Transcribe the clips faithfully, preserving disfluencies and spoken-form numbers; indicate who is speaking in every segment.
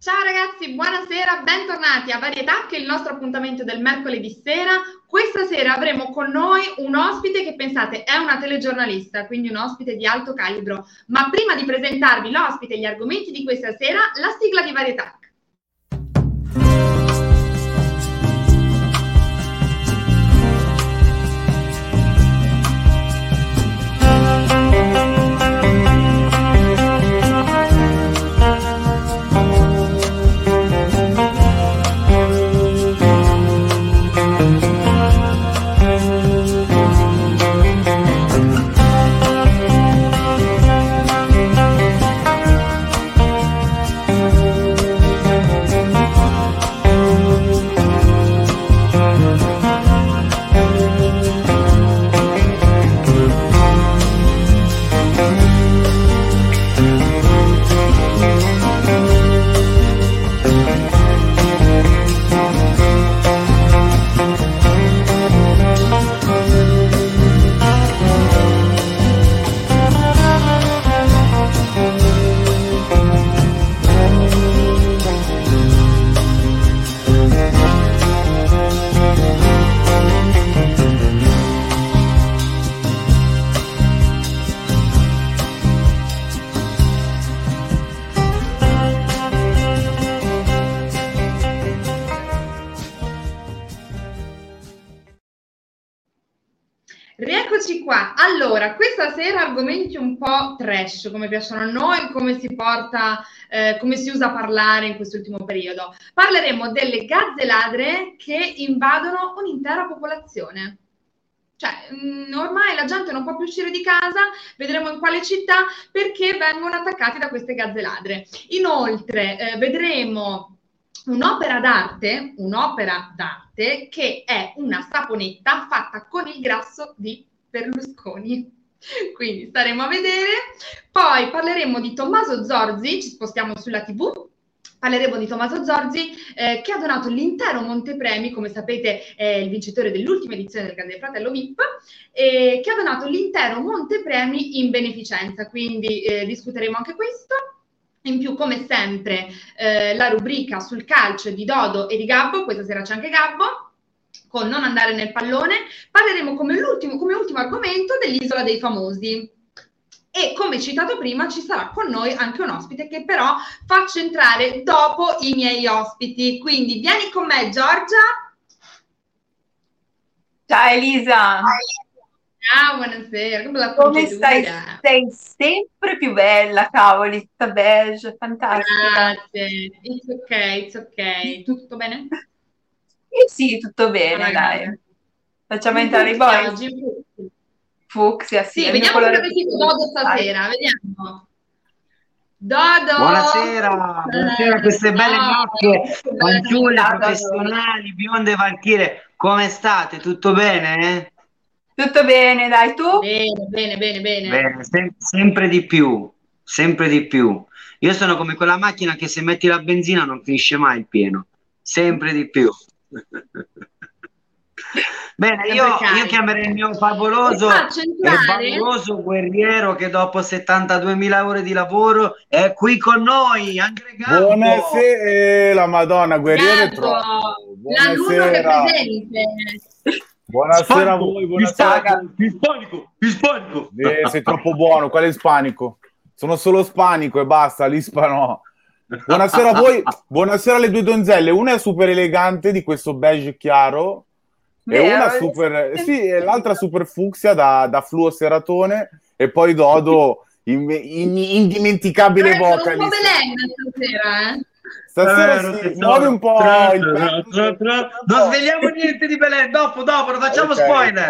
Speaker 1: Ciao ragazzi, buonasera, bentornati a Varietà, che è il nostro appuntamento del mercoledì sera. Questa sera avremo con noi un ospite che pensate è una telegiornalista, quindi un ospite di alto calibro. Ma prima di presentarvi l'ospite e gli argomenti di questa sera, la sigla di Varietà. Rieccoci qua. Allora, questa sera argomenti un po' trash, come piacciono a noi, come si porta, eh, come si usa a parlare in quest'ultimo periodo. Parleremo delle gazze ladre che invadono un'intera popolazione. Cioè, mh, ormai la gente non può più uscire di casa, vedremo in quale città, perché vengono attaccati da queste gazze ladre. Inoltre, eh, vedremo un'opera d'arte, un'opera d'arte che è una saponetta fatta con il grasso di Berlusconi. Quindi staremo a vedere. Poi parleremo di Tommaso Zorzi, ci spostiamo sulla tivù. Parleremo di Tommaso Zorzi, eh, che ha donato l'intero montepremi, come sapete è il vincitore dell'ultima edizione del Grande Fratello V I P, eh, che ha donato l'intero montepremi in beneficenza, quindi eh, discuteremo anche questo. In più, come sempre, eh, la rubrica sul calcio di Dodo e di Gabbo, questa sera c'è anche Gabbo, con Non andare nel pallone. Parleremo come, l'ultimo, come ultimo argomento dell'Isola dei Famosi. E come citato prima ci sarà con noi anche un ospite che però faccio entrare dopo i miei ospiti. Quindi vieni con me, Giorgia.
Speaker 2: Ciao Elisa.
Speaker 1: Ciao, buonasera. Come,
Speaker 2: come stai? Sei sempre più bella, cavoli, tutta beige, fantastica.
Speaker 1: Grazie. It's ok, it's ok. Tutto bene?
Speaker 2: Eh sì, tutto bene, ah, dai. Facciamo in entrare i boys. Oggi. Fucsia, sì.
Speaker 1: Sì, vediamo come vestito Dodo stasera, vediamo. Dodo!
Speaker 3: Buonasera, buonasera a queste belle gnocche, fanciulle, professionali, bionde valchiere. Come state? Tutto bene?
Speaker 2: Tutto bene, dai, tu?
Speaker 1: Bene, bene, bene, bene.
Speaker 3: Bene, sem- sempre di più, sempre di più. Io sono come quella macchina che se metti la benzina non finisce mai il pieno, sempre di più. Bene, io, io chiamerei il mio favoloso e favoloso guerriero che dopo settantaduemila ore di lavoro è qui con noi, Andre Gabbo.
Speaker 4: Buonasera, Madonna, guerriero è troppo.
Speaker 1: Buonasera.
Speaker 4: Buonasera a voi, buonasera.
Speaker 3: Più ispanico, più ispanico.
Speaker 4: Eh, sei troppo buono, quale ispanico? Sono solo spanico e basta, l'ispa no. Buonasera a voi, buonasera alle due donzelle, una è super elegante di questo beige chiaro. E
Speaker 2: Vero,
Speaker 4: una super, sì, e l'altra super fucsia da, da fluo seratone e poi Dodo in, in, indimenticabile vocalist.
Speaker 1: Un po' Belen stasera, eh?
Speaker 4: Stasera
Speaker 3: eh,
Speaker 4: si muove un po'
Speaker 3: tra,
Speaker 4: il
Speaker 3: tra, tra, tra. Non svegliamo niente di Belen, dopo, dopo, non facciamo
Speaker 4: okay.
Speaker 3: spoiler.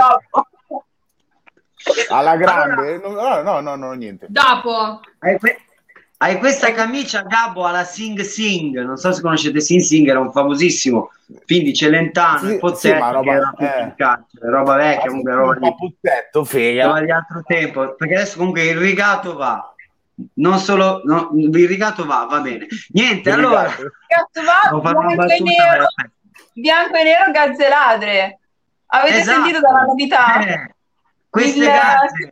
Speaker 4: Alla grande? Allora, no, no, no, no, niente.
Speaker 1: Dopo.
Speaker 3: Hai, que- hai questa camicia, Gabbo, alla Sing Sing, non so se conoscete Sing Sing, era un famosissimo film di Celentano,
Speaker 4: sì,
Speaker 3: il Pozzetto,
Speaker 4: sì, ma roba,
Speaker 3: che era
Speaker 4: eh.
Speaker 3: il calcio, roba vecchia, comunque roba
Speaker 4: di Pozzetto, fega.
Speaker 3: roba di altro tempo, perché adesso comunque il rigato va, non solo, no, il rigato va, va bene. Niente,
Speaker 4: Il
Speaker 3: allora...
Speaker 4: rigato.
Speaker 2: Il rigato va, bianco e nero, bianco e nero, gazze ladre. Avete
Speaker 3: esatto.
Speaker 2: sentito dalla novità?
Speaker 3: Eh, queste
Speaker 2: il,
Speaker 3: gazze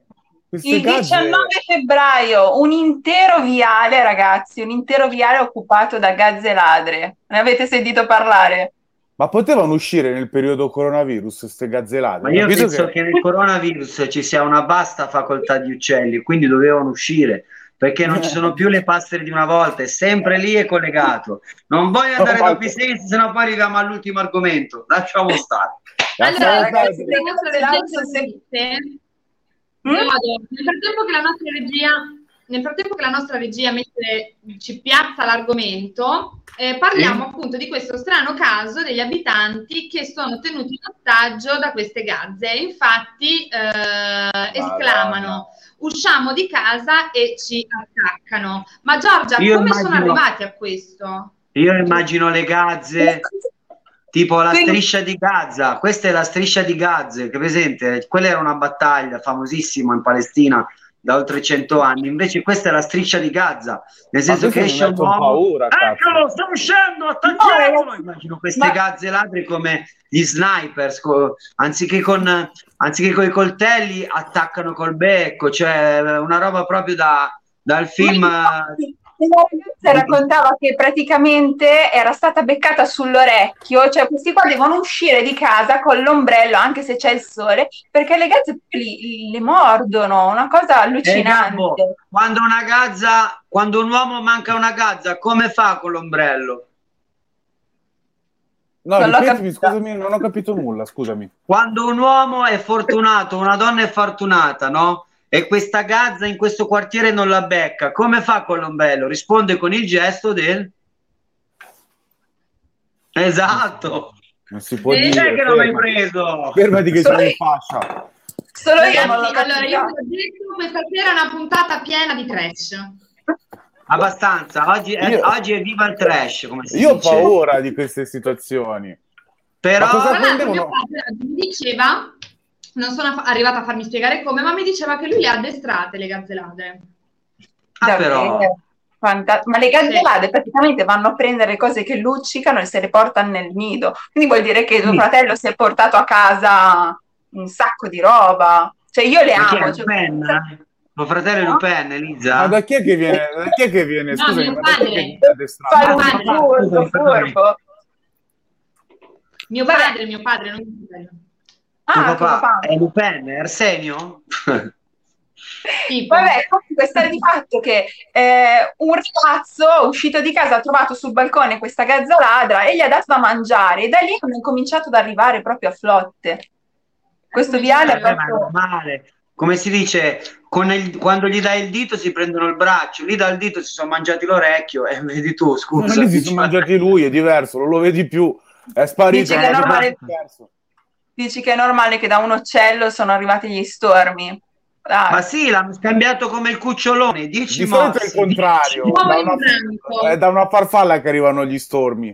Speaker 4: Queste
Speaker 2: Il
Speaker 4: gazze...
Speaker 2: diciannove febbraio, un intero viale, ragazzi, un intero viale occupato da gazze ladre. Ne avete sentito parlare?
Speaker 4: Ma potevano uscire nel periodo coronavirus queste gazze ladre?
Speaker 3: Ma io
Speaker 4: Capito
Speaker 3: penso che... che nel coronavirus ci sia una vasta facoltà di uccelli, quindi dovevano uscire, perché non ci sono più le passere di una volta, è sempre lì e collegato. Non voglio andare
Speaker 4: No,
Speaker 3: dopo i sensi, sennò poi arriviamo all'ultimo argomento. Lasciamo stare.
Speaker 1: Allora, ragazzi,
Speaker 2: le
Speaker 1: nostre regie
Speaker 2: Mm?
Speaker 1: nel frattempo che la nostra regia nel frattempo che la nostra regia mette, ci piazza l'argomento, eh, parliamo sì. appunto di questo strano caso degli abitanti che sono tenuti in ostaggio da queste gazze. Infatti eh, esclamano: usciamo di casa e ci attaccano. Ma Giorgia,
Speaker 3: io
Speaker 1: come
Speaker 3: immagino,
Speaker 1: sono arrivati a questo?
Speaker 3: Io immagino le gazze tipo la striscia di Gaza. Questa è la striscia di Gaza, che presente? Quella era una battaglia famosissima in Palestina da oltre cento anni, invece questa è la striscia di Gaza, nel senso che esce un uomo,
Speaker 4: paura,
Speaker 3: eccolo, sta uscendo, attacchiamolo. Immagino queste ma... gazze ladre come gli snipers, co- anziché con anziché con i coltelli attaccano col becco, cioè una roba proprio da dal film.
Speaker 2: La ragazza raccontava che praticamente era stata beccata sull'orecchio, cioè questi qua devono uscire di casa con l'ombrello anche se c'è il sole, perché le gazze li, le mordono, una cosa allucinante.
Speaker 3: Eh, quando una gazza, quando un uomo manca una gazza, come fa con l'ombrello?
Speaker 4: No, non ripetimi, scusami, non ho capito nulla, scusami.
Speaker 3: Quando un uomo è fortunato, una donna è fortunata, no? E questa gazza in questo quartiere non la becca, come fa con l'ombrello? Risponde con il gesto del... Esatto.
Speaker 4: Non si può
Speaker 3: e
Speaker 4: dire.
Speaker 3: Che non l'hai preso?
Speaker 4: Fermati che sono in fascia.
Speaker 2: Solo io.
Speaker 1: Ragazzi, allora, io vi ho detto, questa sera è una puntata piena di trash.
Speaker 3: Abbastanza, oggi è, io, oggi è viva il trash, come si
Speaker 4: io
Speaker 3: dice.
Speaker 4: Io ho paura di queste situazioni.
Speaker 3: Però...
Speaker 1: Ma cosa prendevano? Mi diceva... Non sono arrivata a farmi spiegare come, ma mi diceva che lui le ha addestrate le gazze ladre.
Speaker 3: Ah, però.
Speaker 2: Fanta- ma le gazze ladre sì. praticamente vanno a prendere cose che luccicano e se le portano nel nido. Quindi vuol dire che tuo sì. fratello si è portato a casa un sacco di roba. Cioè io le
Speaker 3: ma
Speaker 2: amo.
Speaker 3: Cioè... Lupin? Tuo fratello è no? Lupin, Elisa?
Speaker 4: Ma da chi è che viene? Da chi è che viene?
Speaker 1: No,
Speaker 4: Scusami,
Speaker 1: mio padre.
Speaker 2: Fa un furbo, furbo.
Speaker 1: Mio padre, mio padre, non mio fratello.
Speaker 2: Ah,
Speaker 3: papà, papà è Lupin, è Arsenio?
Speaker 2: Sì, vabbè, comunque sta di fatto che eh, un ragazzo uscito di casa ha trovato sul balcone questa gazza ladra e gli ha dato da mangiare e da lì hanno incominciato ad arrivare proprio a flotte. Questo viale è proprio...
Speaker 3: male. Come si dice, con il, quando gli dai il dito si prendono il braccio, lì dal dito si sono mangiati l'orecchio e eh, vedi tu, scusa.
Speaker 4: Ma lì si sono mangiati lui, è diverso, non lo vedi più, è sparito.
Speaker 2: Dici che è normale... Dici che è normale che da un uccello sono arrivati gli stormi. Dai.
Speaker 3: Ma sì, l'hanno scambiato come il cucciolone. Dieci
Speaker 4: di solito è il contrario, da una, è da una farfalla che arrivano gli stormi.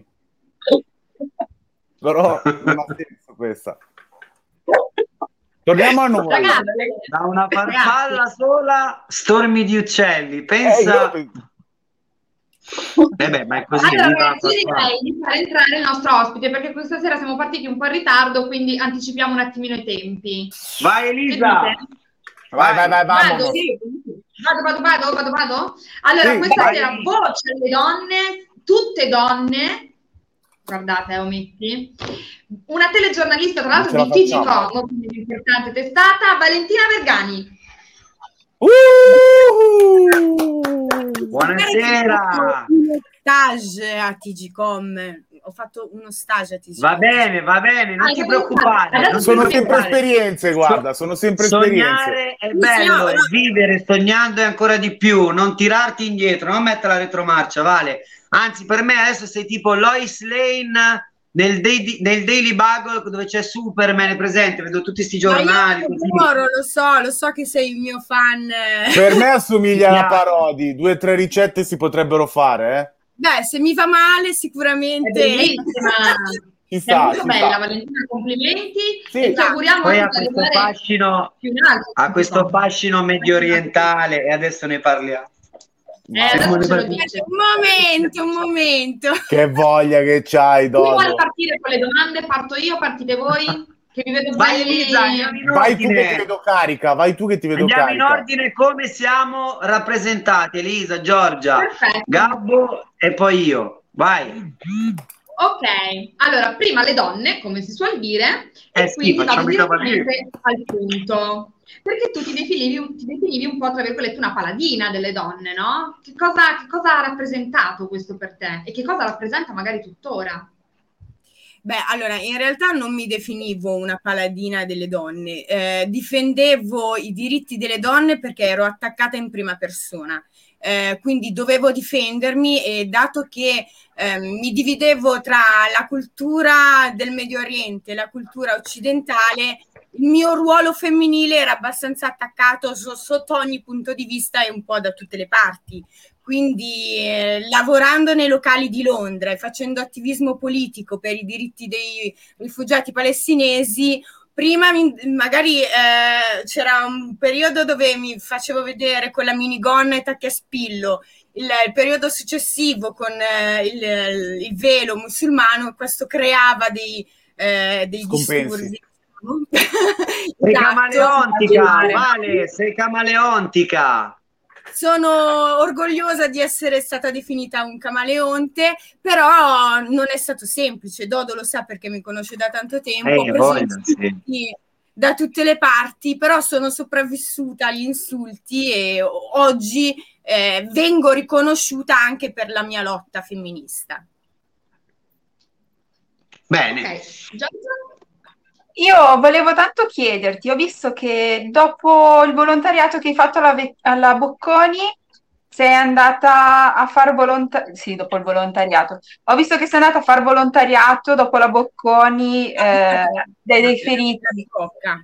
Speaker 4: Però non ha senso questa. Torniamo a noi.
Speaker 3: Da una farfalla sola, stormi di uccelli. Pensa... Eh, io... Eh beh, ma è così.
Speaker 1: Allora, ragazzi, direi di fare entrare il nostro ospite perché questa sera siamo partiti un po' in ritardo, quindi anticipiamo un attimino i tempi.
Speaker 3: Vai Elisa!
Speaker 4: Vai, vai, vai, vai.
Speaker 1: Vado, sì. vado, vado, vado, vado, vado. Allora, sì, questa vai. Sera voce alle donne, tutte donne. Guardate, eh, ometti. Una telegiornalista, tra l'altro, di T G Com, quindi un'importante testata, Valentina Vergani.
Speaker 3: Uh! Buonasera.
Speaker 5: Uno stage a T G Com. Ho fatto uno stage a T G Com.
Speaker 3: Va bene, va bene, non ah, ti preoccupare. Non
Speaker 4: sono sempre esperienze, guarda, sono sempre
Speaker 3: Sognare
Speaker 4: esperienze.
Speaker 3: È bello, no, no. Vivere sognando è ancora di più, non tirarti indietro, non mettere la retromarcia, Vale. Anzi, per me adesso sei tipo Lois Lane nel, day, nel Daily Bugle dove c'è Superman, è presente, vedo tutti questi giornali.
Speaker 5: Adoro, lo so, lo so che sei il mio fan.
Speaker 4: Per me assomiglia a Parodi, due o tre ricette si potrebbero fare, eh?
Speaker 5: Beh, se mi va male sicuramente.
Speaker 1: È bellissima.
Speaker 4: Ci
Speaker 1: è
Speaker 4: sta,
Speaker 1: molto
Speaker 4: ci
Speaker 1: bella,
Speaker 4: sta.
Speaker 1: Valentina, complimenti.
Speaker 4: Sì.
Speaker 1: E ci auguriamo
Speaker 3: poi
Speaker 1: di
Speaker 3: a questo fascino, a questo fascino medio orientale e adesso ne parliamo.
Speaker 1: Eh, adesso ce lo dice.
Speaker 5: Un momento, un momento.
Speaker 4: Che voglia che c'hai, Dodo.
Speaker 1: Chi vuole partire con le domande? Parto io, partite voi? che vi vedo
Speaker 3: Vai
Speaker 1: belli...
Speaker 3: Elisa, andiamo in
Speaker 4: Vai tu che ti
Speaker 3: ordine.
Speaker 4: vedo carica, vai tu che ti vedo
Speaker 3: Andiamo in
Speaker 4: carica.
Speaker 3: ordine come siamo rappresentati. Elisa, Giorgia,
Speaker 1: Perfetto.
Speaker 3: Gabbo e poi io. Vai.
Speaker 1: Ok, allora prima le donne, come si suol dire,
Speaker 3: Eh
Speaker 1: e
Speaker 3: sì,
Speaker 1: quindi vado
Speaker 3: facciamo i cavalieri.
Speaker 1: direttamente al punto. Perché tu ti definivi, un- ti definivi un po', tra virgolette, una paladina delle donne, no? Che cosa, che cosa ha rappresentato questo per te? E che cosa rappresenta magari tuttora?
Speaker 5: Beh, allora, in realtà non mi definivo una paladina delle donne, eh, difendevo i diritti delle donne perché ero attaccata in prima persona, eh, quindi dovevo difendermi e dato che eh, mi dividevo tra la cultura del Medio Oriente e la cultura occidentale, il mio ruolo femminile era abbastanza attaccato so- sotto ogni punto di vista e un po' da tutte le parti. Quindi eh, lavorando nei locali di Londra e facendo attivismo politico per i diritti dei rifugiati palestinesi, prima mi, magari eh, c'era un periodo dove mi facevo vedere con la minigonna e tacchi a spillo, il, il periodo successivo con eh, il, il velo musulmano, questo creava dei, eh, dei disturbi.
Speaker 3: Sei
Speaker 5: Esatto.
Speaker 3: camaleontica, Vale, sei camaleontica.
Speaker 5: Sono orgogliosa di essere stata definita un camaleonte, però non è stato semplice. Dodo lo sa perché mi conosce da tanto tempo.
Speaker 3: Eh,
Speaker 5: Ho preso
Speaker 3: voglio,
Speaker 5: insulti
Speaker 3: sì.
Speaker 5: da tutte le parti, però sono sopravvissuta agli insulti e oggi eh, vengo riconosciuta anche per la mia lotta femminista.
Speaker 3: Bene.
Speaker 1: Ok, Giorgia?
Speaker 2: Io volevo tanto chiederti, ho visto che dopo il volontariato che hai fatto alla, Ve- alla Bocconi sei andata a fare volontariato, sì, dopo il volontariato, ho visto che sei andata a fare volontariato dopo la Bocconi eh, dei, dei feriti.
Speaker 5: Di Cocca.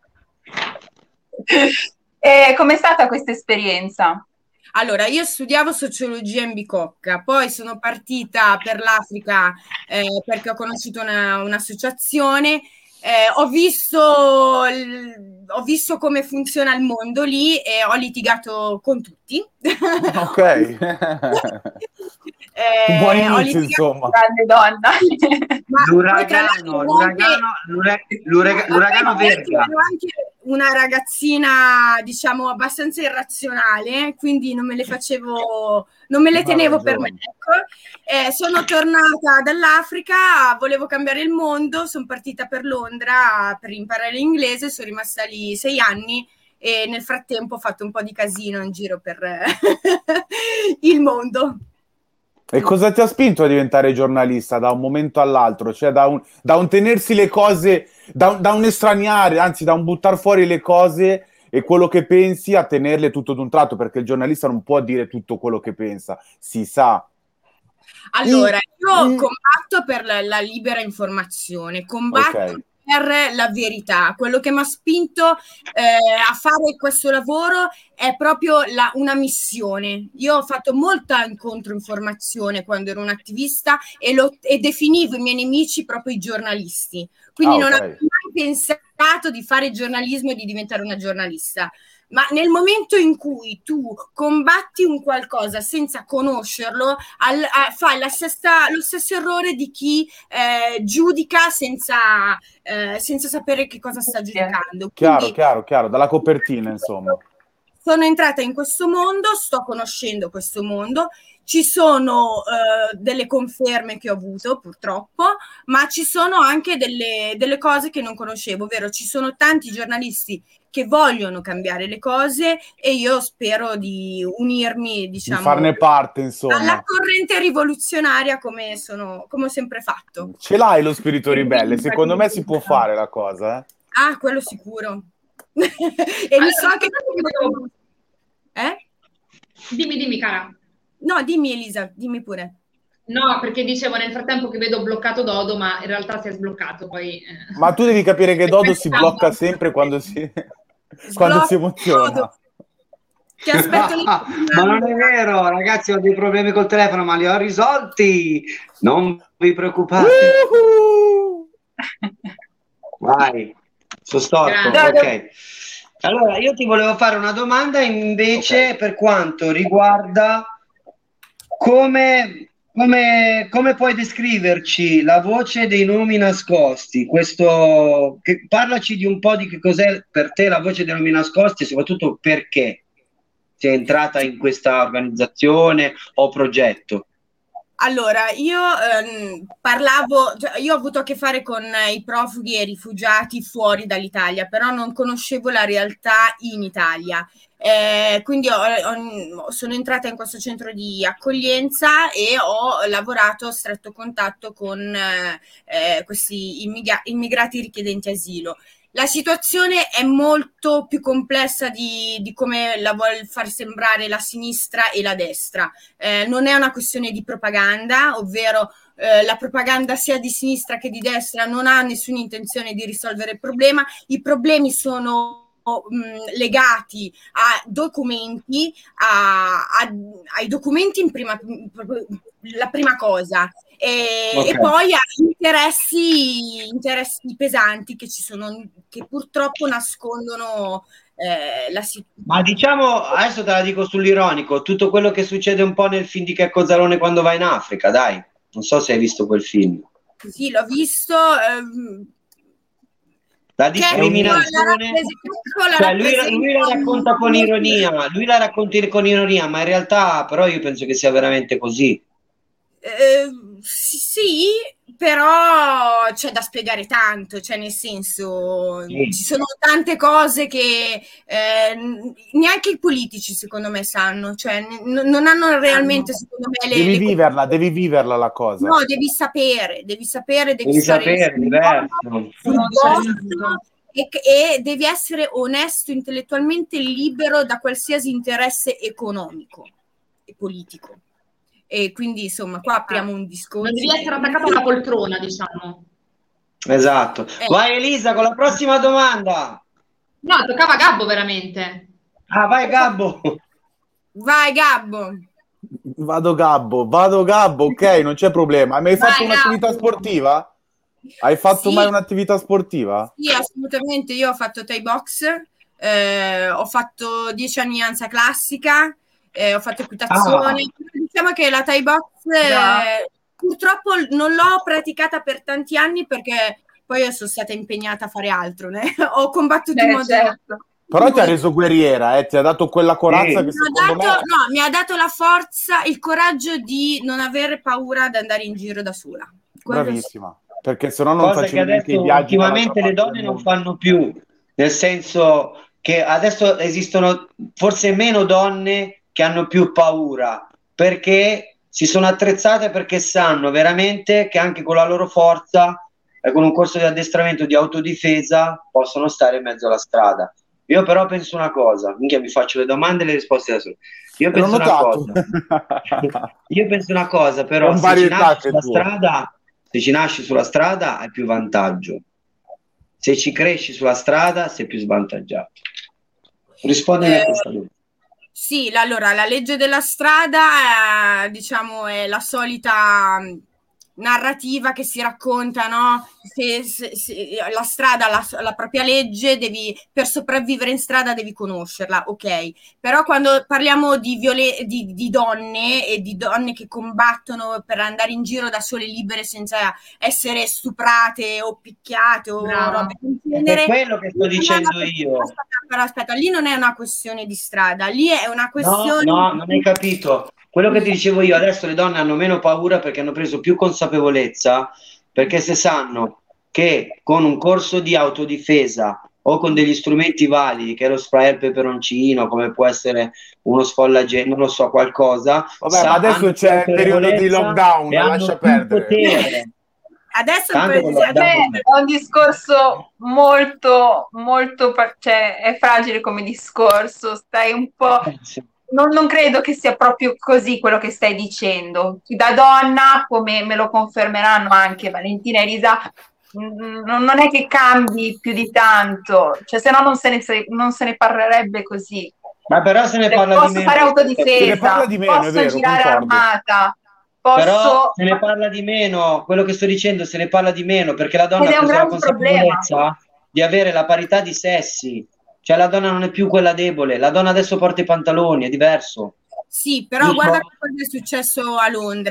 Speaker 2: E com'è stata questa esperienza?
Speaker 5: Allora, io studiavo sociologia in Bicocca, poi sono partita per l'Africa eh, perché ho conosciuto una, un'associazione, eh, ho visto, il- ho visto come funziona il mondo lì e ho litigato con tutti.
Speaker 4: Ok.
Speaker 5: Eh,
Speaker 4: Un buon
Speaker 5: ho
Speaker 4: inizio,
Speaker 5: litigato-
Speaker 4: insomma.
Speaker 2: Grande donna.
Speaker 5: ma poi tra
Speaker 3: L'uragano,
Speaker 5: l'altro
Speaker 3: l'uragano, l'ura- l'ura- l'uragano
Speaker 5: Poi,
Speaker 3: Verga.
Speaker 5: ero anche una ragazzina, diciamo, abbastanza irrazionale, quindi non me le facevo, non me le
Speaker 4: Ha
Speaker 5: tenevo per me.
Speaker 4: ragione.
Speaker 5: Ecco. Eh, sono tornata dall'Africa, volevo cambiare il mondo, sono partita per Londra per imparare l'inglese, sono rimasta lì sei anni e nel frattempo ho fatto un po' di casino in giro per il mondo.
Speaker 4: E cosa ti ha spinto a diventare giornalista da un momento all'altro? Cioè da un, da un tenersi le cose, da un, da un estraniare, anzi da un buttare fuori le cose e quello che pensi a tenerle tutto d'un tratto, perché il giornalista non può dire tutto quello che pensa, si sa.
Speaker 5: Allora, io
Speaker 4: Mm.
Speaker 5: combatto per la, la libera informazione, combatto
Speaker 4: Ok.
Speaker 5: per la verità. Quello che mi ha spinto eh, a fare questo lavoro è proprio la- una missione. Io ho fatto molta incontroinformazione quando ero un attivista e, lo- e definivo i miei nemici proprio i giornalisti. Quindi
Speaker 4: Ah,
Speaker 5: non
Speaker 4: ok.
Speaker 5: avevo mai pensato di fare giornalismo e di diventare una giornalista. Ma nel momento in cui tu combatti un qualcosa senza conoscerlo, al, a, fai la stessa, lo stesso errore di chi eh, giudica senza, eh, senza sapere che cosa sta giudicando.
Speaker 4: Chiaro,
Speaker 5: Quindi,
Speaker 4: chiaro, chiaro, dalla copertina, insomma.
Speaker 5: sono entrata in questo mondo, sto conoscendo questo mondo, ci sono eh, delle conferme che ho avuto purtroppo, ma ci sono anche delle, delle cose che non conoscevo, ovvero ci sono tanti giornalisti che vogliono cambiare le cose e io spero di unirmi, diciamo,
Speaker 4: Di farne parte,
Speaker 5: alla
Speaker 4: insomma.
Speaker 5: corrente rivoluzionaria come, sono, come ho sempre fatto.
Speaker 4: Ce l'hai lo spirito ribelle, secondo me si può fare la cosa, eh?
Speaker 5: Ah, quello sicuro. E
Speaker 1: Allora,
Speaker 5: mi so che...
Speaker 1: devo-
Speaker 5: Eh?
Speaker 1: Dimmi, dimmi, cara.
Speaker 5: No, dimmi Elisa, dimmi pure.
Speaker 1: No, perché dicevo nel frattempo che vedo bloccato Dodo, ma in realtà si è sbloccato poi. eh.
Speaker 4: Ma tu devi capire che Dodo si blocca sempre quando si, quando si emoziona.
Speaker 5: Dodo. Ti aspetto lì.
Speaker 3: Ma non è vero, ragazzi, ho dei problemi col telefono, ma li ho risolti. Non vi preoccupate.
Speaker 4: Uhuh.
Speaker 3: Vai, sono storto.
Speaker 1: Grande.
Speaker 3: Ok. Allora, io ti volevo fare una domanda invece
Speaker 4: Ok.
Speaker 3: per quanto riguarda come, come, come puoi descriverci la voce dei nomi nascosti? Questo, che, parlaci di un po' di che cos'è per te la voce dei nomi nascosti e soprattutto perché sei entrata in questa organizzazione o progetto.
Speaker 5: Allora, io ehm, parlavo, cioè, io ho avuto a che fare con eh, i profughi e i rifugiati fuori dall'Italia, però non conoscevo la realtà in Italia. Eh, quindi ho, ho, sono entrata in questo centro di accoglienza e ho lavorato a stretto contatto con eh, questi immigra- immigrati richiedenti asilo. La situazione è molto più complessa di, di come la vuol far sembrare la sinistra e la destra. Eh, non è una questione di propaganda, ovvero eh, la propaganda sia di sinistra che di destra non ha nessuna intenzione di risolvere il problema. I problemi sono mh, legati a documenti, a, a, ai documenti in prima, la prima cosa. E, okay. e poi ha interessi, interessi pesanti che ci sono, che purtroppo nascondono eh, la situazione.
Speaker 3: Ma diciamo, adesso te la dico sull'ironico, tutto quello che succede un po' nel film di Checco Zalone quando va in Africa, dai, non so se hai visto quel film.
Speaker 5: Sì, l'ho visto. Ehm...
Speaker 3: La discriminazione, cioè lui, lui la racconta con ironia, lui la racconta con ironia, ma in realtà però io penso che sia veramente così.
Speaker 5: Eh, sì, però c'è da spiegare tanto, cioè nel senso sì. Ci sono tante cose che eh, neanche i politici secondo me sanno, cioè n- non hanno realmente secondo me le,
Speaker 4: devi
Speaker 5: le
Speaker 4: viverla, cose. devi viverla la cosa.
Speaker 5: No, devi sapere, devi sapere, devi,
Speaker 3: devi
Speaker 5: stare
Speaker 3: sapere, diverso.
Speaker 5: sul posto e, e devi essere onesto intellettualmente, libero da qualsiasi interesse economico e politico. E quindi insomma qua apriamo un discorso.
Speaker 1: Non devi essere attaccato alla poltrona, diciamo.
Speaker 3: Esatto. Eh. Vai Elisa con la prossima domanda.
Speaker 1: No, toccava a Gabbo veramente.
Speaker 3: Ah, vai Gabbo.
Speaker 5: Vai Gabbo.
Speaker 4: Vado Gabbo, vado Gabbo, ok, non c'è problema. Hai mai vai, fatto un'attività Gabbo. sportiva? Hai fatto sì. mai un'attività sportiva?
Speaker 5: Sì, assolutamente. Io ho fatto Thai box, eh, ho fatto dieci anni danza classica. Eh, ho fatto equitazione, ah. diciamo che la Thai box eh, purtroppo non l'ho praticata per tanti anni perché poi io sono stata impegnata a fare altro, né? Ho combattuto eh, in modo
Speaker 2: certo.
Speaker 4: Però ti ha reso guerriera, eh? Ti ha dato quella corazza
Speaker 5: sì.
Speaker 4: che
Speaker 5: mi ha dato, me... no, mi ha dato la forza, il coraggio di non avere paura ad andare in giro da sola.
Speaker 4: Quello Bravissima, sì. Perché sennò non
Speaker 3: Cosa
Speaker 4: facevi
Speaker 3: che adesso ultimamente le donne non fanno più, nel senso che adesso esistono forse meno donne che hanno più paura perché si sono attrezzate, perché sanno veramente che anche con la loro forza e con un corso di addestramento di autodifesa possono stare in mezzo alla strada. Io però penso una cosa, minchia, mi faccio le domande e le risposte da solo. Io penso una cosa, io penso una cosa, però se ci nasci sulla strada, se ci nasci sulla strada hai più vantaggio. Se ci cresci sulla strada sei più svantaggiato. Rispondimi eh... a questa domanda.
Speaker 5: Sì, allora la legge della strada è, diciamo, è la solita narrativa che si racconta, no? Se, se, se la strada ha la, la propria legge, devi, per sopravvivere in strada devi conoscerla, ok? Però quando parliamo di, viole, di, di donne e di donne che combattono per andare in giro da sole libere senza essere stuprate o picchiate o no. robe del genere,
Speaker 3: è quello che sto dicendo io.
Speaker 5: Aspetta, però aspetta, lì non è una questione di strada, lì è una questione...
Speaker 3: No, no, non hai capito. Quello che ti dicevo io, adesso le donne hanno meno paura perché hanno preso più consapevolezza, perché se sanno che con un corso di autodifesa o con degli strumenti validi, che è lo spray al peperoncino, come può essere uno sfollagente, non lo so, qualcosa.
Speaker 4: Vabbè, sa, ma adesso c'è il periodo di lockdown, lascia perdere.
Speaker 5: Adesso
Speaker 2: è un discorso molto, molto, cioè è fragile come discorso, stai un po'... Non, non credo che sia proprio così quello che stai dicendo. Da donna, come me lo confermeranno anche Valentina e Elisa, non, non è che cambi più di tanto, cioè se no non se ne, non se ne parlerebbe così.
Speaker 3: Ma però se ne parla
Speaker 2: posso
Speaker 3: di meno.
Speaker 2: Posso fare autodifesa,
Speaker 4: se ne parla di meno,
Speaker 2: posso
Speaker 4: vero,
Speaker 2: girare
Speaker 4: concordo.
Speaker 2: armata, posso...
Speaker 3: Però se ne parla di meno, quello che sto dicendo se ne parla di meno, perché la donna ha preso la consapevolezza problema. di avere la parità di sessi. Cioè la donna non è più quella debole, la donna adesso porta i pantaloni, è diverso.
Speaker 5: Sì, però Dico... guarda cosa è successo a Londra.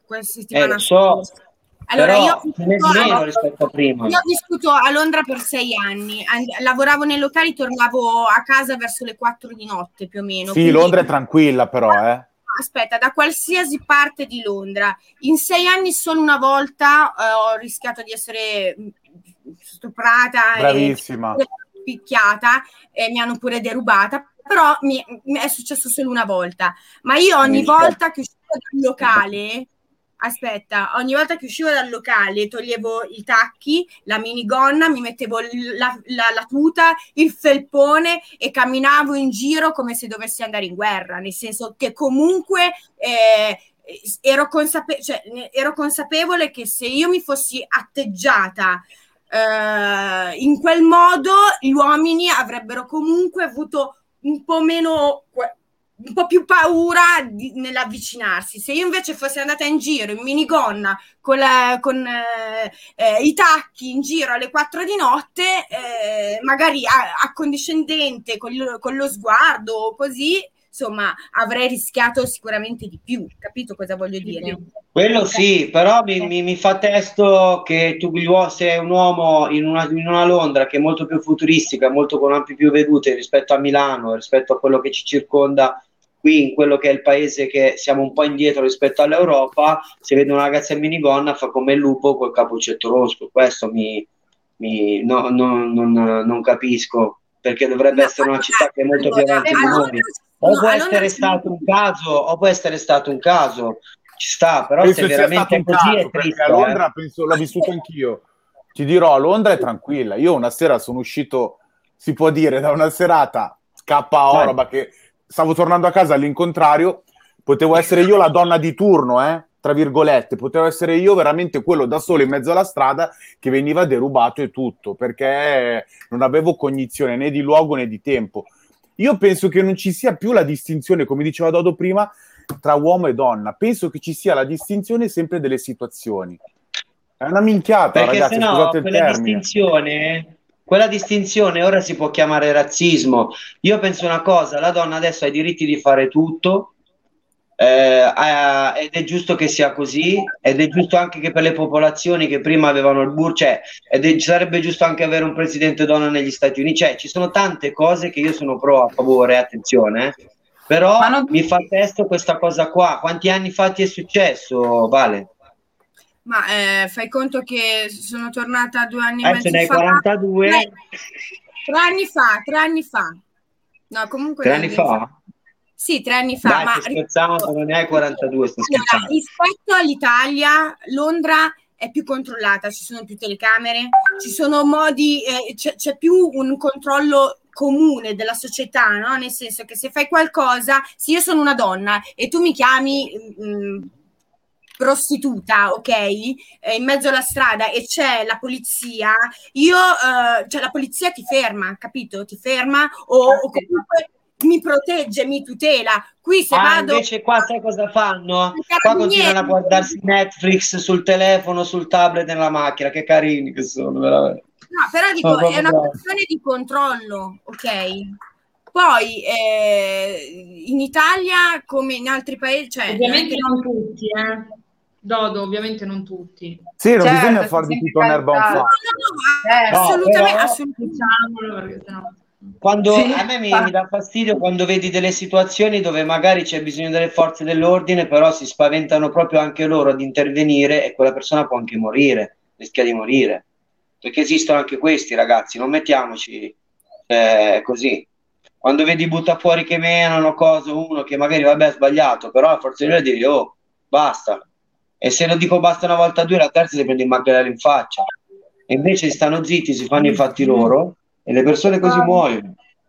Speaker 5: questa settimana
Speaker 3: eh, so,
Speaker 5: allora
Speaker 3: però
Speaker 5: io ho
Speaker 3: meno
Speaker 5: vissuto,
Speaker 3: rispetto a prima.
Speaker 5: io ho vissuto a Londra per sei anni, And- lavoravo nei locali, tornavo a casa verso le quattro di notte più o meno.
Speaker 4: Sì,
Speaker 5: quindi...
Speaker 4: Londra è tranquilla però, eh.
Speaker 5: Aspetta, da qualsiasi parte di Londra. In sei anni solo una volta eh, ho rischiato di essere stuprata
Speaker 4: Bravissima.
Speaker 5: e picchiata e mi hanno pure derubata, però mi, mi è successo solo una volta. Ma io ogni volta che uscivo dal locale, aspetta, ogni volta che uscivo dal locale toglievo i tacchi, la minigonna, mi mettevo la, la, la tuta, il felpone e camminavo in giro come se dovessi andare in guerra, nel senso che comunque eh, ero, consape- cioè, ero consapevole che se io mi fossi atteggiata eh, in quel modo, gli uomini avrebbero comunque avuto un po' meno... un po' più paura di, nell'avvicinarsi. Se io invece fossi andata in giro in minigonna con, la, con eh, eh, i tacchi in giro alle quattro di notte, eh, magari accondiscendente con, con lo sguardo o così, insomma, avrei rischiato sicuramente di più. Capito cosa voglio dire?
Speaker 3: Quello sì, però mi, mi, mi fa testo che tu sei un uomo in una, in una Londra che è molto più futuristica, molto con ampi più vedute rispetto a Milano, rispetto a quello che ci circonda qui, in quello che è il paese che siamo un po' indietro rispetto all'Europa. Se vede una ragazza in minigonna fa come il lupo col capuccetto rosso. Questo mi, mi no, no, non, non capisco, perché dovrebbe
Speaker 5: No,
Speaker 3: essere una città che è molto più avanti di noi. O
Speaker 5: no,
Speaker 3: può
Speaker 5: allora
Speaker 3: essere stato un caso, o può essere stato un caso. Ci sta, però
Speaker 4: penso
Speaker 3: se
Speaker 4: sia
Speaker 3: veramente
Speaker 4: stato un
Speaker 3: così
Speaker 4: caso,
Speaker 3: è triste.
Speaker 4: perché a Londra, eh? penso, l'ho vissuto anch'io. Ti dirò, a Londra è tranquilla. Io una sera sono uscito, si può dire, da una serata K O,
Speaker 3: Sì.
Speaker 4: roba che stavo tornando a casa all'incontrario, potevo essere io la donna di turno, eh, tra virgolette, potevo essere io veramente quello da solo in mezzo alla strada che veniva derubato e tutto, perché non avevo cognizione né di luogo né di tempo. Io penso che non ci sia più la distinzione, come diceva Dodo prima, tra uomo e donna. Penso che ci sia la distinzione sempre delle situazioni. È una minchiata,
Speaker 3: perché
Speaker 4: ragazzi,
Speaker 3: se no
Speaker 4: scusate il
Speaker 3: quella
Speaker 4: termine.
Speaker 3: distinzione quella distinzione ora si può chiamare razzismo. Io penso una cosa: la donna adesso ha i diritti di fare tutto, eh, ha, ed è giusto che sia così, ed è giusto anche che per le popolazioni che prima avevano il burro, cioè, ed è, sarebbe giusto anche avere un presidente donna negli Stati Uniti. Cioè, ci sono tante cose che io sono pro a favore, attenzione, eh. Però non... mi fa testo questa cosa qua. Quanti anni fa ti è successo, Vale?
Speaker 5: Ma eh, fai conto che sono tornata due anni e
Speaker 3: eh,
Speaker 5: mezzo
Speaker 3: ce n'hai
Speaker 5: fa.
Speaker 3: quarantadue?
Speaker 5: Tre, tre anni fa, tre anni fa. No, comunque
Speaker 3: tre anni fa?
Speaker 5: fa. Sì, tre anni fa.
Speaker 3: Dai,
Speaker 5: ma
Speaker 3: sto scherzando, non ne hai quarantadue, sto
Speaker 5: allora,
Speaker 3: scherzando.
Speaker 5: rispetto all'Italia, Londra è più controllata, ci sono più telecamere, ci sono modi, eh, c'è, c'è più un controllo comune della società, no? Nel senso che se fai qualcosa, se io sono una donna e tu mi chiami mh, prostituta, ok, eh, in mezzo alla strada e c'è la polizia, io, eh, cioè la polizia ti ferma, capito? Ti ferma o, o comunque mi protegge, mi tutela. Qui se
Speaker 3: ah,
Speaker 5: vado...
Speaker 3: invece qua sai cosa fanno? Qua continuano a guardarsi Netflix sul telefono, sul tablet, nella macchina. Che carini che sono, veramente.
Speaker 5: No, però dico,
Speaker 3: sono
Speaker 5: è una
Speaker 3: bravo.
Speaker 5: questione di controllo, ok? Poi eh, in Italia, come in altri paesi... Cioè,
Speaker 1: ovviamente non tutti, eh. Dodo, ovviamente non tutti.
Speaker 4: Sì, non
Speaker 2: certo,
Speaker 4: bisogna far di tutto un'erba un
Speaker 5: No,
Speaker 4: fascio.
Speaker 5: no, no,
Speaker 3: No,
Speaker 5: assolutamente,
Speaker 3: però-
Speaker 5: assolutamente.
Speaker 1: Diciamolo, perché sennò...
Speaker 3: Quando,
Speaker 2: Sì,
Speaker 3: a me mi,
Speaker 2: fa-
Speaker 3: mi dà fastidio quando vedi delle situazioni dove magari c'è bisogno delle forze dell'ordine, però si spaventano proprio anche loro ad intervenire e quella persona può anche morire, rischia di morire. Perché esistono anche questi, ragazzi, non mettiamoci eh, così. Quando vedi butta fuori che menano, cosa, uno che magari vabbè ha sbagliato, però a forza di dire dire oh, basta. E se lo dico basta una volta, due, la terza si prende il maccherello in faccia. E invece stanno zitti, si fanno i fatti loro e le persone così muoiono.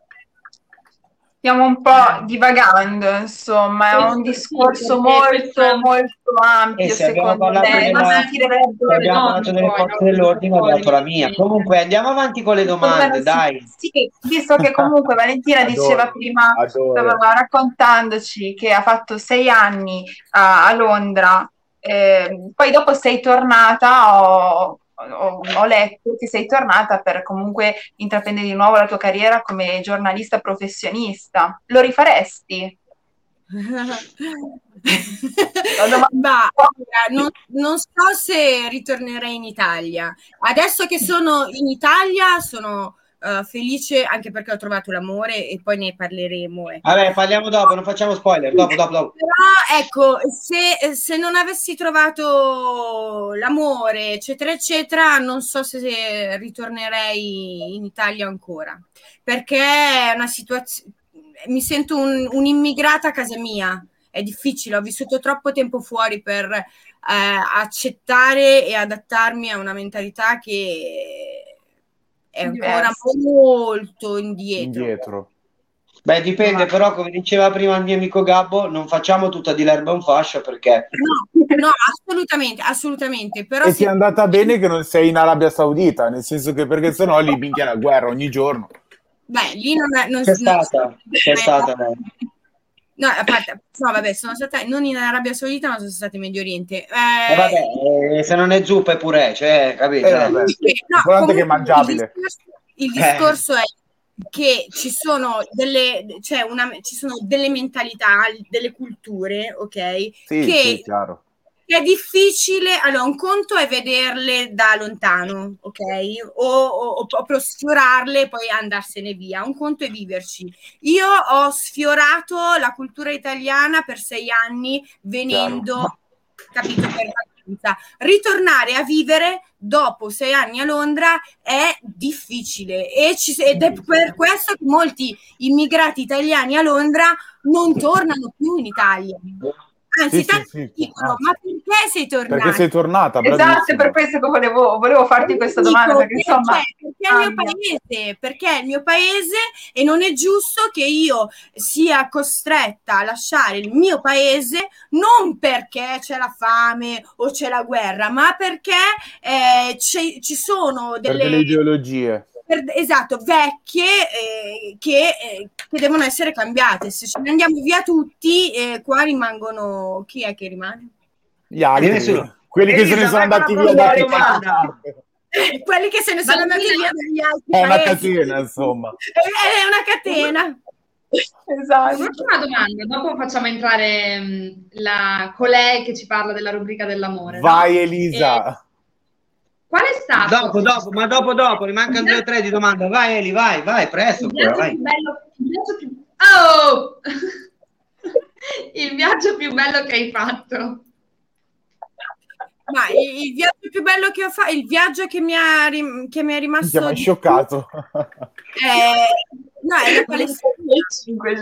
Speaker 2: Stiamo un po' divagando, insomma, è un discorso molto, molto ampio,
Speaker 3: E se abbiamo
Speaker 2: secondo
Speaker 3: parlato
Speaker 2: me.
Speaker 3: della-
Speaker 2: Ma
Speaker 3: se
Speaker 2: sentirebbe
Speaker 3: abbiamo parlato delle forze dell'ordine, ho dato la mia. Comunque andiamo avanti con le domande, dai.
Speaker 2: Sì, visto che comunque Valentina
Speaker 4: Adoro,
Speaker 2: diceva prima,
Speaker 4: adoro.
Speaker 2: stava raccontandoci che ha fatto sei anni a, a Londra, eh, poi dopo sei tornata, ho, ho, ho letto che sei tornata per comunque intraprendere di nuovo la tua carriera come giornalista professionista. Lo rifaresti?
Speaker 5: Ma non, non so se ritornerei in Italia. Adesso che sono in Italia sono uh, felice, anche perché ho trovato l'amore e poi ne parleremo. Ecco.
Speaker 3: Vabbè, parliamo dopo, non facciamo spoiler. Dopo, dopo, dopo.
Speaker 5: Però ecco, se, se non avessi trovato l'amore, eccetera, eccetera, non so se ritornerei in Italia ancora, perché è una situazione. Mi sento un, un'immigrata a casa mia. È difficile, ho vissuto troppo tempo fuori per eh, accettare e adattarmi a una mentalità che è ancora molto indietro.
Speaker 4: indietro.
Speaker 3: Beh, dipende, no. Però, come diceva prima il mio amico Gabbo, non facciamo tutta di l'erba un fascio, perché...
Speaker 5: No, no, assolutamente, assolutamente. Però
Speaker 4: e
Speaker 5: se...
Speaker 4: ti è andata bene che non sei in Arabia Saudita, nel senso che perché sennò lì minchia la guerra ogni giorno.
Speaker 5: Beh, lì non è... Non,
Speaker 3: c'è
Speaker 5: non,
Speaker 3: stata, c'è
Speaker 5: eh,
Speaker 3: stata lei.
Speaker 5: No, a parte, no, vabbè, sono stata non in Arabia Saudita, ma sono stata in Medio Oriente.
Speaker 3: Eh, eh vabbè, eh, se non è zuppa è purè, cioè, capito?
Speaker 4: Eh, vabbè. No, comunque, che è mangiabile.
Speaker 5: Il discorso, il discorso eh. è che ci sono delle, cioè una, ci sono delle mentalità, delle culture, ok?
Speaker 4: Sì,
Speaker 5: che
Speaker 4: sì, chiaro.
Speaker 5: È difficile, allora un conto è vederle da lontano, ok? O, o, o proprio sfiorarle e poi andarsene via, un conto è viverci. Io ho sfiorato la cultura italiana per sei anni venendo, chiaro. Capito, per vacanza. Ritornare a vivere dopo sei anni a Londra è difficile e ci, ed è per questo che molti immigrati italiani a Londra non tornano più inItalia. Anzi,
Speaker 4: sì,
Speaker 5: tanti
Speaker 4: sì, sì.
Speaker 5: dicono, ma perché sei tornata?
Speaker 4: Perché sei tornata,
Speaker 2: esatto, per questo che volevo, volevo farti questa domanda, perché,
Speaker 5: perché,
Speaker 2: insomma...
Speaker 5: Perché è il mio paese, perché è il mio paese e non è giusto che io sia costretta a lasciare il mio paese non perché c'è la fame o c'è la guerra, ma perché eh, ci sono delle...
Speaker 4: Perché le ideologie...
Speaker 5: Per, esatto, vecchie eh, che, eh, che devono essere cambiate. Se ce ne andiamo via tutti, eh, qua rimangono... Chi è che rimane?
Speaker 4: Gli altri,
Speaker 3: nessuno.
Speaker 4: quelli che se ne sono andati via da
Speaker 5: quelli che se ne sono andati via dagli altri
Speaker 4: è una
Speaker 5: paesi.
Speaker 4: catena, insomma.
Speaker 5: È una catena.
Speaker 2: Esatto.
Speaker 1: Un'ultima domanda, dopo facciamo entrare mh, la colei che ci parla della rubrica dell'amore.
Speaker 4: Vai,
Speaker 1: no?
Speaker 4: Elisa.
Speaker 1: E... Qual è stato?
Speaker 3: Dopo, dopo, ma dopo, dopo, rimancano due o tre di domande. Vai, Eli, vai, vai, presto.
Speaker 1: Il viaggio,
Speaker 3: vai.
Speaker 1: più bello, il viaggio più... Oh! Il viaggio più bello che hai fatto?
Speaker 5: Ma il viaggio più bello che ho fatto, il viaggio che mi ha, rim- che mi è rimasto...
Speaker 4: Mi ha scioccato.
Speaker 5: Eh, no, è la Palestina.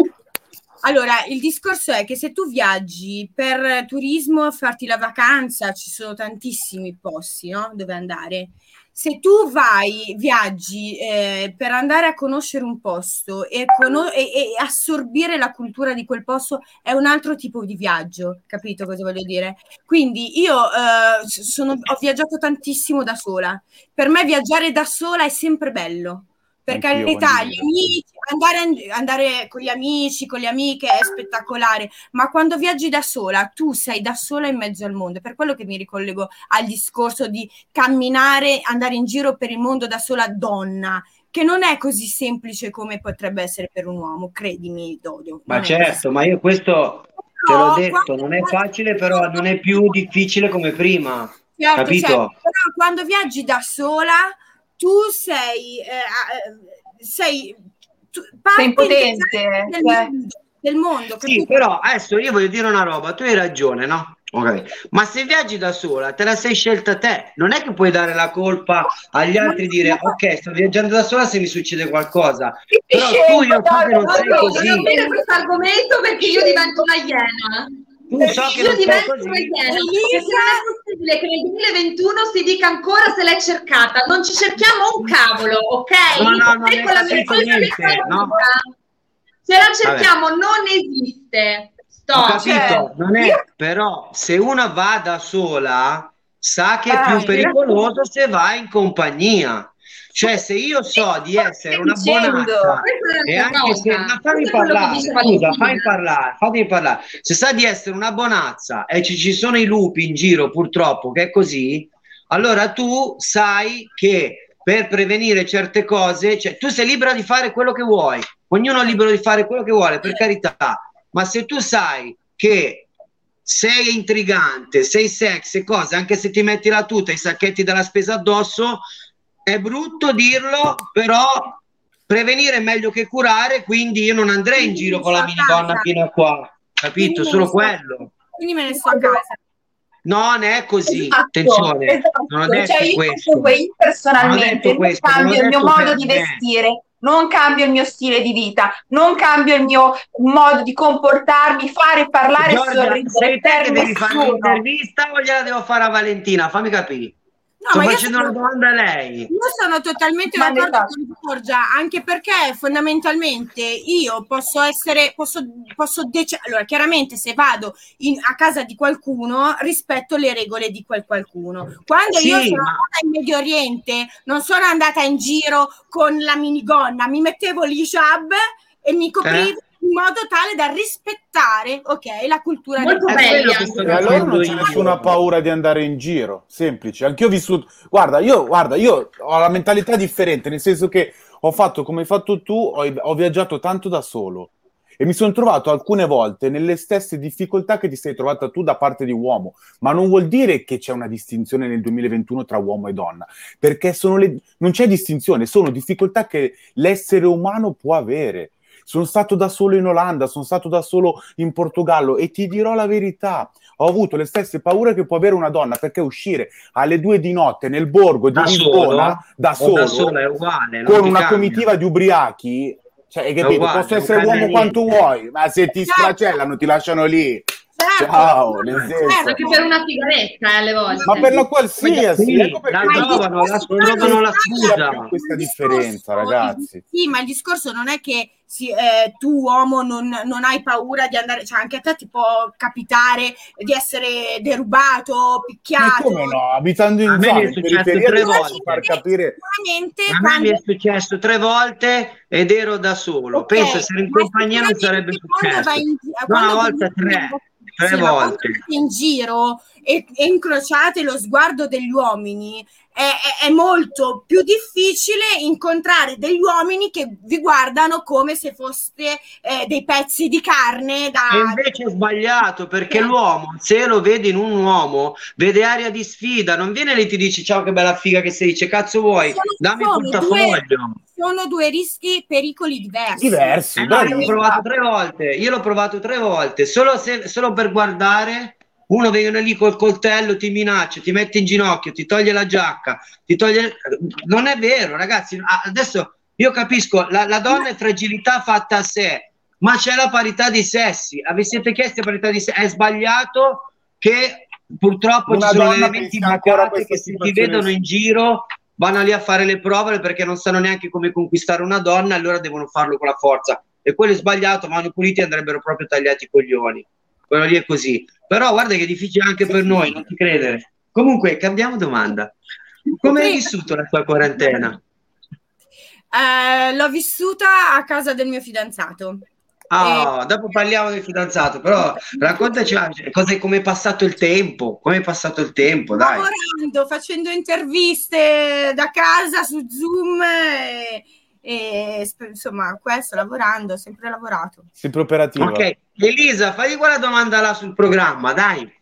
Speaker 5: Allora, il discorso è che se tu viaggi per turismo, farti la vacanza, ci sono tantissimi posti, no? Dove andare. Se tu vai, viaggi eh, per andare a conoscere un posto e, con- e, e assorbire la cultura di quel posto è un altro tipo di viaggio, capito cosa voglio dire? Quindi io eh, sono, ho viaggiato tantissimo da sola. Per me viaggiare da sola è sempre bello. Per carità, gli amici, andare, andare con gli amici, con le amiche è spettacolare, ma quando viaggi da sola, tu sei da sola in mezzo al mondo. È per quello che mi ricollego al discorso di camminare, andare in giro per il mondo da sola donna, che non è così semplice come potrebbe essere per un uomo, credimi, Dodo.
Speaker 3: Ma certo, ma io questo te l'ho detto, non è facile, però non è più difficile come prima,
Speaker 5: certo,
Speaker 3: capito?
Speaker 5: Certo. Però quando viaggi da sola, tu sei, eh, sei, tu,
Speaker 2: sei impotente
Speaker 5: del,
Speaker 2: cioè.
Speaker 5: mondo, del mondo.
Speaker 3: Sì, però adesso io voglio dire una roba, tu hai ragione, no? Okay. Ma se viaggi da sola, te la sei scelta te, non è che puoi dare la colpa agli altri e dire ok, sto viaggiando da sola se mi succede qualcosa, però tu io so che non sei così.
Speaker 1: Non bene questo argomento perché io divento una iena.
Speaker 3: Tu so che
Speaker 1: io
Speaker 3: non
Speaker 1: divento
Speaker 3: così.
Speaker 1: una iena. Perché non è possibile che nel duemilaventuno si dica ancora se l'è cercata, non ci cerchiamo un cavolo, ok?
Speaker 3: No, no, non
Speaker 1: se
Speaker 3: è
Speaker 1: con la
Speaker 3: capito
Speaker 1: mia
Speaker 3: niente, no?
Speaker 1: Se la cerchiamo Vabbè. non esiste. Sto,
Speaker 3: Ho capito,
Speaker 1: cioè,
Speaker 3: non è, però se una va da sola sa che è
Speaker 2: ah,
Speaker 3: più pericoloso se va in compagnia. Cioè se io so di essere una bonazza e anche se ma fammi parlare, scusa, fammi parlare, fammi parlare. Se sa di essere una bonazza e ci, ci sono i lupi in giro purtroppo che è così, allora tu sai che per prevenire certe cose, cioè tu sei libera di fare quello che vuoi, ognuno è libero di fare quello che vuole, per carità. ma se tu sai che sei intrigante, sei sexy e cose, anche se ti metti la tuta e i sacchetti della spesa addosso, è brutto dirlo, però prevenire è meglio che curare, quindi io non andrei in giro con la minidonna fino a qua, capito? Solo quello.
Speaker 5: Quindi me ne sto a casa.
Speaker 3: No, non è così,
Speaker 2: esatto,
Speaker 3: attenzione,
Speaker 2: esatto.
Speaker 3: non ho detto
Speaker 2: cioè, io
Speaker 3: questo.
Speaker 2: Io personalmente non,
Speaker 3: questo,
Speaker 2: cambio il mio modo di vestire, non cambio il mio stile di vita, non cambio il mio modo di comportarmi, fare, parlare,
Speaker 3: Giorgia,
Speaker 2: sorridere.
Speaker 3: sei te che devi
Speaker 2: nessuno.
Speaker 3: fare l'intervista o gliela devo fare a Valentina? Fammi capire.
Speaker 5: No,
Speaker 3: Sto
Speaker 5: ma
Speaker 3: facendo
Speaker 5: sono,
Speaker 3: una domanda a lei.
Speaker 5: Io sono totalmente
Speaker 2: Ma
Speaker 5: d'accordo
Speaker 2: esatto.
Speaker 5: con Giorgia, anche perché fondamentalmente io posso essere, posso, posso dec- allora chiaramente se vado in, a casa di qualcuno rispetto le regole di quel qualcuno. Quando
Speaker 3: Sì,
Speaker 5: io sono
Speaker 3: ma...
Speaker 5: andata in Medio Oriente non sono andata in giro con la minigonna, mi mettevo l'hijab e mi coprivo
Speaker 3: Eh?
Speaker 5: in modo tale da rispettare, ok, la cultura
Speaker 1: Molto
Speaker 5: del
Speaker 1: bello.
Speaker 4: E allora non c'è nessuna paura di andare in giro, semplice. Anch'io ho vissuto, guarda, io, guarda, io ho la mentalità differente, nel senso che ho fatto come hai fatto tu, ho, ho viaggiato tanto da solo e mi sono trovato alcune volte nelle stesse difficoltà che ti sei trovata tu da parte di uomo, ma non vuol dire che c'è una distinzione nel duemilaventuno tra uomo e donna, perché sono le, non c'è distinzione, sono difficoltà che l'essere umano può avere. Sono stato da solo in Olanda, sono stato da solo in Portogallo e ti dirò la verità, ho avuto le stesse paure che può avere una donna, perché uscire alle due di notte nel borgo di
Speaker 3: da
Speaker 4: Lisbona
Speaker 3: solo,
Speaker 4: da solo,
Speaker 3: da solo è uguale,
Speaker 4: con una
Speaker 3: cambia.
Speaker 4: comitiva di ubriachi, cioè, hai capito?
Speaker 3: Uguale,
Speaker 4: Posso essere uomo
Speaker 3: niente.
Speaker 4: quanto vuoi, ma se ti stracellano ti lasciano lì.
Speaker 5: Certo.
Speaker 4: Ciao, nel senso.
Speaker 1: Anche per una sigaretta, eh, alle volte.
Speaker 4: Ma per la qualsiasi,
Speaker 3: Sì,
Speaker 4: ecco perché
Speaker 3: la trovano, la trovano la scusa.
Speaker 4: questa differenza, ragazzi.
Speaker 5: Sì, ma il discorso non è che sì, eh, tu uomo non, non hai paura di andare, cioè anche a te ti può capitare di essere derubato, picchiato.
Speaker 4: Ma come no? Abitando in zona, in periferia,
Speaker 3: tre
Speaker 4: devo
Speaker 3: volte.
Speaker 4: far capire.
Speaker 3: A me mi è successo tre volte ed ero da solo.
Speaker 5: Okay,
Speaker 3: Penso se ero in compagnia non sarebbe successo.
Speaker 5: In,
Speaker 3: no, una volta tre. Tre
Speaker 5: sì,
Speaker 3: volte
Speaker 5: in giro e, e incrociate lo sguardo degli uomini è, è, è molto più difficile incontrare degli uomini che vi guardano come se foste eh, dei pezzi di carne da...
Speaker 3: E invece è sbagliato, perché eh. l'uomo, se lo vede in un uomo, vede aria di sfida, non viene lì e ti dice ciao che bella figa che sei, dice cazzo vuoi, sono, dammi il portafoglio.
Speaker 5: Due, sono due rischi, pericoli diversi.
Speaker 4: Diversi.
Speaker 3: Eh no, io l'ho provato tre volte, io l'ho provato tre volte, solo, se, solo per guardare. Uno viene lì col coltello, ti minaccia, ti mette in ginocchio, ti toglie la giacca, ti toglie... Non è vero, ragazzi. Adesso io capisco, la, la donna è fragilità fatta a sé, ma c'è la parità di sessi. Vi siete chiesti parità di sessi? È sbagliato che purtroppo
Speaker 4: Una
Speaker 3: ci sono
Speaker 4: donna
Speaker 3: elementi macabri che se ti vedono in giro vanno lì a fare le prove perché non sanno neanche come conquistare una donna, allora devono farlo con la forza. E quello è sbagliato, vanno puliti e andrebbero proprio tagliati i coglioni. Quello lì è così. Però guarda che è difficile anche per noi, non ti credere. Comunque, cambiamo domanda. Come hai vissuto la tua quarantena?
Speaker 5: Eh, l'ho vissuta a casa del mio fidanzato.
Speaker 3: Oh, e... Dopo parliamo del fidanzato, però raccontaci cosa, come è passato il tempo. Come è passato il tempo, dai.
Speaker 5: Lavorando, facendo interviste da casa su Zoom e... e insomma questo, lavorando, sempre lavorato,
Speaker 4: sempre operativo.
Speaker 3: Ok, Elisa, fagli quella domanda là sul programma, dai.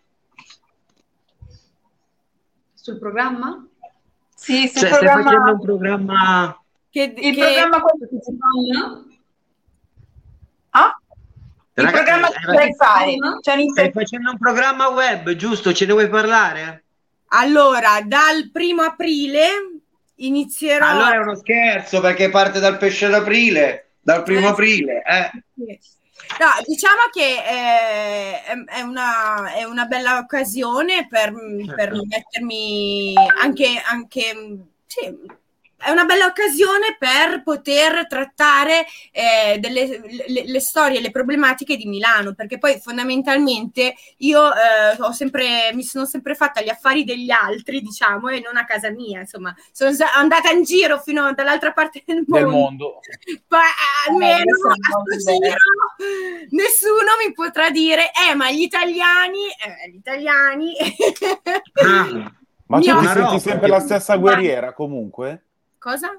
Speaker 1: Sul programma?
Speaker 2: Sì, sul
Speaker 3: cioè,
Speaker 2: programma...
Speaker 3: stai facendo un programma
Speaker 5: che,
Speaker 2: il
Speaker 5: che...
Speaker 2: programma quello che si fa? Ah? Il Ragazzi, programma che vuoi fare? Cioè,
Speaker 3: stai facendo un programma web, giusto? Ce ne vuoi parlare?
Speaker 5: Allora, dal primo aprile inizierò.
Speaker 3: Allora è uno scherzo perché parte dal pesce d'aprile, dal primo eh, aprile. Eh.
Speaker 5: No, diciamo che è, è, una, è una bella occasione per, per mettermi anche, anche sì, è una bella occasione per poter trattare eh, delle le, le storie e le problematiche di Milano, perché poi fondamentalmente io eh, ho sempre mi sono sempre fatta gli affari degli altri, diciamo, e non a casa mia, insomma sono andata in giro fino dall'altra parte del mondo,
Speaker 4: del mondo.
Speaker 5: Poi almeno a questo giro nessuno mi potrà dire eh ma gli italiani eh, gli italiani
Speaker 3: ah,
Speaker 4: ma tu ti senti sempre la stessa guerriera comunque?
Speaker 5: Cosa?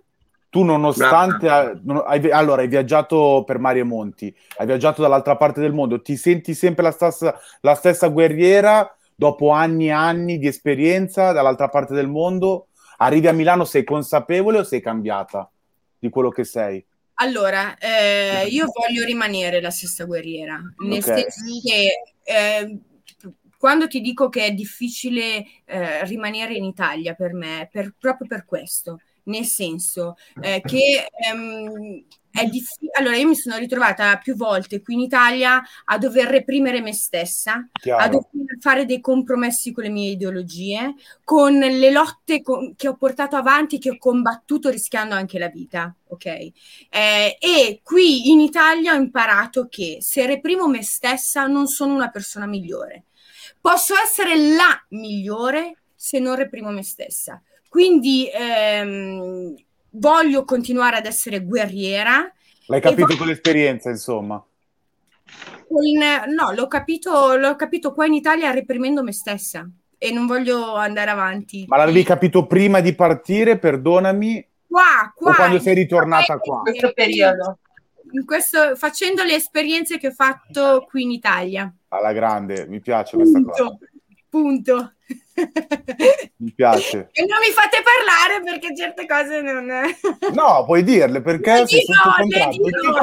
Speaker 4: tu nonostante hai, allora hai viaggiato per mari e monti, hai viaggiato dall'altra parte del mondo, ti senti sempre la stessa, la stessa guerriera dopo anni e anni di esperienza dall'altra parte del mondo? Arrivi a Milano, sei consapevole o sei cambiata di quello che sei?
Speaker 5: Allora, eh, io voglio rimanere la stessa guerriera, nel
Speaker 4: Okay.
Speaker 5: senso che eh, quando ti dico che è difficile eh, rimanere in Italia per me, per, proprio per questo, nel senso eh, che ehm, è difficile. Allora, io mi sono ritrovata più volte qui in Italia a dover reprimere me stessa,
Speaker 4: Chiaro.
Speaker 5: a dover fare dei compromessi con le mie ideologie, con le lotte con, che ho portato avanti, che ho combattuto rischiando anche la vita, ok? Eh, e qui in Italia ho imparato che se reprimo me stessa non sono una persona migliore. Posso essere la migliore se non reprimo me stessa. Quindi ehm, voglio continuare ad essere guerriera.
Speaker 4: L'hai capito
Speaker 5: voglio...
Speaker 4: con l'esperienza, insomma?
Speaker 5: Con... No, l'ho capito, l'ho capito qua in Italia reprimendo me stessa e non voglio andare avanti.
Speaker 4: Ma l'avevi capito prima di partire, perdonami?
Speaker 5: Qua, qua.
Speaker 4: O quando sei ritornata qua?
Speaker 2: In questo periodo.
Speaker 5: In questo, facendo le esperienze che ho fatto qui in Italia.
Speaker 4: Alla grande, mi piace questa
Speaker 5: Punto.
Speaker 4: cosa.
Speaker 5: Punto.
Speaker 4: Mi piace.
Speaker 5: E non mi fate parlare perché certe cose non...
Speaker 4: No, puoi dirle perché
Speaker 5: Le
Speaker 4: sei
Speaker 5: dirò,
Speaker 4: sotto
Speaker 5: le
Speaker 4: contratto.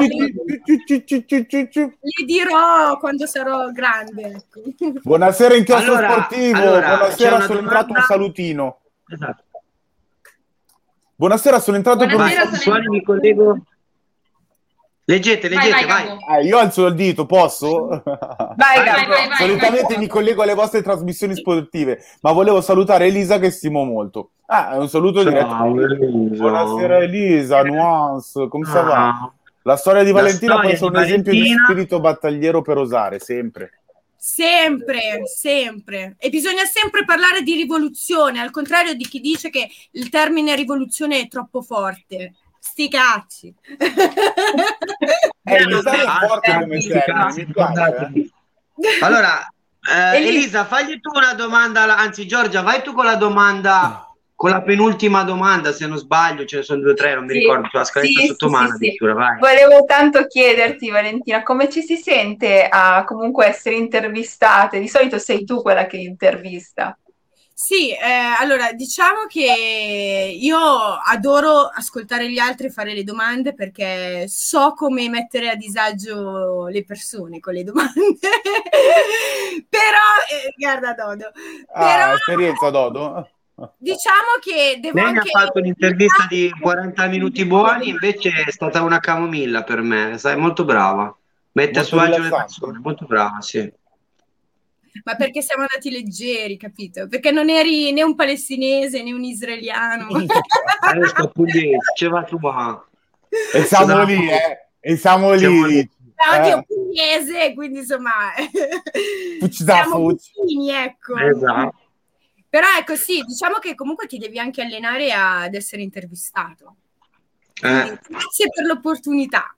Speaker 5: dirò, Le dirò quando sarò grande. Ecco.
Speaker 4: Buonasera inchiostro
Speaker 3: Allora,
Speaker 4: sportivo.
Speaker 3: allora, c'è
Speaker 4: Buonasera,
Speaker 3: una
Speaker 4: sono
Speaker 3: domanda-
Speaker 4: entrato un salutino.
Speaker 3: Esatto.
Speaker 4: Buonasera, sono entrato per un
Speaker 1: Buonasera,
Speaker 3: Vai,
Speaker 1: sono-
Speaker 3: Suoni, mi collego. Leggete,
Speaker 1: Vai,
Speaker 3: leggete,
Speaker 1: vai,
Speaker 3: vai.
Speaker 1: Gabbo.
Speaker 4: Eh, io alzo il dito, posso?
Speaker 2: Vai,
Speaker 3: Vai,
Speaker 2: Gabbo.
Speaker 1: vai, vai.
Speaker 4: Solitamente mi collego alle vostre trasmissioni sportive, ma volevo salutare Elisa che stimo molto. Ah, è un saluto diretto.
Speaker 3: Ciao, Elisa.
Speaker 4: Buonasera Elisa, Nuance, come sta va?
Speaker 3: Ah.
Speaker 4: La storia di
Speaker 3: La
Speaker 4: Valentina può
Speaker 3: storia
Speaker 4: essere
Speaker 3: di
Speaker 4: un esempio di
Speaker 3: Valentina.
Speaker 4: spirito battagliero per osare, sempre.
Speaker 5: Sempre, sempre. E bisogna sempre parlare di rivoluzione, al contrario di chi dice che il termine rivoluzione è troppo forte. Sti cazzi.
Speaker 4: Eh, l'Italia è
Speaker 3: Ah,
Speaker 4: forte
Speaker 3: sì,
Speaker 4: come
Speaker 3: sì,
Speaker 4: termine,
Speaker 3: cazzo,
Speaker 4: mi piace,
Speaker 3: guardate. Allora, eh,
Speaker 2: Elisa.
Speaker 3: Elisa, fagli tu una domanda, alla- anzi Giorgia, vai tu con la domanda, con la penultima domanda, se non sbaglio, ce ne sono due o tre, non mi
Speaker 2: Sì,
Speaker 3: ricordo, sulla scaletta
Speaker 2: sì,
Speaker 3: sotto
Speaker 2: sì,
Speaker 3: mano
Speaker 2: sì, sì.
Speaker 3: addirittura, vai.
Speaker 2: Volevo tanto chiederti, Valentina, come ci si sente a comunque essere intervistate? Di solito sei tu quella che intervista.
Speaker 5: Sì, eh, allora diciamo che io adoro ascoltare gli altri e fare le domande perché so come mettere a disagio le persone con le domande. Però, eh, guarda Dodo,
Speaker 4: Ah,
Speaker 5: però
Speaker 4: esperienza Dodo?
Speaker 5: diciamo che devo
Speaker 3: Lei mi ha
Speaker 5: anche...
Speaker 3: fatto un'intervista di quaranta minuti buoni, invece è stata una camomilla per me, sai, molto brava. Mette a
Speaker 4: Molto
Speaker 3: suo agio le
Speaker 4: rilassante.
Speaker 3: persone, molto brava, sì.
Speaker 5: Ma perché siamo andati leggeri, capito? Perché non eri né un palestinese né un israeliano.
Speaker 3: Adesso pugliese, ce va tu, ma...
Speaker 4: E siamo lì, eh. E siamo
Speaker 3: Siamo
Speaker 4: lì.
Speaker 3: lì.
Speaker 5: Anche
Speaker 4: Eh.
Speaker 5: un pugliese, quindi insomma
Speaker 4: Fucci da
Speaker 5: siamo
Speaker 4: fucci.
Speaker 5: vicini, ecco.
Speaker 3: Esatto.
Speaker 5: Però ecco sì, diciamo che comunque ti devi anche allenare ad essere intervistato. Quindi,
Speaker 3: Eh,
Speaker 5: grazie per l'opportunità.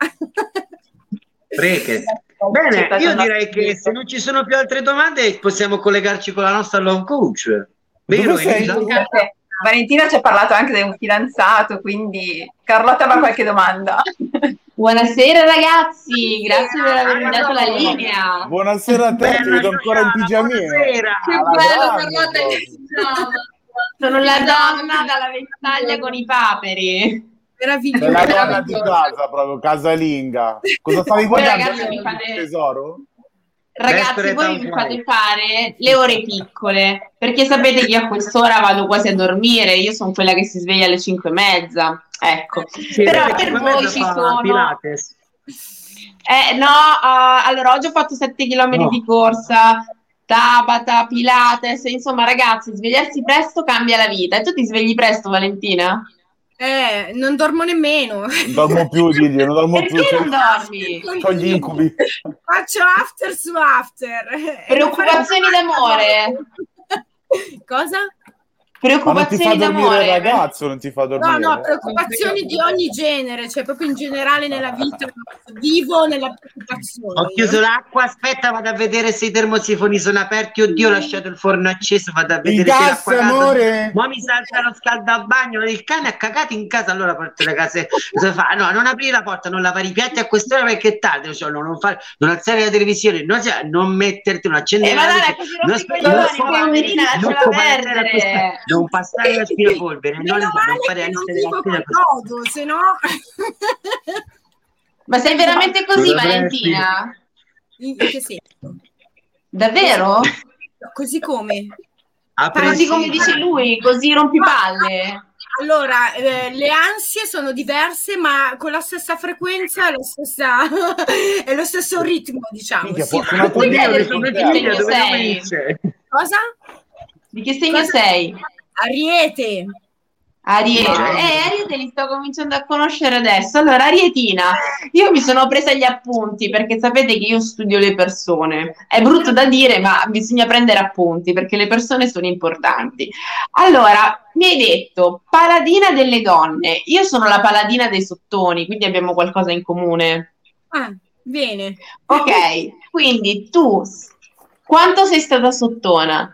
Speaker 3: Preche. Bene, io direi che se non ci sono più altre domande possiamo collegarci con la nostra love coach. Vero,
Speaker 4: Dove sei?
Speaker 3: Elisa?
Speaker 2: Perché Valentina ci ha parlato anche di un fidanzato, quindi Carlotta avrà qualche domanda.
Speaker 6: Buonasera ragazzi, grazie per avermi dato la linea.
Speaker 4: Buonasera a te, ti
Speaker 3: Bella
Speaker 4: vedo ancora in
Speaker 3: Giuliana,
Speaker 4: pigiamino.
Speaker 3: buonasera.
Speaker 1: Che
Speaker 4: Alla
Speaker 1: bello,
Speaker 4: grande,
Speaker 1: Carlotta,
Speaker 4: proprio.
Speaker 1: che ciao.
Speaker 6: Sono la donna dalla vestaglia con i paperi.
Speaker 5: Meraviglioso.
Speaker 4: Sei la donna di
Speaker 1: meraviglioso.
Speaker 4: casa, proprio casalinga. Cosa stavi
Speaker 6: Voi
Speaker 4: guardando?
Speaker 6: ragazzi mi fate-
Speaker 4: Tesoro?
Speaker 6: Ragazzi,
Speaker 3: Destra e
Speaker 6: voi mi
Speaker 3: Town
Speaker 6: fate fare le ore piccole, perché sapete che io a quest'ora vado quasi a dormire, io sono quella che si sveglia alle cinque e mezza, ecco.
Speaker 3: Sì,
Speaker 6: Però
Speaker 3: perché
Speaker 6: per
Speaker 3: come
Speaker 6: voi
Speaker 3: mezzo
Speaker 6: ci
Speaker 3: fa
Speaker 6: sono...
Speaker 3: Pilates.
Speaker 6: Eh, no, uh, allora oggi ho fatto sette chilometri
Speaker 3: No.
Speaker 6: di corsa, Tabata, Pilates, insomma ragazzi, svegliarsi presto cambia la vita. E tu ti svegli presto, Valentina?
Speaker 5: Eh, non dormo nemmeno.
Speaker 4: Non dormo più, digli, non dormo più.
Speaker 6: Perché non dormi?
Speaker 4: Ho gli incubi.
Speaker 5: Faccio after su after.
Speaker 6: Preoccupazioni d'amore?
Speaker 5: Cosa?
Speaker 6: Preoccupazioni
Speaker 4: Ma non ti fa dormire
Speaker 6: d'amore.
Speaker 4: il ragazzo, non ti fa dormire.
Speaker 5: No, no, preoccupazioni di ogni genere, cioè proprio in generale nella vita vivo nella preoccupazione.
Speaker 3: Ho chiuso l'acqua, aspetta, vado a vedere se i termosifoni sono aperti. Oddio, ho lasciato il forno acceso, vado a
Speaker 4: Il
Speaker 3: vedere se
Speaker 4: gas,
Speaker 3: l'acqua calda.
Speaker 4: amore!
Speaker 3: Ma mi salta lo scaldabagno, il cane ha cagato in casa, allora porto le case. Fa, no, non aprire la porta, non lavare i piatti a quest'ora perché è tardi, cioè, non, non, fare, non alzare la televisione, non, cioè, non metterti, non accendere
Speaker 6: Eh,
Speaker 3: la
Speaker 6: ma
Speaker 3: luce,
Speaker 6: dai, così
Speaker 3: non,
Speaker 6: rompi i coglioni, poverina, lasciala perdere.
Speaker 3: non passare l'aspirapolvere, non,
Speaker 5: Meno
Speaker 3: non
Speaker 5: male
Speaker 3: fare
Speaker 5: che non
Speaker 3: essere
Speaker 5: vivo con
Speaker 3: l'aspirapolvere.
Speaker 5: Dodo, se no...
Speaker 6: Ma sei veramente così,
Speaker 3: Non dovresti-
Speaker 6: Valentina?
Speaker 5: In che senso?
Speaker 6: Davvero?
Speaker 5: Così come?
Speaker 3: A
Speaker 6: Così come
Speaker 3: prescindere.
Speaker 6: dice lui, così rompipalle.
Speaker 5: Allora, eh, le ansie sono diverse, ma con la stessa frequenza e la stessa è lo stesso ritmo, diciamo.
Speaker 4: Minchia,
Speaker 5: Sì.
Speaker 4: fortunato
Speaker 6: Vuoi
Speaker 4: io
Speaker 6: chiedere
Speaker 4: che
Speaker 6: di che
Speaker 4: con te.
Speaker 6: segno
Speaker 3: Dove
Speaker 6: sei?
Speaker 3: comincia?
Speaker 5: Cosa?
Speaker 6: Di che segno
Speaker 5: Cosa?
Speaker 6: sei?
Speaker 5: Ariete.
Speaker 6: Ariete.
Speaker 3: Wow.
Speaker 6: Eh, Ariete li sto cominciando a conoscere adesso. Allora, Arietina, io mi sono presa gli appunti perché sapete che io studio le persone. È brutto da dire, ma bisogna prendere appunti perché le persone sono importanti. Allora, mi hai detto paladina delle donne. Io sono la paladina dei sottoni, quindi abbiamo qualcosa in comune.
Speaker 5: Ah, bene.
Speaker 6: Ok, quindi tu quanto sei stata sottona?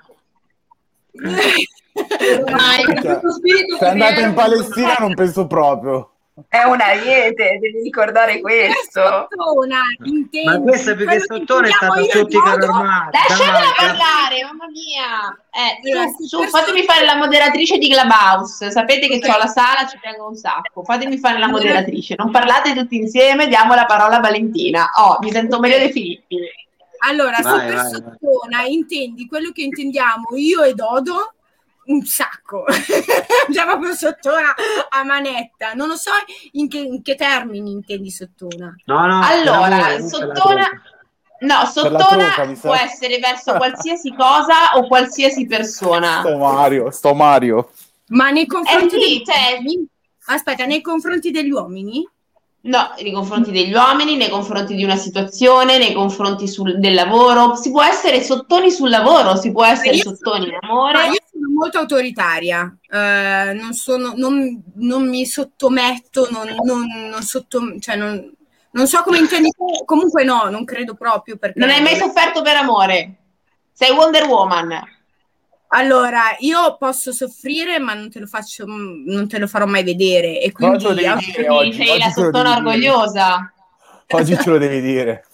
Speaker 5: Dai,
Speaker 4: Cioè, sei andata in Palestina, non penso proprio.
Speaker 2: È un ariete, devi ricordare questo.
Speaker 5: Sottona, intendi.
Speaker 3: Ma questa più che
Speaker 5: Quello
Speaker 3: sottone è
Speaker 5: intendiamo
Speaker 3: stata
Speaker 5: io e
Speaker 3: sottica
Speaker 5: Dodo?
Speaker 3: normale.
Speaker 6: Lasciamela
Speaker 3: Dai,
Speaker 6: parlare, mamma mia. Eh,
Speaker 5: Allora,
Speaker 6: su,
Speaker 5: sì,
Speaker 6: su,
Speaker 5: per
Speaker 6: fatemi
Speaker 5: sotto-
Speaker 6: fare la moderatrice di Clubhouse. Sapete che
Speaker 5: Ok.
Speaker 6: ho la sala, ci tengo un sacco. Fatemi fare la
Speaker 5: Allora-
Speaker 6: moderatrice. Non parlate tutti insieme, diamo la parola a Valentina. Oh, mi sento meglio dei Filippi.
Speaker 5: Allora,
Speaker 3: Vai,
Speaker 5: se per
Speaker 3: vai, vai.
Speaker 5: sottona intendi quello che intendiamo io e Dodo, un sacco. Andiamo proprio sottona a manetta. Non lo so in che, in che termini intendi sottona.
Speaker 3: No, no,
Speaker 6: Allora,
Speaker 3: per amore, non per la
Speaker 6: sottona...
Speaker 3: droga.
Speaker 6: No,
Speaker 4: Per la
Speaker 6: sottona
Speaker 4: troca, mi sa.
Speaker 6: può essere verso qualsiasi cosa o qualsiasi persona.
Speaker 4: Sto Mario, sto Mario.
Speaker 5: Ma nei confronti
Speaker 6: Eh sì,
Speaker 5: degli
Speaker 6: cioè-
Speaker 5: uomini? Aspetta, nei confronti degli uomini?
Speaker 6: No, nei confronti degli uomini, nei confronti di una situazione, nei confronti sul- del lavoro. Si può essere sottoni sul lavoro, si può essere
Speaker 5: Io
Speaker 6: sottoni in
Speaker 5: Ma
Speaker 6: amore.
Speaker 5: io sono molto autoritaria, eh, non, sono, non, non mi sottometto, non, non, non, sotto, cioè non, non so come intendi te. Comunque no, non credo proprio perché...
Speaker 6: Non hai mai sofferto per amore. Sei Wonder Woman.
Speaker 5: Allora, io posso soffrire, ma non te lo faccio, non te lo farò mai vedere. E
Speaker 4: Però ce lo
Speaker 5: quindi
Speaker 4: devi
Speaker 5: anche-
Speaker 4: dire
Speaker 6: Quindi
Speaker 4: oggi.
Speaker 6: sei
Speaker 4: oggi
Speaker 6: la
Speaker 4: ce lo
Speaker 6: sottona
Speaker 4: devi dire.
Speaker 6: orgogliosa.
Speaker 4: Oggi ce lo devi dire.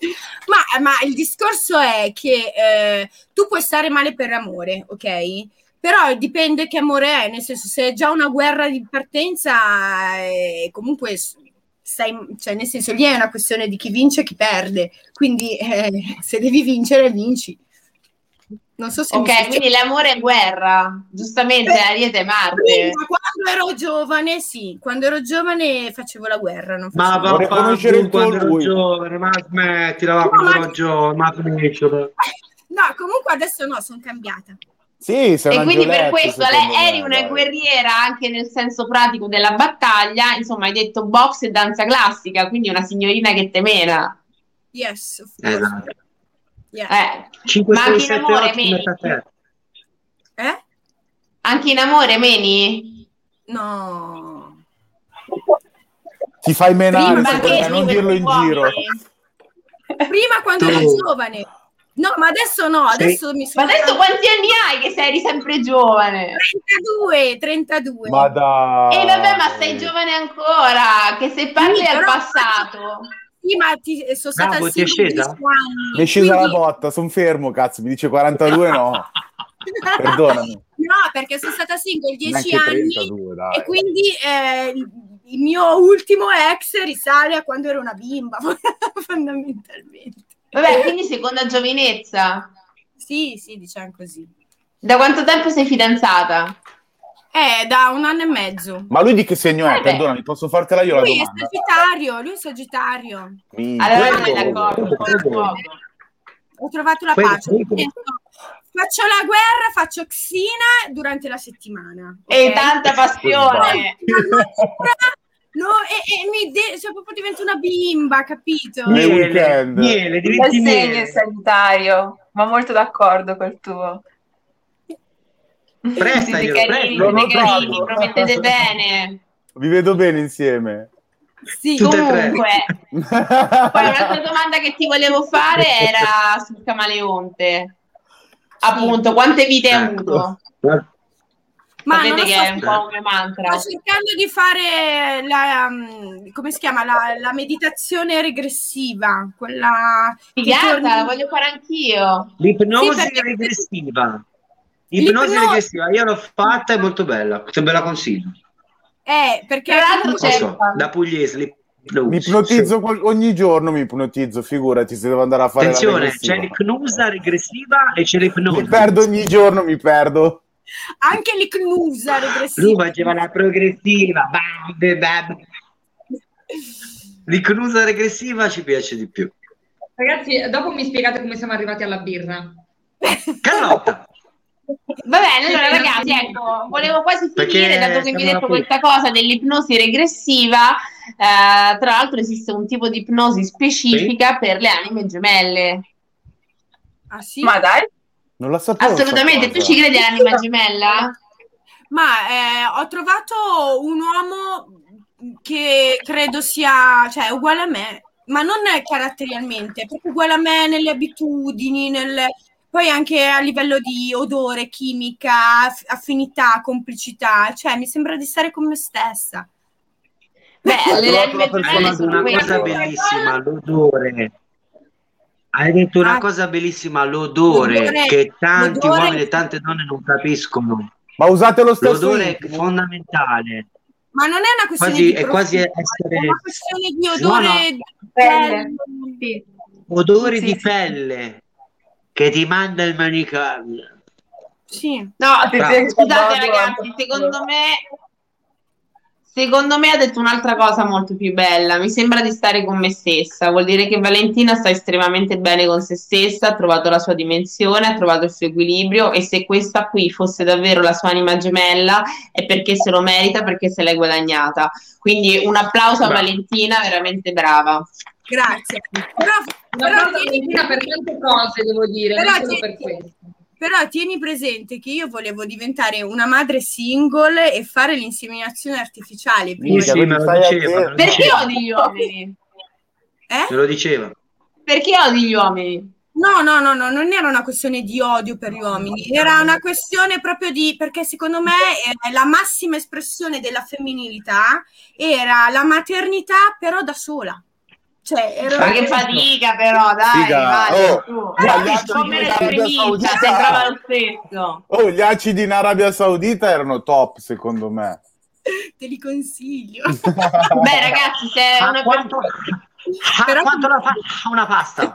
Speaker 5: Ma, ma il discorso è che eh, tu puoi stare male per amore, ok? Però dipende che amore è, nel senso, se è già una guerra di partenza, eh, comunque stai, cioè nel senso, lì è una questione di chi vince e chi perde. Quindi eh, se devi vincere, vinci. Non so se mi
Speaker 6: Ok,
Speaker 5: si-
Speaker 6: quindi l'amore è guerra. Giustamente, Ariete e Marte.
Speaker 5: Prima, quando ero giovane, sì, quando ero giovane facevo la guerra. Non
Speaker 3: Ma
Speaker 5: facevo...
Speaker 4: Vorrei
Speaker 3: papà,
Speaker 4: conoscere il
Speaker 3: tu
Speaker 4: tuo
Speaker 3: quando ero
Speaker 4: lui.
Speaker 3: giovane, ma smettila, va,
Speaker 5: No,
Speaker 3: quando
Speaker 5: ma-
Speaker 3: ero giovane, ma finisce.
Speaker 5: No, comunque adesso no, sono cambiata.
Speaker 4: Sì, sei
Speaker 6: E
Speaker 4: un
Speaker 6: quindi per
Speaker 4: angioletto,
Speaker 6: questo
Speaker 4: secondo
Speaker 6: lei eri
Speaker 4: me,
Speaker 6: una
Speaker 4: dai.
Speaker 6: guerriera anche nel senso pratico della battaglia, insomma hai detto box e danza classica, quindi una signorina che te mena.
Speaker 5: Yes, of course.
Speaker 3: Esatto.
Speaker 5: Yeah.
Speaker 6: Eh.
Speaker 3: cinque,
Speaker 6: Ma
Speaker 3: sei,
Speaker 6: anche in
Speaker 3: sette,
Speaker 6: amore
Speaker 3: otto,
Speaker 6: meni?
Speaker 3: metà terra.
Speaker 5: Eh?
Speaker 6: Anche in amore meni?
Speaker 5: No.
Speaker 4: Ti fai menare,
Speaker 5: Prima
Speaker 4: secondo
Speaker 6: che
Speaker 4: me, non
Speaker 6: di
Speaker 4: dirlo in
Speaker 6: questi
Speaker 4: giro.
Speaker 6: uomini?
Speaker 5: Prima quando
Speaker 3: Tu.
Speaker 5: ero giovane. No, ma adesso no,
Speaker 3: Sei-
Speaker 5: adesso mi
Speaker 6: Ma
Speaker 5: sono...
Speaker 6: adesso quanti anni hai che sei eri sempre giovane?
Speaker 5: trentadue, trentadue.
Speaker 4: Ma dai.
Speaker 6: E vabbè, ma sei giovane ancora, che se parli
Speaker 5: Sì,
Speaker 6: al
Speaker 5: però-
Speaker 6: passato.
Speaker 5: Sì, ma ti, sono stata
Speaker 3: Bravo, ti è
Speaker 5: single
Speaker 3: scesa?
Speaker 5: dieci anni.
Speaker 4: Mi è scesa
Speaker 5: quindi-
Speaker 4: la botta, sono fermo, cazzo. Mi dice quarantadue, no. Perdonami.
Speaker 5: No, perché sono stata single dieci
Speaker 4: Neanche
Speaker 5: anni
Speaker 4: trentadue, dai.
Speaker 5: e quindi eh, il, il mio ultimo ex risale a quando ero una bimba, fondamentalmente.
Speaker 6: Vabbè, quindi seconda giovinezza.
Speaker 5: Sì, sì, diciamo così.
Speaker 6: Da quanto tempo sei fidanzata?
Speaker 5: Eh, da un anno e mezzo.
Speaker 4: Ma lui di che segno è?
Speaker 6: Eh beh.
Speaker 4: Perdonami, posso fartela io la
Speaker 5: Lui è
Speaker 4: domanda?
Speaker 5: Sagittario, lui è Sagittario.
Speaker 4: Minchia.
Speaker 6: Allora non
Speaker 3: Prego,
Speaker 6: è d'accordo,
Speaker 3: prego,
Speaker 6: sono
Speaker 3: prego.
Speaker 6: poco.
Speaker 5: Ho trovato la
Speaker 3: Prego,
Speaker 5: pace.
Speaker 3: prego.
Speaker 5: Faccio la guerra, faccio Xina durante la settimana.
Speaker 6: E
Speaker 5: ok?
Speaker 6: tanta passione.
Speaker 5: No, e, e mi de- cioè, proprio divento una bimba, capito?
Speaker 4: Nel
Speaker 3: Miele,
Speaker 4: weekend.
Speaker 3: miele,
Speaker 2: Il
Speaker 3: diventi
Speaker 2: segno
Speaker 3: miele.
Speaker 2: è Sagittario, ma molto d'accordo col tuo.
Speaker 3: Prestaglielo,
Speaker 6: Siete carini,
Speaker 3: prestaglielo.
Speaker 6: siete carini, promettete bene.
Speaker 4: Vi vedo bene insieme.
Speaker 5: Sì.
Speaker 3: Tutte e tre.
Speaker 6: Comunque, poi un'altra domanda che ti volevo fare era sul camaleonte. Appunto, quante vite hai avuto?
Speaker 5: Ma
Speaker 6: Sapete
Speaker 5: non lo
Speaker 6: che
Speaker 5: so,
Speaker 6: è un po' un mio mantra.
Speaker 5: sto cercando di fare la, um, come si chiama, la, la meditazione regressiva, quella che
Speaker 6: Figata,
Speaker 5: torni-
Speaker 6: la voglio fare anch'io.
Speaker 3: L'ipnosi
Speaker 5: Sì, perché-
Speaker 3: regressiva. L'ipnosi
Speaker 5: L'ipnosi-
Speaker 3: regressiva, io l'ho fatta, è molto bella, se ve la consiglio.
Speaker 5: Eh, perché
Speaker 6: Tra l'altro
Speaker 3: Non
Speaker 6: c'è
Speaker 3: so, da pugliese, l'ipnosi.
Speaker 4: Mi ipnotizzo qual- ogni giorno, mi ipnotizzo, figurati se devo andare a fare
Speaker 3: Attenzione,
Speaker 4: la regressiva.
Speaker 3: c'è l'ipnosa regressiva e c'è l'ipnosi.
Speaker 4: Mi perdo ogni giorno, mi perdo.
Speaker 5: anche l'icnusa
Speaker 3: Lui
Speaker 5: regressiva.
Speaker 3: faceva la progressiva. Bam, bam, bam. L'ipnosa regressiva ci piace di più.
Speaker 1: Ragazzi, dopo mi spiegate come siamo arrivati alla birra.
Speaker 3: Carlotta.
Speaker 6: Va bene, allora ragazzi, ecco, volevo quasi
Speaker 3: Perché
Speaker 6: finire, dato che mi hai
Speaker 3: siamo
Speaker 6: detto
Speaker 3: alla
Speaker 6: questa cosa dell'ipnosi regressiva, eh, tra l'altro esiste un tipo di ipnosi specifica per le anime gemelle.
Speaker 5: Ah sì?
Speaker 2: Ma dai,
Speaker 4: Non la sapevo.
Speaker 6: Assolutamente,
Speaker 4: sta
Speaker 6: tu
Speaker 4: cosa.
Speaker 6: ci credi all'anima gemella?
Speaker 5: Ma eh, ho trovato un uomo che credo sia, cioè, è uguale a me, ma non è caratterialmente, è proprio uguale a me nelle abitudini, nel, poi anche a livello di odore, chimica, aff- affinità, complicità, cioè mi sembra di stare con me stessa.
Speaker 6: Beh,
Speaker 3: Hai
Speaker 6: le
Speaker 3: trovato
Speaker 6: anime
Speaker 3: una
Speaker 6: gemelle
Speaker 3: persona
Speaker 6: sono
Speaker 3: una
Speaker 6: quelle.
Speaker 3: cosa bellissima, l'odore. Hai detto una
Speaker 5: Ah.
Speaker 3: cosa bellissima, l'odore,
Speaker 5: L'odore-
Speaker 3: che tanti
Speaker 5: l'odore-
Speaker 3: uomini e tante donne non capiscono.
Speaker 4: Ma usate lo stesso
Speaker 3: L'odore è
Speaker 4: intimo?
Speaker 3: fondamentale.
Speaker 5: Ma non è una questione
Speaker 3: Quasi-
Speaker 5: di
Speaker 3: è quasi
Speaker 5: profumo,
Speaker 3: essere-
Speaker 5: è una questione di
Speaker 3: No,
Speaker 5: odore
Speaker 3: no.
Speaker 5: di
Speaker 6: Pelle.
Speaker 5: pelle.
Speaker 6: Sì.
Speaker 3: Odori
Speaker 6: Sì,
Speaker 3: di
Speaker 6: sì.
Speaker 3: pelle che ti manda il manicomio.
Speaker 5: Sì.
Speaker 6: No,
Speaker 2: attenzione che
Speaker 6: scusate
Speaker 2: sto
Speaker 6: ragazzi,
Speaker 2: andando
Speaker 6: secondo me secondo me ha detto un'altra cosa molto più bella. Mi sembra di stare con me stessa. Vuol dire che Valentina sta estremamente bene con se stessa, ha trovato la sua dimensione, ha trovato il suo equilibrio, e se questa qui fosse davvero la sua anima gemella è perché se lo merita, perché se l'è guadagnata. Quindi un applauso a
Speaker 3: Brava.
Speaker 6: Valentina, veramente brava.
Speaker 5: Grazie. Però,
Speaker 1: Una
Speaker 5: però
Speaker 1: cosa
Speaker 5: tieni,
Speaker 1: Valentina per tante cose, devo dire,
Speaker 5: Però
Speaker 1: non solo
Speaker 5: ti-
Speaker 1: per questo.
Speaker 5: però tieni presente che io volevo diventare una madre single e fare l'inseminazione artificiale prima
Speaker 4: Minchia,
Speaker 3: Sì,
Speaker 5: di...
Speaker 3: me lo
Speaker 4: stai
Speaker 3: diceva, me lo
Speaker 4: attento.
Speaker 6: Perché
Speaker 3: diceva.
Speaker 6: odi gli uomini?
Speaker 5: Eh?
Speaker 3: Me lo diceva.
Speaker 6: Perché odi gli uomini?
Speaker 5: No, no, no, no, non era una questione di odio per gli uomini, era una questione proprio di, perché secondo me eh, la massima espressione della femminilità era la maternità però da sola. Cioè, ero...
Speaker 6: Ma che fatica però, dai,
Speaker 4: Figa,
Speaker 6: vai,
Speaker 4: oh,
Speaker 6: su.
Speaker 4: ma gli
Speaker 6: Però
Speaker 4: altri
Speaker 6: come
Speaker 4: in
Speaker 6: la
Speaker 4: Arabia
Speaker 6: premissa,
Speaker 4: Saudita-
Speaker 6: sembrava lo stesso.
Speaker 4: Oh, gli acidi in Arabia Saudita erano top, secondo me.
Speaker 5: te li consiglio.
Speaker 6: Beh, ragazzi, se è
Speaker 3: A
Speaker 6: una
Speaker 3: quanto,
Speaker 6: persona...
Speaker 3: a
Speaker 5: Però-
Speaker 3: quanto la fa una pasta?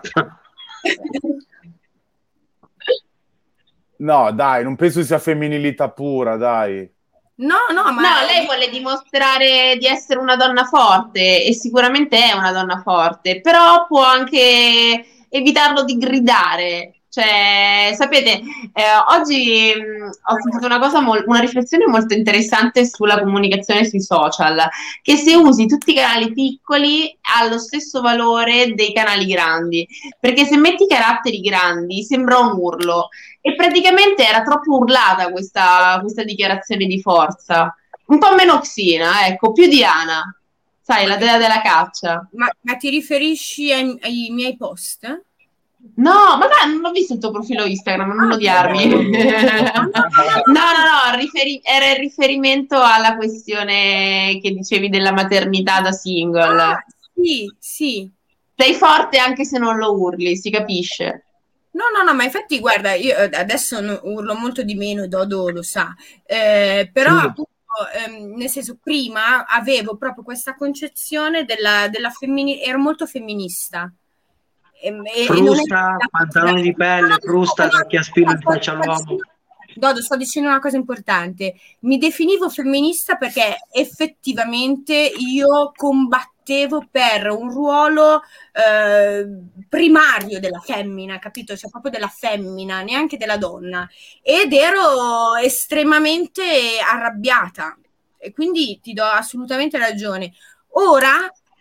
Speaker 4: No, dai, non penso sia femminilità pura, dai.
Speaker 5: No, no, ma...
Speaker 6: No, lei vuole dimostrare di essere una donna forte, e sicuramente è una donna forte, però può anche evitarlo di gridare. Cioè, sapete, eh, oggi mh, ho sentito una cosa, mol- una riflessione molto interessante sulla comunicazione sui social, che se usi tutti i canali piccoli ha lo stesso valore dei canali grandi, perché se metti caratteri grandi sembra un urlo, e praticamente era troppo urlata questa, questa dichiarazione di forza. Un po' meno Xina, ecco, più Diana, sai, la dea della caccia.
Speaker 5: Ma, ma ti riferisci ai, ai miei post?
Speaker 6: No, ma dai, non ho visto il tuo profilo Instagram, non odiarmi. No, no, no, riferi- era il riferimento alla questione che dicevi della maternità da single.
Speaker 5: Ah, sì, sì.
Speaker 6: Sei forte anche se non lo urli, si capisce.
Speaker 5: No, no, no, ma infatti guarda, io eh, adesso no- urlo molto di meno e Dodo lo sa, eh, però
Speaker 3: Sì.
Speaker 5: appunto, ehm, nel senso, prima avevo proprio questa concezione della, della femminile, ero molto femminista. E, e- e non
Speaker 3: Frusta,
Speaker 5: è-
Speaker 3: pantaloni di pelle, frusta, tacchi a spillo in faccia all'uomo.
Speaker 5: Dodo, sto dicendo una cosa importante. Mi definivo femminista perché effettivamente io combattevo per un ruolo eh, primario della femmina, capito? Cioè proprio della femmina, neanche della donna. Ed ero estremamente arrabbiata. E quindi ti do assolutamente ragione. Ora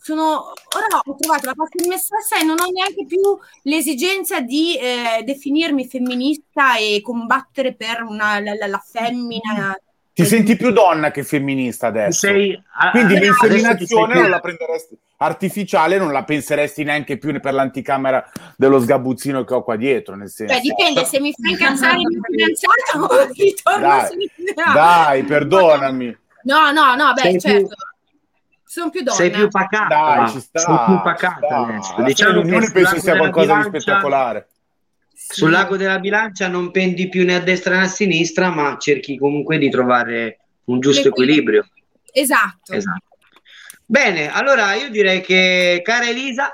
Speaker 5: sono, ora ho trovato la pace in me stessa e non ho neanche più l'esigenza di eh, definirmi femminista e combattere per una, la, la, la femmina.
Speaker 4: Ti senti più donna che femminista adesso.
Speaker 3: Sei,
Speaker 4: Quindi
Speaker 3: ah,
Speaker 4: l'inseminazione non la prenderesti artificiale, non la penseresti neanche più per l'anticamera dello sgabuzzino che ho qua dietro, nel senso.
Speaker 5: Beh, dipende, se mi fa incazzare il mio fidanzato ritorno
Speaker 4: dai,
Speaker 5: a
Speaker 4: dai, perdonami.
Speaker 5: No, no, no, beh,
Speaker 3: sei
Speaker 5: certo.
Speaker 3: Più,
Speaker 5: sono più donna.
Speaker 3: sei più pacata.
Speaker 4: Dai, ci sta.
Speaker 3: Sei più pacata adesso. Diciamo che
Speaker 4: penso sia qualcosa
Speaker 3: bilancia,
Speaker 4: di spettacolare.
Speaker 3: Sì. Sul lago della bilancia non pendi più né a destra né a sinistra, ma cerchi comunque di trovare un giusto equilibrio.
Speaker 5: Esatto.
Speaker 3: Esatto. Bene, allora io direi che, cara Elisa,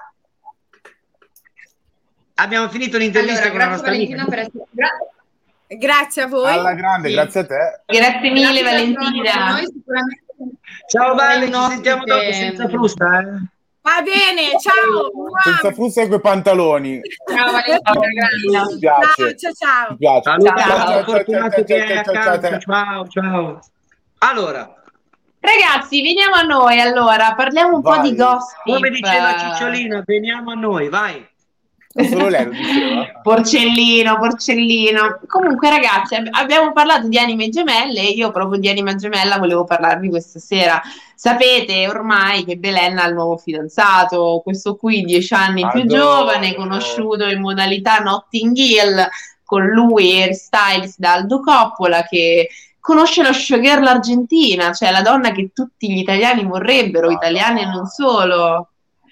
Speaker 3: abbiamo finito l'intervista
Speaker 1: allora,
Speaker 3: con la nostra amica.
Speaker 1: Per essere... Gra-
Speaker 5: grazie a voi.
Speaker 4: Alla grande,
Speaker 1: sì.
Speaker 4: Grazie a te.
Speaker 6: Grazie mille,
Speaker 1: grazie
Speaker 6: Valentina.
Speaker 1: Noi sicuramente...
Speaker 3: Ciao Vale, ci
Speaker 1: ospite...
Speaker 3: sentiamo dopo senza frusta, eh?
Speaker 5: Va bene, ciao.
Speaker 4: Senza frusta e quei pantaloni.
Speaker 1: Ciao Valentina,
Speaker 4: Mi piace.
Speaker 5: Ciao, ciao.
Speaker 4: Mi piace.
Speaker 3: Saluti
Speaker 6: Ciao.
Speaker 3: ciao, fortunato che è
Speaker 4: ciao, ciao, ciao,
Speaker 3: accanto. Ciao, ciao. Allora,
Speaker 6: Ragazzi, veniamo a noi, allora, parliamo un
Speaker 4: Vai.
Speaker 6: po' di gossip.
Speaker 3: come diceva Cicciolina, veniamo a noi, vai.
Speaker 4: Solo lei lo diceva.
Speaker 6: Porcellino, porcellino. Comunque, ragazzi, ab- abbiamo parlato di anime gemelle e io proprio di anima gemella volevo parlarvi questa sera. Sapete ormai che Belen ha il nuovo fidanzato, questo qui dieci anni più
Speaker 4: Adoro.
Speaker 6: giovane, conosciuto in modalità Notting Hill, con lui Harry Styles da Aldo Coppola, che conosce la showgirl argentina, cioè la donna che tutti gli italiani vorrebbero, italiani e non solo.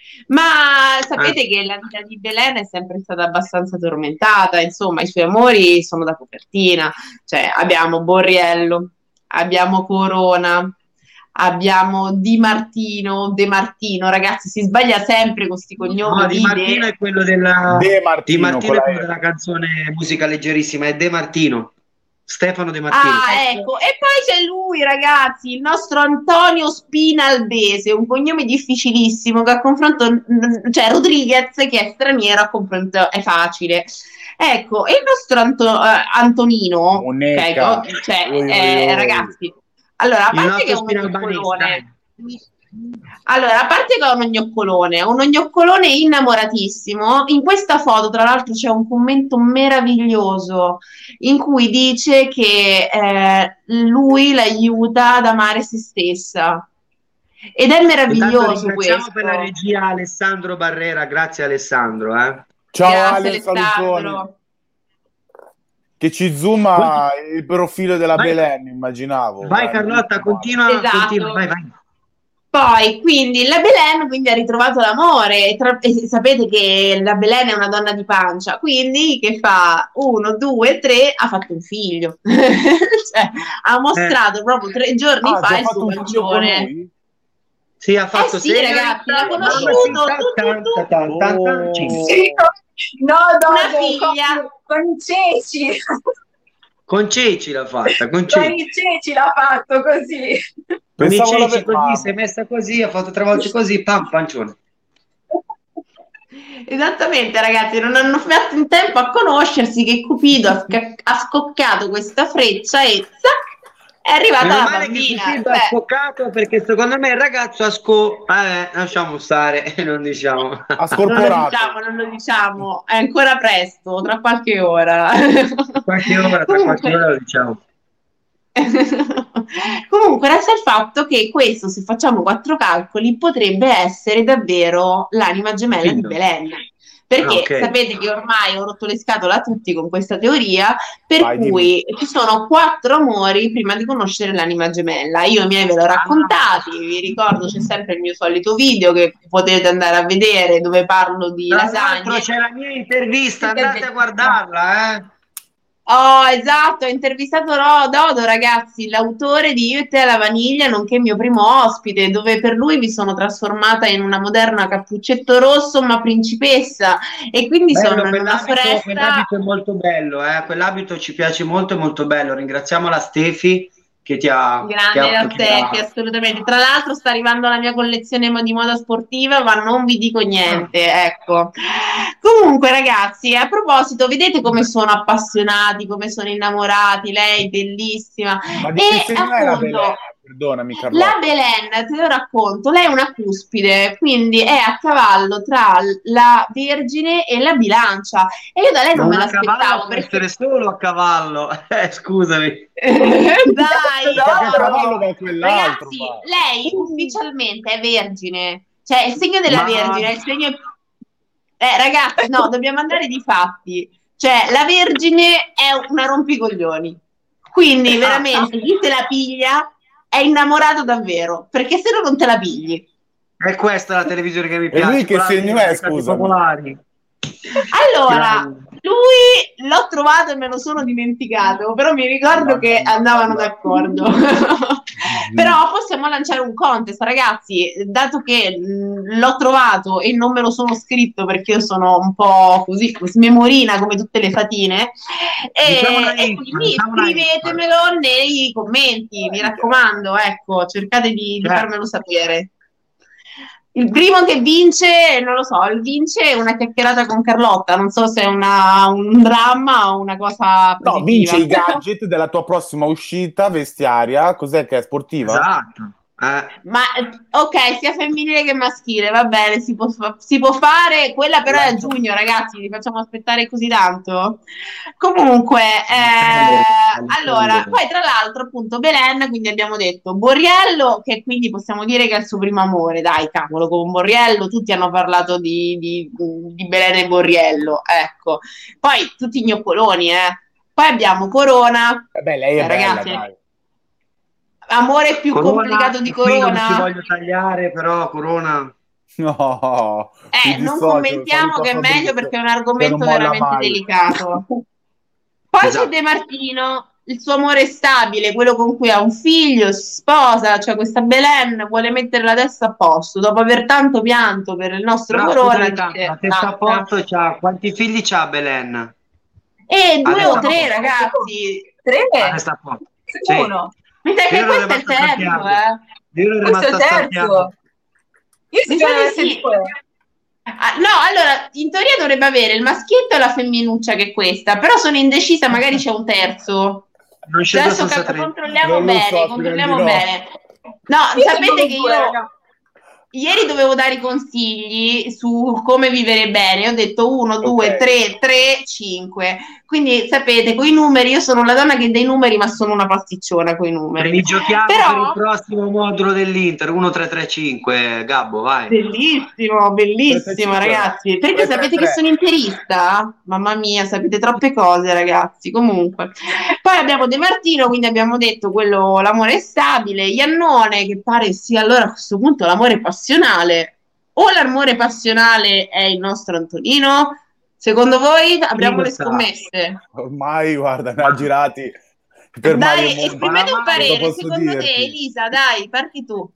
Speaker 6: Ma sapete che la vita di Belen è sempre stata abbastanza tormentata, insomma, i suoi amori sono da copertina, cioè abbiamo Borriello, abbiamo Corona, abbiamo Di Martino, De Martino, ragazzi, si sbaglia sempre con questi cognomi.
Speaker 3: No, Di Martino è quello della
Speaker 4: De Martino,
Speaker 3: Di Martino
Speaker 4: con
Speaker 3: è
Speaker 4: la
Speaker 3: quello
Speaker 4: E.
Speaker 3: della canzone Musica leggerissima, è De Martino. Stefano De Martino.
Speaker 6: Ah, ecco, e poi c'è lui, ragazzi, il nostro Antonio Spinalbese, un cognome difficilissimo che a confronto, cioè Rodriguez che è straniero, a confronto è facile. Ecco, e il nostro Anto- eh, Antonino,
Speaker 4: Moneca.
Speaker 6: ok, cioè,
Speaker 4: Oi, oi,
Speaker 6: eh,
Speaker 4: oi.
Speaker 6: ragazzi, allora, a
Speaker 3: Il
Speaker 6: parte che è
Speaker 3: nostro
Speaker 6: un
Speaker 3: Spinalbanese,
Speaker 6: gnoccolone, allora, a parte che è uno gnoccolone, uno gnoccolone innamoratissimo, in questa foto tra l'altro c'è un commento meraviglioso in cui dice che eh, lui l'aiuta ad amare se stessa ed è meraviglioso
Speaker 3: Intanto
Speaker 6: questo.
Speaker 3: per la regia Alessandro Barrera, grazie Alessandro. Eh.
Speaker 4: Ciao
Speaker 6: Grazie,
Speaker 4: Ale, salutoni.
Speaker 6: Alessandro.
Speaker 4: Che ci zooma il profilo della
Speaker 3: Vai.
Speaker 4: Belen, immaginavo.
Speaker 3: Vai
Speaker 4: Dai,
Speaker 3: Carlotta, continua,
Speaker 6: Esatto.
Speaker 3: continua, vai, vai.
Speaker 6: Poi, quindi, la Belen quindi ha ritrovato l'amore, e, tra- e sapete che la Belen è una donna di pancia, quindi che fa uno, due, tre, ha fatto un figlio. Cioè, ha mostrato proprio tre giorni
Speaker 4: Ah,
Speaker 6: fa
Speaker 4: già
Speaker 6: il
Speaker 4: fatto
Speaker 6: suo
Speaker 4: un figlio con
Speaker 6: pancione.
Speaker 4: lui?
Speaker 3: Sì, ha fatto
Speaker 6: Eh sì,
Speaker 3: sei
Speaker 6: ragazzi, l'ha
Speaker 3: anni.
Speaker 6: conosciuto,
Speaker 3: Tan,
Speaker 6: tu,
Speaker 3: tan,
Speaker 6: tu, tu.
Speaker 3: tan, tan, tan,
Speaker 4: Oh.
Speaker 3: cinque.
Speaker 2: Sì, no, no,
Speaker 6: Una
Speaker 2: no,
Speaker 6: figlia.
Speaker 2: con, con i ceci,
Speaker 3: Con Ceci l'ha fatta, con
Speaker 2: con
Speaker 3: Ceci.
Speaker 2: i ceci l'ha fatto così.
Speaker 3: Con i
Speaker 4: Pensavo
Speaker 3: Ceci
Speaker 4: l'aver-
Speaker 3: così,
Speaker 4: Mamma.
Speaker 3: si è messa così, ha fatto tre volte così, pam, pancione.
Speaker 6: Esattamente, ragazzi, non hanno fatto in tempo a conoscersi che Cupido ha, sca- ha scoccato questa freccia e zac, è arrivata
Speaker 3: Meno
Speaker 6: la
Speaker 3: male che
Speaker 6: bambina.
Speaker 3: Cupido ha
Speaker 6: Beh,
Speaker 3: scoccato, perché secondo me il ragazzo ha sco... Eh, lasciamo stare, non diciamo.
Speaker 4: Ha
Speaker 6: non lo
Speaker 4: scorporato.
Speaker 6: diciamo, non lo diciamo, è ancora presto, tra qualche ora.
Speaker 3: Qualche ora, tra
Speaker 6: Comunque-
Speaker 3: qualche ora lo diciamo.
Speaker 6: Comunque resta il fatto che questo, se facciamo quattro calcoli, potrebbe essere davvero l'anima gemella di
Speaker 3: Figlio.
Speaker 6: Belen. Perché
Speaker 3: Ah, ok.
Speaker 6: sapete che ormai ho rotto le scatole a tutti con questa teoria, per
Speaker 4: Vai,
Speaker 6: cui ci sono quattro amori prima di conoscere l'anima gemella. Io i miei ve l'ho raccontati, vi ricordo c'è sempre il mio solito video che potete andare a vedere dove parlo di
Speaker 3: Tra l'altro
Speaker 6: lasagne.
Speaker 3: c'è la mia intervista, andate a guardarla, eh.
Speaker 6: Oh, esatto, ho intervistato Ro- Dodo, ragazzi, l'autore di Io e te alla vaniglia, nonché il mio primo ospite, dove per lui mi sono trasformata in una moderna cappuccetto rosso, ma principessa, e quindi
Speaker 3: Bello,
Speaker 6: sono in una
Speaker 3: quell'abito,
Speaker 6: foresta.
Speaker 3: quell'abito è molto bello, eh. Quell'abito ci piace molto, è molto bello. Ringraziamo la Stefi che ti ha...
Speaker 6: Grande
Speaker 3: che ha-
Speaker 6: da
Speaker 3: che
Speaker 6: te,
Speaker 3: ha-
Speaker 6: che assolutamente. Tra l'altro sta arrivando la mia collezione mo- di moda sportiva, ma non vi dico niente, ecco. Comunque, ragazzi, a proposito, vedete come sono appassionati, come sono innamorati, lei bellissima.
Speaker 4: Ma di
Speaker 6: E
Speaker 4: che segno è la
Speaker 6: appunto,
Speaker 4: Belen? Perdonami, Carlotta.
Speaker 6: La Belen, te lo racconto, lei è una cuspide, quindi è a cavallo tra la Vergine e la Bilancia. E io da lei non
Speaker 3: Ma
Speaker 6: me
Speaker 3: a cavallo
Speaker 6: l'aspettavo.
Speaker 3: può
Speaker 6: Perché...
Speaker 3: essere solo a cavallo. Eh, scusami.
Speaker 6: Dai,
Speaker 4: Perché a
Speaker 6: no,
Speaker 4: cavallo va quell'altro.
Speaker 6: ragazzi,
Speaker 4: va.
Speaker 6: lei ufficialmente è vergine, cioè il segno della
Speaker 3: Ma-
Speaker 6: Vergine è il segno... Eh, ragazzi, no, dobbiamo andare di fatti. Cioè, la Vergine è una rompicoglioni. Quindi, veramente, chi se la piglia è innamorato davvero, perché se no non te la pigli.
Speaker 3: È questa la televisione che mi
Speaker 4: E
Speaker 3: piace.
Speaker 4: lui che
Speaker 3: quella
Speaker 4: segno
Speaker 3: dei
Speaker 4: è,
Speaker 3: mercati
Speaker 4: scusami?
Speaker 3: popolari.
Speaker 6: Allora,
Speaker 3: Grande.
Speaker 6: lui l'ho trovato e me lo sono dimenticato, però mi ricordo che andavano d'accordo. Però possiamo lanciare un contest, ragazzi, dato che mh, l'ho trovato e non me lo sono scritto perché io sono un po' così smemorina come tutte le fatine, e,
Speaker 3: Diciamo una
Speaker 6: e
Speaker 3: info,
Speaker 6: quindi
Speaker 3: diciamo una info.
Speaker 6: scrivetemelo nei commenti, mi raccomando, ecco, cercate di, di
Speaker 3: Certo.
Speaker 6: farmelo sapere. Il primo che vince, non lo so, il vince una chiacchierata con Carlotta, non so se è una, un dramma o una cosa positiva.
Speaker 4: No, vince i gadget della tua prossima uscita vestiaria. Cos'è che è sportiva?
Speaker 3: Esatto. Eh.
Speaker 6: Ma ok, sia femminile che maschile, va bene, si può, fa- si può fare, quella però è a giugno, ragazzi, vi facciamo aspettare così tanto. Comunque, eh, allora, poi tra l'altro appunto Belen, quindi abbiamo detto Borriello, che quindi possiamo dire che è il suo primo amore, dai, cavolo, con Borriello tutti hanno parlato di, di, di Belen e Borriello, ecco. Poi tutti gnoccoloni, eh. Poi abbiamo Corona.
Speaker 4: Vabbè, lei è
Speaker 6: Eh,
Speaker 4: bella,
Speaker 6: ragazzi,
Speaker 4: dai.
Speaker 6: amore più
Speaker 3: Corona,
Speaker 6: complicato di
Speaker 3: qui non ti
Speaker 6: Corona.
Speaker 3: voglio tagliare, però Corona.
Speaker 4: No,
Speaker 6: Eh,
Speaker 4: mi
Speaker 6: non
Speaker 4: dissocio,
Speaker 6: commentiamo
Speaker 4: saluto
Speaker 6: che è
Speaker 4: Fabrizio,
Speaker 6: meglio perché è un
Speaker 4: che
Speaker 6: argomento
Speaker 4: non molla
Speaker 6: veramente
Speaker 4: mai.
Speaker 6: delicato. Poi
Speaker 3: Esatto.
Speaker 6: c'è De Martino, il suo amore stabile, quello con cui ha un figlio, si sposa, cioè questa Belen vuole mettere la testa a posto. Dopo aver tanto pianto per il nostro
Speaker 3: Però,
Speaker 6: Corona,
Speaker 3: scusami,
Speaker 6: dice,
Speaker 3: la testa a
Speaker 6: basta.
Speaker 3: posto c'ha quanti figli c'ha Belen?
Speaker 6: E due
Speaker 3: Adesso
Speaker 6: o tre,
Speaker 3: no.
Speaker 6: ragazzi.
Speaker 2: Tre?
Speaker 3: La testa a posto. Sì.
Speaker 2: Uno.
Speaker 6: Mi sa che
Speaker 3: Io ero
Speaker 6: questo è il
Speaker 3: rimasto
Speaker 6: terzo,
Speaker 3: stanchiato.
Speaker 6: eh.
Speaker 3: Io ero
Speaker 2: Questo è
Speaker 3: rimasto
Speaker 2: il
Speaker 3: stanchiato.
Speaker 2: terzo. Io
Speaker 6: Mi
Speaker 2: spero
Speaker 6: sa
Speaker 2: di
Speaker 6: di
Speaker 2: essere
Speaker 6: sì.
Speaker 2: due.
Speaker 6: Ah, no, allora, in teoria dovrebbe avere il maschietto e la femminuccia che è questa, però sono indecisa, magari c'è un terzo.
Speaker 3: Non scelgo
Speaker 6: Adesso
Speaker 3: senza
Speaker 6: cap-
Speaker 3: tre.
Speaker 6: controlliamo
Speaker 4: Non lo
Speaker 6: bene,
Speaker 4: so,
Speaker 6: controlliamo
Speaker 4: Pirelli, no.
Speaker 6: bene. No,
Speaker 2: Io
Speaker 6: sapete
Speaker 2: sono
Speaker 6: che
Speaker 2: due,
Speaker 6: io
Speaker 2: raga.
Speaker 6: ieri dovevo dare i consigli su come vivere bene. Io ho detto uno, due,
Speaker 4: Ok.
Speaker 6: tre, tre, cinque. Quindi sapete, con i numeri, io sono la donna che dei numeri, ma sono una pasticciona con i numeri.
Speaker 3: Rigiochiamo per
Speaker 6: Però
Speaker 3: il prossimo modulo dell'Inter uno tre tre cinque. Gabbo, vai.
Speaker 6: bellissimo, bellissimo, ragazzi. Perché sapete che sono interista? Mamma mia, sapete troppe cose, ragazzi. Comunque, poi abbiamo De Martino, quindi abbiamo detto quello, l'amore stabile, Iannone, che pare sia allora a questo punto l'amore passionale. O l'amore passionale è il nostro Antonino? Secondo voi apriamo
Speaker 3: lo
Speaker 6: le
Speaker 3: sa?
Speaker 6: scommesse?
Speaker 4: Ormai, guarda, ne ha girati per Mario
Speaker 6: Dai,
Speaker 4: Monti.
Speaker 6: esprimete un
Speaker 3: Oramai,
Speaker 6: parere.
Speaker 4: cosa posso
Speaker 6: Secondo te,
Speaker 4: dirti?
Speaker 6: Elisa, dai, parti tu.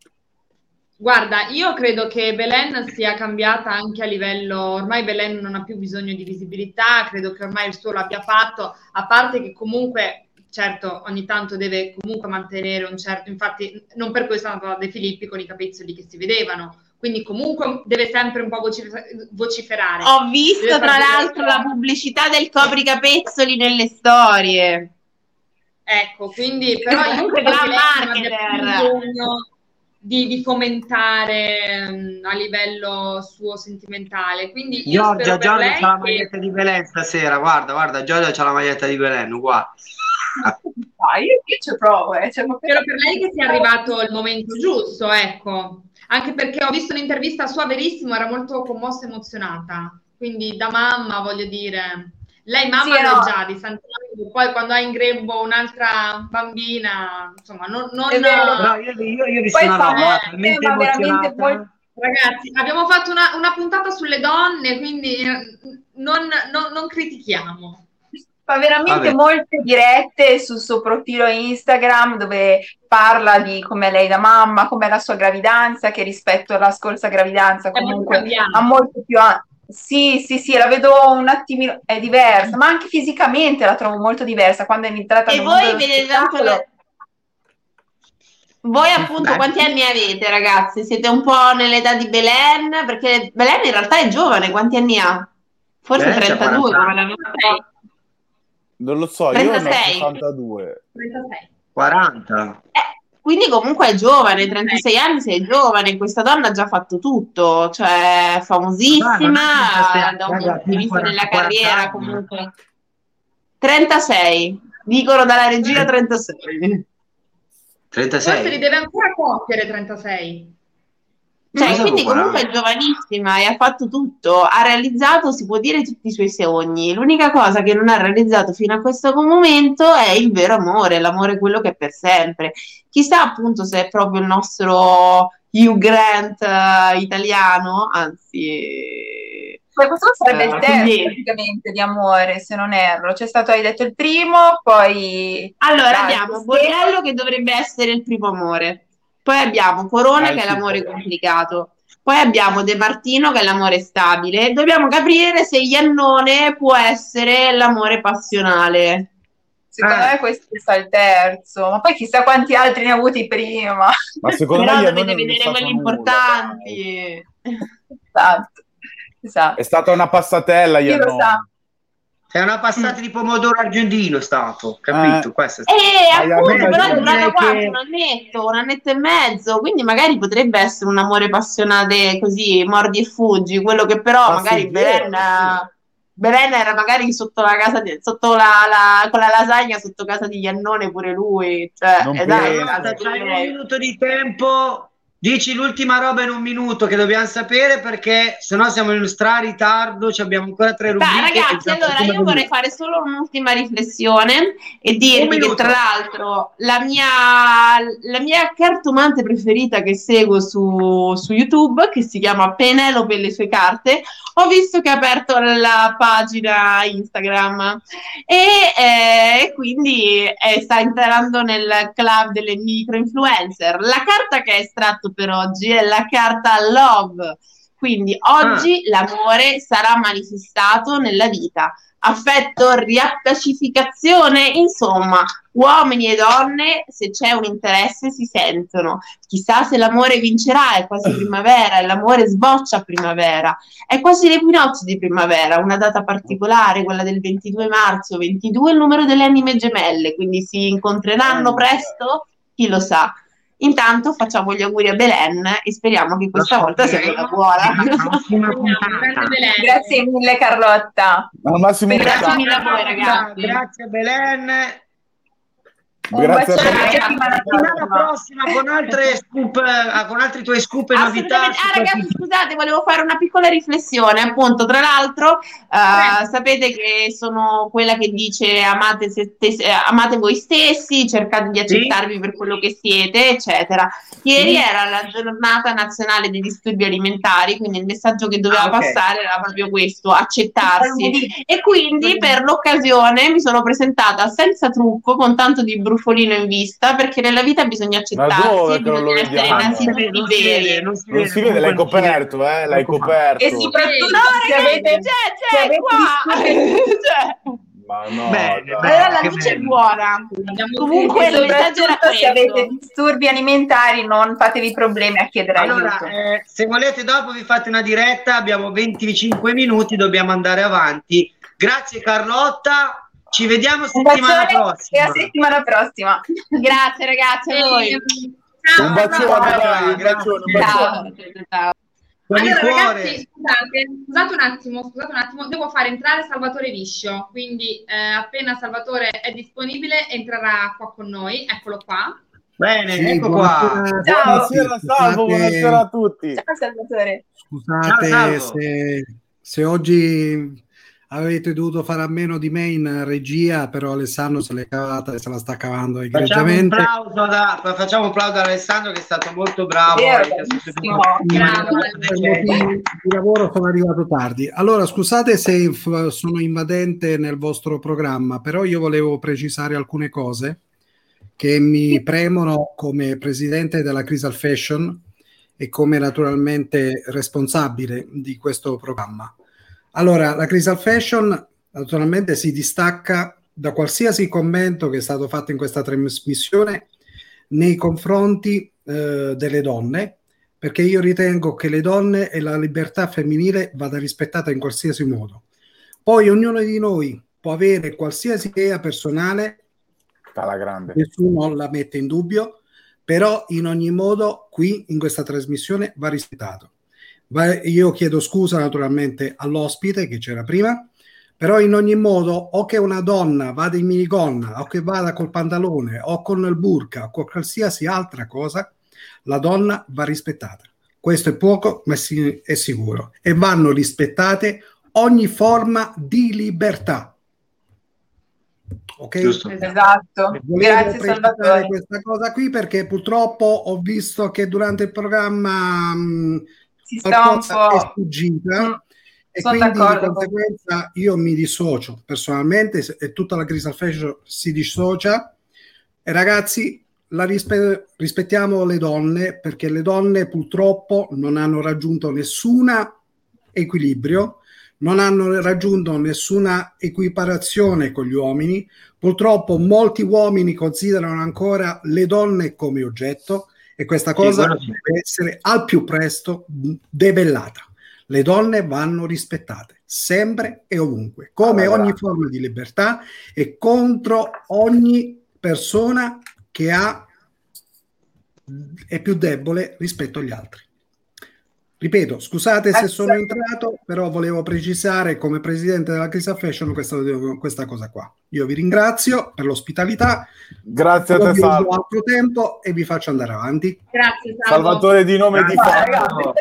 Speaker 1: Guarda, io credo che Belen sia cambiata anche a livello, ormai Belen non ha più bisogno di visibilità, credo che ormai il suo l'abbia fatto, a parte che comunque, certo, ogni tanto deve comunque mantenere un certo, infatti non per questo è andata da De Filippi con i capezzoli che si vedevano, quindi comunque deve sempre un po' vocif- vociferare.
Speaker 6: Ho visto
Speaker 1: Deve
Speaker 6: tra
Speaker 1: far
Speaker 6: l'altro
Speaker 1: vedere-
Speaker 6: la pubblicità del copricapezzoli nelle storie.
Speaker 1: Ecco, quindi però io
Speaker 6: Comunque
Speaker 1: credo che
Speaker 6: gran
Speaker 1: lei non abbia più
Speaker 6: marketer.
Speaker 1: bisogno di, di fomentare mm, a livello suo sentimentale. Quindi io
Speaker 3: Giorgia,
Speaker 1: spero per
Speaker 3: Giorgia
Speaker 1: lei
Speaker 3: c'ha la
Speaker 1: che...
Speaker 3: maglietta di Belen stasera. Guarda, guarda, Giorgia c'ha la maglietta di Belen, uguale.
Speaker 2: Ah, io, io ci provo, eh. Cioè, ma
Speaker 1: Spero per lei che sia arrivato il momento giusto, ecco. Anche perché ho visto un'intervista sua, verissimo, era molto commossa e emozionata. Quindi da mamma, voglio dire, lei mamma
Speaker 2: Sì,
Speaker 1: lo
Speaker 2: no.
Speaker 1: è già di Santiago, poi quando ha in grembo un'altra bambina, insomma, non... non
Speaker 2: È vero.
Speaker 3: Però io, io, io ho visto
Speaker 2: Poi
Speaker 3: una
Speaker 2: fa
Speaker 3: roba
Speaker 2: molto,
Speaker 3: talmente
Speaker 2: ma veramente
Speaker 3: emozionata.
Speaker 2: molto-
Speaker 1: Ragazzi, abbiamo fatto una, una puntata sulle donne, quindi eh, non, non- non critichiamo.
Speaker 2: Fa veramente
Speaker 3: Vabbè.
Speaker 2: molte dirette sul suo profilo Instagram dove parla di com'è lei da mamma, com'è la sua gravidanza, che rispetto alla scorsa gravidanza
Speaker 1: È molto
Speaker 2: comunque
Speaker 1: cambiata.
Speaker 2: ha molto più... a- Sì, sì, sì, la vedo un attimino... è diversa, ma anche fisicamente la trovo molto diversa. Quando è entrata
Speaker 6: E
Speaker 2: nel mondo
Speaker 6: voi
Speaker 2: dello
Speaker 6: vedete tanto
Speaker 2: spettacolo...
Speaker 6: le- Voi appunto
Speaker 3: Beh.
Speaker 6: quanti anni avete, ragazzi? Siete un po' nell'età di Belen? Perché Belen in realtà è giovane, quanti anni ha? Forse
Speaker 3: Belen c'ha
Speaker 6: trentadue
Speaker 3: quaranta
Speaker 6: come la nostra.
Speaker 4: Non lo so, io ne ho
Speaker 6: trentasei.
Speaker 4: sessantadue.
Speaker 1: trentasei.
Speaker 3: quaranta.
Speaker 6: Eh, Quindi comunque è giovane, trentasei anni sei giovane, questa donna ha già fatto tutto, cioè famosissima da un punto di vista della carriera comunque. trentasei, dicono dalla regia trentasei.
Speaker 3: trentasei.
Speaker 1: Forse li deve ancora compiere trentasei.
Speaker 6: Cioè, quindi comunque è giovanissima e ha fatto tutto, ha realizzato, si può dire, tutti i suoi sogni. L'unica cosa che non ha realizzato fino a questo momento è il vero amore, l'amore quello che è per sempre. Chissà appunto se è proprio il nostro Hugh Grant uh, italiano, anzi...
Speaker 2: Poi questo sarebbe
Speaker 6: uh,
Speaker 2: il terzo
Speaker 6: quindi...
Speaker 2: praticamente di amore, se non erro. C'è stato, hai detto, il primo, poi...
Speaker 6: Allora abbiamo Borrello che dovrebbe essere il primo amore. Poi abbiamo Corona
Speaker 4: Eh,
Speaker 6: che è
Speaker 4: sì,
Speaker 6: l'amore
Speaker 4: sì.
Speaker 6: complicato. Poi abbiamo De Martino che è l'amore stabile. Dobbiamo capire se Iannone può essere l'amore passionale.
Speaker 2: Secondo
Speaker 3: Eh.
Speaker 2: me questo sta il terzo, ma poi chissà quanti altri ne ha avuti prima.
Speaker 4: Ma secondo
Speaker 6: Però
Speaker 4: me
Speaker 6: dovete
Speaker 4: Iannone non è
Speaker 6: vedere
Speaker 4: stato
Speaker 6: quelli
Speaker 4: nulla,
Speaker 6: importanti.
Speaker 2: Esatto, esatto.
Speaker 4: è stata una passatella
Speaker 2: Chi lo
Speaker 4: Iannone.
Speaker 2: sa?
Speaker 3: È una passata di pomodoro argentino stato, capito?
Speaker 4: Eh.
Speaker 3: Questo è
Speaker 6: E
Speaker 4: Hai
Speaker 6: appunto,
Speaker 4: ragione,
Speaker 6: però è
Speaker 4: direi
Speaker 6: durato quanto?
Speaker 3: che-
Speaker 6: Un annetto, un annetto e mezzo, quindi magari potrebbe essere un amore passionale così, mordi e fuggi, quello che però magari
Speaker 4: Passeggero,
Speaker 6: Belen, Belen era magari sotto la casa di, sotto la, la- con la lasagna sotto casa di Iannone pure lui, cioè,
Speaker 4: Non
Speaker 6: e dai,
Speaker 4: penso.
Speaker 6: casa
Speaker 3: C'hai un
Speaker 6: lei.
Speaker 3: minuto di tempo, dici l'ultima roba in un minuto che dobbiamo sapere, perché sennò siamo in stra ritardo, ci abbiamo ancora tre
Speaker 6: Dai,
Speaker 3: rubriche.
Speaker 6: ragazzi,
Speaker 3: e già
Speaker 6: allora
Speaker 3: prima
Speaker 6: io
Speaker 3: di-
Speaker 6: vorrei fare solo un'ultima riflessione e
Speaker 3: Un
Speaker 6: dirvi che
Speaker 3: minuto.
Speaker 6: tra l'altro la mia, la mia cartomante preferita che seguo su, su YouTube, che si chiama Penelope e le sue carte, ho visto che ha aperto la pagina Instagram e eh, quindi eh, sta entrando nel club delle micro influencer. La carta che ha estratto per oggi è la carta Love. Quindi oggi l'amore sarà manifestato nella vita, affetto, riappacificazione, insomma, uomini e donne, se c'è un interesse, si sentono. Chissà se l'amore vincerà, è quasi primavera, e l'amore sboccia a primavera. È quasi l'equinozio di primavera, una data particolare, quella del ventidue marzo, ventidue è il numero delle anime gemelle, quindi si incontreranno presto, chi lo sa. Intanto facciamo gli auguri a Belen e speriamo che questa volta sia quella buona.
Speaker 1: Grazie, Belen.
Speaker 2: Grazie mille Carlotta.
Speaker 4: Al massimo
Speaker 6: Grazie
Speaker 4: ciao.
Speaker 6: mille a voi, ragazzi.
Speaker 3: Grazie Belen.
Speaker 2: Un
Speaker 4: Grazie a
Speaker 2: bacione,
Speaker 4: te.
Speaker 2: alla settimana
Speaker 3: Settimana
Speaker 2: prossima.
Speaker 3: prossima con altre scoop, eh, con altri tuoi scoop e novità.
Speaker 6: Assolutamente.
Speaker 3: su
Speaker 6: Ah,
Speaker 3: questi-
Speaker 6: ragazzi, scusate, volevo fare una piccola riflessione. Appunto, tra l'altro, eh, sapete che sono quella che dice amate, se te- eh, amate voi stessi, cercate di accettarvi per quello che siete, eccetera. Ieri
Speaker 3: Sì.
Speaker 6: era la giornata nazionale dei disturbi alimentari, quindi il messaggio che doveva
Speaker 3: Ah, ok.
Speaker 6: passare era proprio questo, accettarsi. E quindi per l'occasione mi sono presentata senza trucco, con tanto di brufolino in vista, perché nella vita bisogna
Speaker 4: Ma
Speaker 6: accettarsi,
Speaker 4: dove che non lo
Speaker 6: bisogna essere
Speaker 4: vediamo?
Speaker 6: innanzitutto
Speaker 3: Non si vede,
Speaker 6: veri.
Speaker 3: non si
Speaker 4: Non
Speaker 3: vede,
Speaker 4: si vede, l'hai
Speaker 3: comunque non si vede.
Speaker 4: coperto, eh? L'hai
Speaker 3: Ecco qua.
Speaker 4: coperto.
Speaker 2: E soprattutto
Speaker 6: No,
Speaker 2: se
Speaker 6: ragazzi,
Speaker 2: avete,
Speaker 6: c'è,
Speaker 2: se
Speaker 6: c'è
Speaker 2: avete
Speaker 6: qua.
Speaker 2: disturbi-
Speaker 6: Cioè,
Speaker 4: Ma no,
Speaker 3: Bene,
Speaker 4: dai.
Speaker 3: bene.
Speaker 6: allora la
Speaker 3: che
Speaker 6: luce è
Speaker 3: bello.
Speaker 6: buona.
Speaker 1: Abbiamo
Speaker 6: Comunque
Speaker 2: e
Speaker 6: il messaggio era
Speaker 2: soprattutto se avete
Speaker 6: questo.
Speaker 2: disturbi alimentari non fatevi problemi a chiedere
Speaker 3: Allora,
Speaker 2: aiuto.
Speaker 3: eh, se volete dopo vi fate una diretta, abbiamo venticinque minuti, dobbiamo andare avanti. Grazie Carlotta, ci vediamo
Speaker 2: Un
Speaker 3: settimana
Speaker 2: bacione e
Speaker 3: prossima.
Speaker 2: a settimana prossima.
Speaker 6: Grazie ragazzi a voi.
Speaker 1: Ciao,
Speaker 4: Un bacione,
Speaker 1: ciao.
Speaker 4: dai, un bacione, un bacione.
Speaker 6: Ciao. Ciao.
Speaker 3: Con il
Speaker 1: Allora,
Speaker 3: cuore.
Speaker 1: ragazzi, scusate, scusate un attimo, scusate un attimo, devo fare entrare Salvatore Viscio, quindi eh, appena Salvatore è disponibile entrerà qua con noi, eccolo qua.
Speaker 3: Bene,
Speaker 7: Sì,
Speaker 3: ecco qua.
Speaker 7: buonasera.
Speaker 2: Ciao.
Speaker 4: Buonasera, Salvo, buonasera a tutti.
Speaker 2: Ciao Salvatore.
Speaker 7: Scusate
Speaker 3: Ciao, Salvo.
Speaker 7: se, se oggi avete dovuto fare a meno di me in regia, però Alessandro se l'è cavata e se la sta cavando
Speaker 3: Facciamo un
Speaker 7: egregiamente.
Speaker 3: applauso, da, facciamo un applauso ad Alessandro che è stato molto bravo.
Speaker 2: Vero,
Speaker 3: e che ha sostenuto-
Speaker 1: Bravo.
Speaker 7: Per motivi di lavoro sono arrivato tardi. Allora, scusate se f- sono invadente nel vostro programma, però io volevo precisare alcune cose che mi premono come presidente della Crystal Fashion e come naturalmente responsabile di questo programma. Allora, la Crystal Fashion naturalmente si distacca da qualsiasi commento che è stato fatto in questa trasmissione nei confronti eh, delle donne, perché io ritengo che le donne e la libertà femminile vada rispettata in qualsiasi modo. Poi ognuno di noi può avere qualsiasi idea personale,
Speaker 4: Alla grande.
Speaker 7: nessuno la mette in dubbio, però in ogni modo qui in questa trasmissione va rispettato. Va, io chiedo scusa naturalmente all'ospite che c'era prima, però in ogni modo o che una donna vada in minigonna o che vada col pantalone o con il burka o con qualsiasi altra cosa, la donna va rispettata. Questo è poco, ma si, è sicuro. E vanno rispettate ogni forma di libertà. Ok?
Speaker 2: Giusto. Esatto. Grazie Salvatore.
Speaker 7: Questa cosa qui perché purtroppo ho visto che durante il programma mh,
Speaker 2: si sta un po'
Speaker 7: è sfuggita. Mm. E
Speaker 2: Sono
Speaker 7: quindi
Speaker 2: d'accordo.
Speaker 7: di conseguenza io mi dissocio personalmente e tutta la Crystal Fashion si dissocia. E ragazzi, la rispe- rispettiamo le donne, perché le donne purtroppo non hanno raggiunto nessun equilibrio, non hanno raggiunto nessuna equiparazione con gli uomini. Purtroppo molti uomini considerano ancora le donne come oggetto e questa cosa sì, deve essere al più presto debellata. Le donne vanno rispettate sempre e ovunque, come allora. Ogni forma di libertà e contro ogni persona che ha è più debole rispetto agli altri. Ripeto, scusate se sono entrato, però volevo precisare come presidente della Crystal Fashion questa, questa cosa qua. Io vi ringrazio per l'ospitalità.
Speaker 4: Grazie a te, Salvo.
Speaker 7: Altro tempo e vi faccio andare avanti.
Speaker 1: Grazie, Salvo.
Speaker 4: Salvatore di nome di fatto.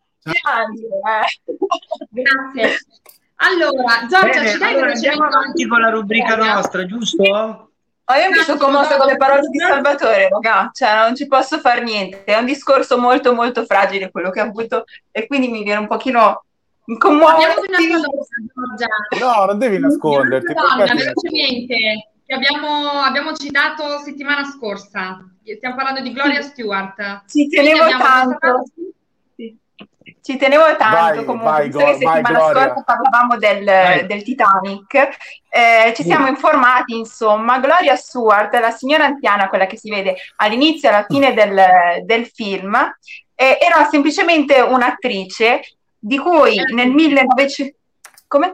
Speaker 1: Grazie. Allora, Giorgia,
Speaker 3: Bene,
Speaker 1: ci dai
Speaker 3: allora andiamo avanti con la rubrica nostra, giusto?
Speaker 2: Oh, io mi sono commossa con le parole di Salvatore, raga, cioè non ci posso fare niente, è un discorso molto molto fragile quello che ha avuto e quindi mi viene un pochino, mi commuove.
Speaker 4: No, non devi nasconderti.
Speaker 1: Donna, velocemente, che abbiamo, abbiamo citato settimana scorsa, stiamo parlando di Gloria Stewart.
Speaker 2: Ci tenevo tanto. Ci tenevo tanto, vai, comunque, vai, visto go, che settimana vai, scorsa parlavamo del, del Titanic, eh, ci siamo informati, insomma, Gloria Stewart, la signora anziana, quella che si vede all'inizio e alla fine del, del film, eh, era semplicemente un'attrice di cui nel millenovecento... Come?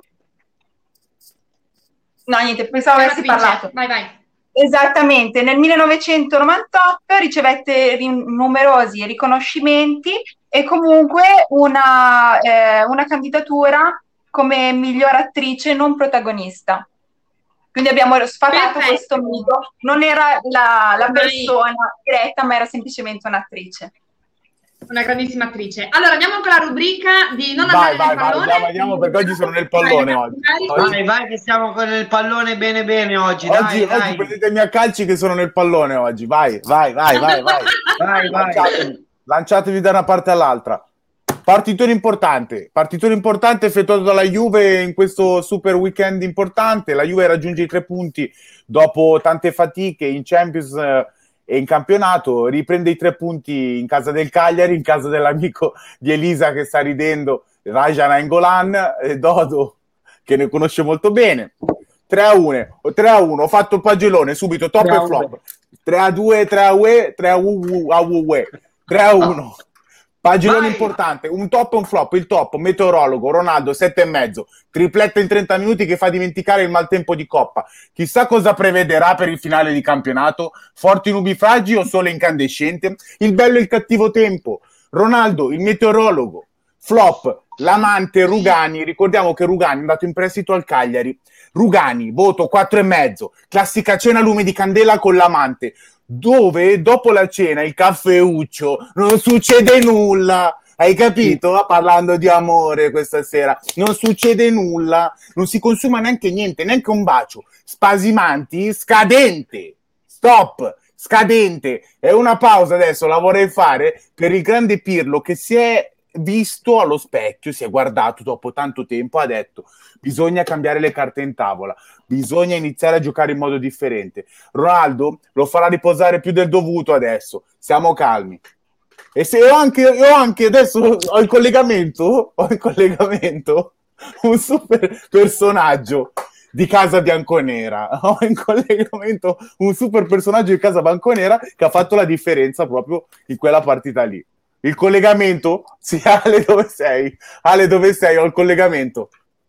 Speaker 2: No, niente, pensavo avessi parlato.
Speaker 1: Vai, vai.
Speaker 2: Esattamente, nel millenovecentonovantotto ricevette rin- numerosi riconoscimenti e comunque una, eh, una candidatura come miglior attrice non protagonista. Quindi abbiamo sfatato Perfetto. questo mito. Non era la, la persona diretta, ma era semplicemente un'attrice.
Speaker 1: Una grandissima attrice. Allora andiamo con la rubrica di non
Speaker 4: vai,
Speaker 1: andare
Speaker 4: vai,
Speaker 1: nel pallone.
Speaker 4: Vai, andiamo, andiamo perché oggi sono nel pallone.
Speaker 1: Vai,
Speaker 4: oggi.
Speaker 3: vai, vai che siamo con il pallone bene bene oggi.
Speaker 4: Oggi,
Speaker 3: dai,
Speaker 4: oggi prendetemi a calci che sono nel pallone oggi. Vai, vai, vai, vai, vai.
Speaker 3: vai, vai.
Speaker 4: Lanciatevi, lanciatevi da una parte all'altra. Partitore importante, partitore importante effettuato dalla Juve in questo super weekend importante. La Juve raggiunge i tre punti dopo tante fatiche in Champions eh, e in campionato, riprende i tre punti in casa del Cagliari, in casa dell'amico di Elisa che sta ridendo, Raja Nainggolan, e Dodo che ne conosce molto bene. tre a uno, tre a uno, ho fatto il pagellone subito, top e flop. tre a due, tre a ue, tre a ue, tre a uno. Pagellone importante, un top e un flop. Il top, meteorologo, Ronaldo, sette e mezzo, tripletta in trenta minuti che fa dimenticare il maltempo di Coppa. Chissà cosa prevederà per il finale di campionato, forti nubifragi o sole incandescente. Il bello e il cattivo tempo. Ronaldo, il meteorologo. Flop, l'amante Rugani. Ricordiamo che Rugani è andato in prestito al Cagliari. Rugani, voto quattro e mezzo, classica cena a lume di candela con l'amante, dove dopo la cena, il caffeuccio, non succede nulla. Hai capito? Parlando di amore questa sera, non succede nulla, non si consuma neanche niente, neanche un bacio. Spasimanti, scadente, stop, scadente. È una pausa adesso, la vorrei fare per il grande Pirlo che si è visto allo specchio, si è guardato dopo tanto tempo, ha detto bisogna cambiare le carte in tavola, bisogna iniziare a giocare in modo differente. Ronaldo lo farà riposare più del dovuto adesso, siamo calmi. E se ho anche, ho anche adesso ho il collegamento, ho il collegamento, un super personaggio di Casa Bianconera, ho in collegamento un super personaggio di Casa Bianconera che ha fatto la differenza proprio in quella partita lì. Il collegamento? Sì, Ale, dove sei? Ale, dove sei? Ho il collegamento.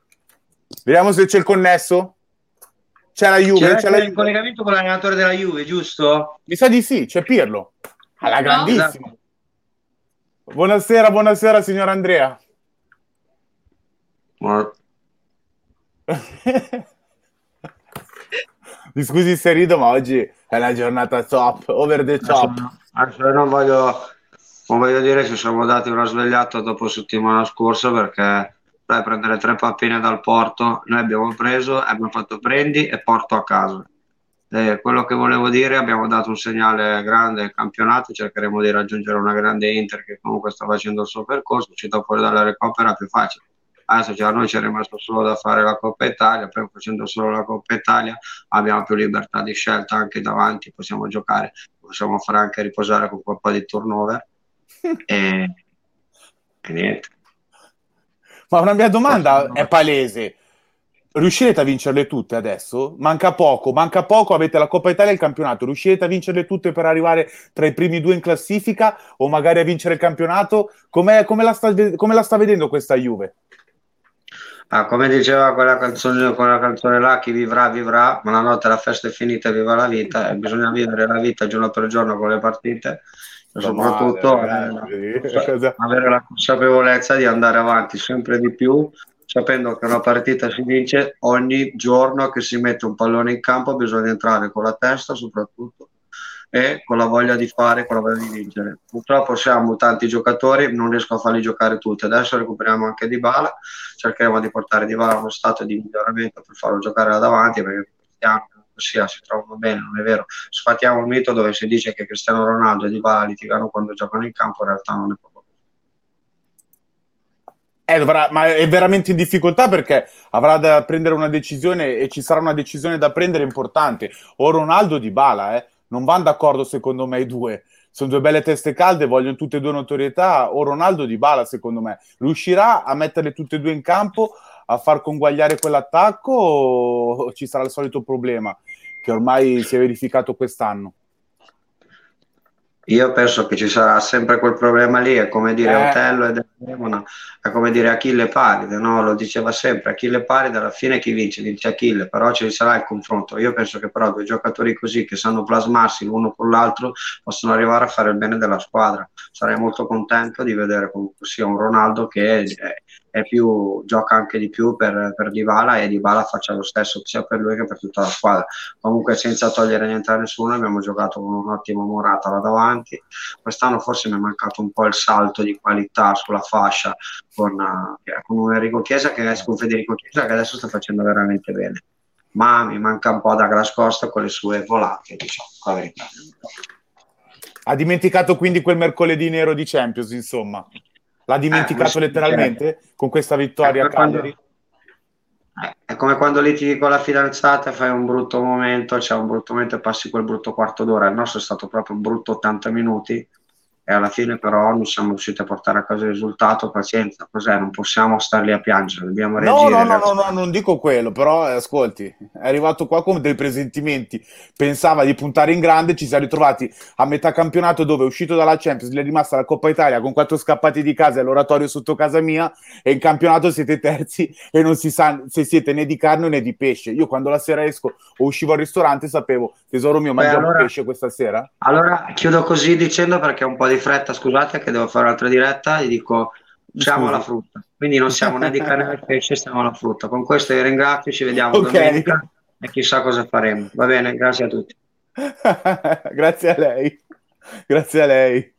Speaker 4: Vediamo se c'è il connesso. C'è la Juve.
Speaker 3: C'è,
Speaker 4: c'è
Speaker 3: c'è
Speaker 4: la
Speaker 3: il
Speaker 4: Juve.
Speaker 3: collegamento con l'allenatore della Juve, giusto?
Speaker 4: Mi sa di sì, c'è Pirlo. Alla grandissima. No? Buonasera, buonasera signor Andrea.
Speaker 3: Ma...
Speaker 4: Mi scusi se rido, ma oggi è una giornata top, over the top.
Speaker 3: Adesso non voglio, non voglio dire ci siamo dati una svegliata dopo settimana scorsa, perché dai, prendere tre pappine dal porto, noi abbiamo preso, abbiamo fatto prendi e porto a casa. Eh, quello che volevo dire, abbiamo dato un segnale grande al campionato, cercheremo di raggiungere una grande Inter che comunque sta facendo il suo percorso, uscita fuori dalla Recoppa era più facile. Adesso già noi ci è rimasto solo da fare la Coppa Italia, poi facendo solo la Coppa Italia abbiamo più libertà di scelta anche davanti, possiamo giocare, possiamo fare anche riposare con un po' di turnover e, e niente.
Speaker 4: Ma una mia domanda è palese: riuscirete a vincerle tutte adesso? Manca poco, manca poco, avete la Coppa Italia e il campionato, riuscirete a vincerle tutte per arrivare tra i primi due in classifica o magari a vincere il campionato? Com'è, come, la sta, come la sta vedendo questa Juve?
Speaker 3: Ah, come diceva quella canzone, quella canzone là, chi vivrà vivrà, ma la notte la festa è finita e viva la vita, e bisogna vivere la vita giorno per giorno con le partite e soprattutto
Speaker 4: male,
Speaker 3: avere, avere la consapevolezza di andare avanti sempre di più, sapendo che una partita si vince ogni giorno che si mette un pallone in campo, bisogna entrare con la testa soprattutto e con la voglia di fare, con la voglia di vincere. Purtroppo siamo tanti giocatori, non riesco a farli giocare tutti. Adesso recuperiamo anche Dybala, cercheremo di portare Dybala a uno stato di miglioramento per farlo giocare da davanti, perché Cristiano sia, si trovano bene, non è vero. Sfatiamo il mito dove si dice che Cristiano Ronaldo e Dybala litigano quando giocano in campo, in realtà non è proprio
Speaker 4: Eh, dovrà, ma è veramente in difficoltà perché avrà da prendere una decisione e ci sarà una decisione da prendere importante. O Ronaldo o Dybala, eh. Non vanno d'accordo secondo me i due. Sono due belle teste calde, vogliono tutte e due notorietà. O Ronaldo o Dybala, secondo me. Riuscirà a metterle tutte e due in campo, a far conguagliare quell'attacco, o ci sarà il solito problema che ormai si è verificato quest'anno?
Speaker 3: Io penso che ci sarà sempre quel problema lì, è come dire
Speaker 4: Eh.
Speaker 3: Otello e Desdemona, è come dire Achille Paride, no? Lo diceva sempre, Achille Paride alla fine chi vince? Vince Achille, però ci sarà il confronto. Io penso che però due giocatori così che sanno plasmarsi l'uno con l'altro possono arrivare a fare il bene della squadra. Sarei molto contento di vedere comunque sia un Ronaldo che è, è più, gioca anche di più per, per Dybala e Dybala faccia lo stesso sia per lui che per tutta la squadra. Comunque senza togliere niente a nessuno abbiamo giocato con un ottimo Morata là davanti. Quest'anno forse mi è mancato un po' il salto di qualità sulla fascia con, uh, con un Enrico Chiesa che è con Federico Chiesa che adesso sta facendo veramente bene, ma mi manca un po' da Grascosta con le sue volate, diciamo la verità.
Speaker 4: Ha dimenticato quindi quel mercoledì nero di Champions, insomma l'ha dimenticato eh, letteralmente certo. Con questa vittoria a Cagliari.
Speaker 3: È come quando litighi con la fidanzata e fai un brutto momento, c'è un brutto momento e passi quel brutto quarto d'ora. Il nostro è stato proprio un brutto ottanta minuti e alla fine però non siamo riusciti a portare a casa il risultato. Pazienza, cos'è? Non possiamo star lì a piangere, dobbiamo reagire.
Speaker 4: No, no, no, no, no, non dico quello, però eh, ascolti, è arrivato qua con dei presentimenti, pensava di puntare in grande, ci siamo ritrovati a metà campionato dove è uscito dalla Champions, gli è rimasta la Coppa Italia con quattro scappati di casa e l'oratorio sotto casa mia, e in campionato siete terzi e non si sa se siete né di carne né di pesce. Io quando la sera esco o uscivo al ristorante sapevo, tesoro mio, mangiamo Beh, allora, pesce questa sera?
Speaker 3: Allora chiudo così dicendo, perché ho un po' di fretta, scusate che devo fare un'altra diretta, e dico siamo alla frutta, quindi non siamo né di carne né pesce, siamo alla frutta. Con questo vi ringrazio, ci vediamo okay. domenica e chissà cosa faremo. Va bene, grazie a tutti.
Speaker 4: Grazie a lei, grazie a lei.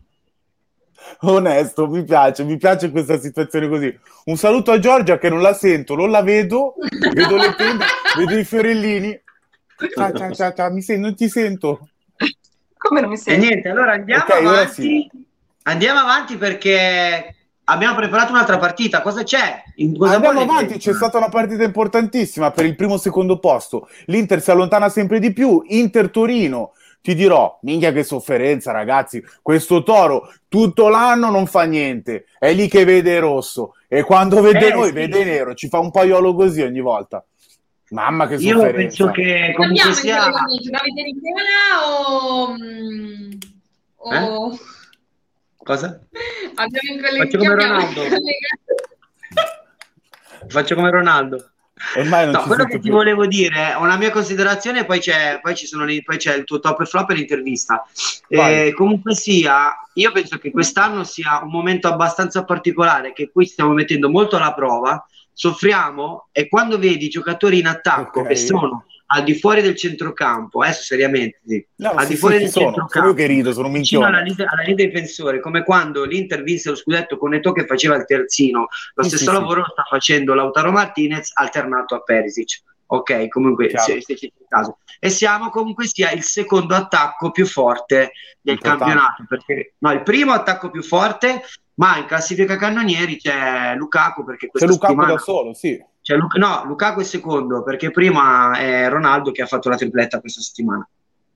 Speaker 4: Onesto, mi piace, mi piace questa situazione così. Un saluto a Giorgia che non la sento, non la vedo, vedo le tende, vedo i fiorellini. Ciao, ciao, ciao, ciao. Mi sento, non ti sento.
Speaker 2: Come non mi sento?
Speaker 3: E niente, allora andiamo okay, avanti. Sì. Andiamo avanti perché abbiamo preparato un'altra partita. Cosa c'è? In cosa
Speaker 4: Andiamo avanti, c'è stata una partita importantissima per il primo e secondo posto. L'Inter si allontana sempre di più. Inter-Torino. Ti dirò, minchia che sofferenza ragazzi, questo Toro tutto l'anno non fa niente, è lì che vede rosso e quando vede eh, noi sì. vede nero, ci fa un paiolo così ogni volta. Mamma che sofferenza.
Speaker 3: Io penso che comunque sia...
Speaker 1: Davide Nicola o... o...
Speaker 3: Eh? Cosa?
Speaker 1: Abbiamo in
Speaker 3: Faccio come Ronaldo. Faccio come Ronaldo.
Speaker 4: Ormai non
Speaker 3: No,
Speaker 4: ci
Speaker 3: quello
Speaker 4: sento
Speaker 3: che ti
Speaker 4: più.
Speaker 3: volevo dire è una mia considerazione, poi c'è, poi ci sono, le- poi c'è il tuo top e flop e l'intervista.
Speaker 4: Vai.
Speaker 3: Eh, comunque sia, io penso che quest'anno sia un momento abbastanza particolare, che qui stiamo mettendo molto alla prova, soffriamo, e quando vedi i giocatori in attacco
Speaker 4: Ok.
Speaker 3: che sono al di fuori del centrocampo, adesso seriamente, sì,
Speaker 4: No,
Speaker 3: al
Speaker 4: sì,
Speaker 3: di
Speaker 4: sì,
Speaker 3: fuori
Speaker 4: ci
Speaker 3: del
Speaker 4: sono. Sono io
Speaker 3: centrocampo,
Speaker 4: che rido, sono un
Speaker 3: vicino alla
Speaker 4: minchione.
Speaker 3: linea, alla linea difensore, come quando l'Inter vinse lo scudetto con Eto'o che faceva il terzino, lo
Speaker 4: Sì,
Speaker 3: stesso
Speaker 4: sì, sì,
Speaker 3: lavoro lo sta facendo Lautaro Martinez alternato a Perisic. Ok, comunque
Speaker 4: chiaro.
Speaker 3: se, se c'è il caso. E siamo comunque sia il secondo attacco più forte del
Speaker 4: Importante.
Speaker 3: campionato, perché no, il primo attacco più forte, ma in classifica cannonieri c'è Lukaku, perché
Speaker 4: C'è
Speaker 3: questa
Speaker 4: Lukaku
Speaker 3: settimana
Speaker 4: da solo, sì.
Speaker 3: c'è Lu- no, Lukaku è secondo, perché prima è Ronaldo che ha fatto la tripletta questa settimana.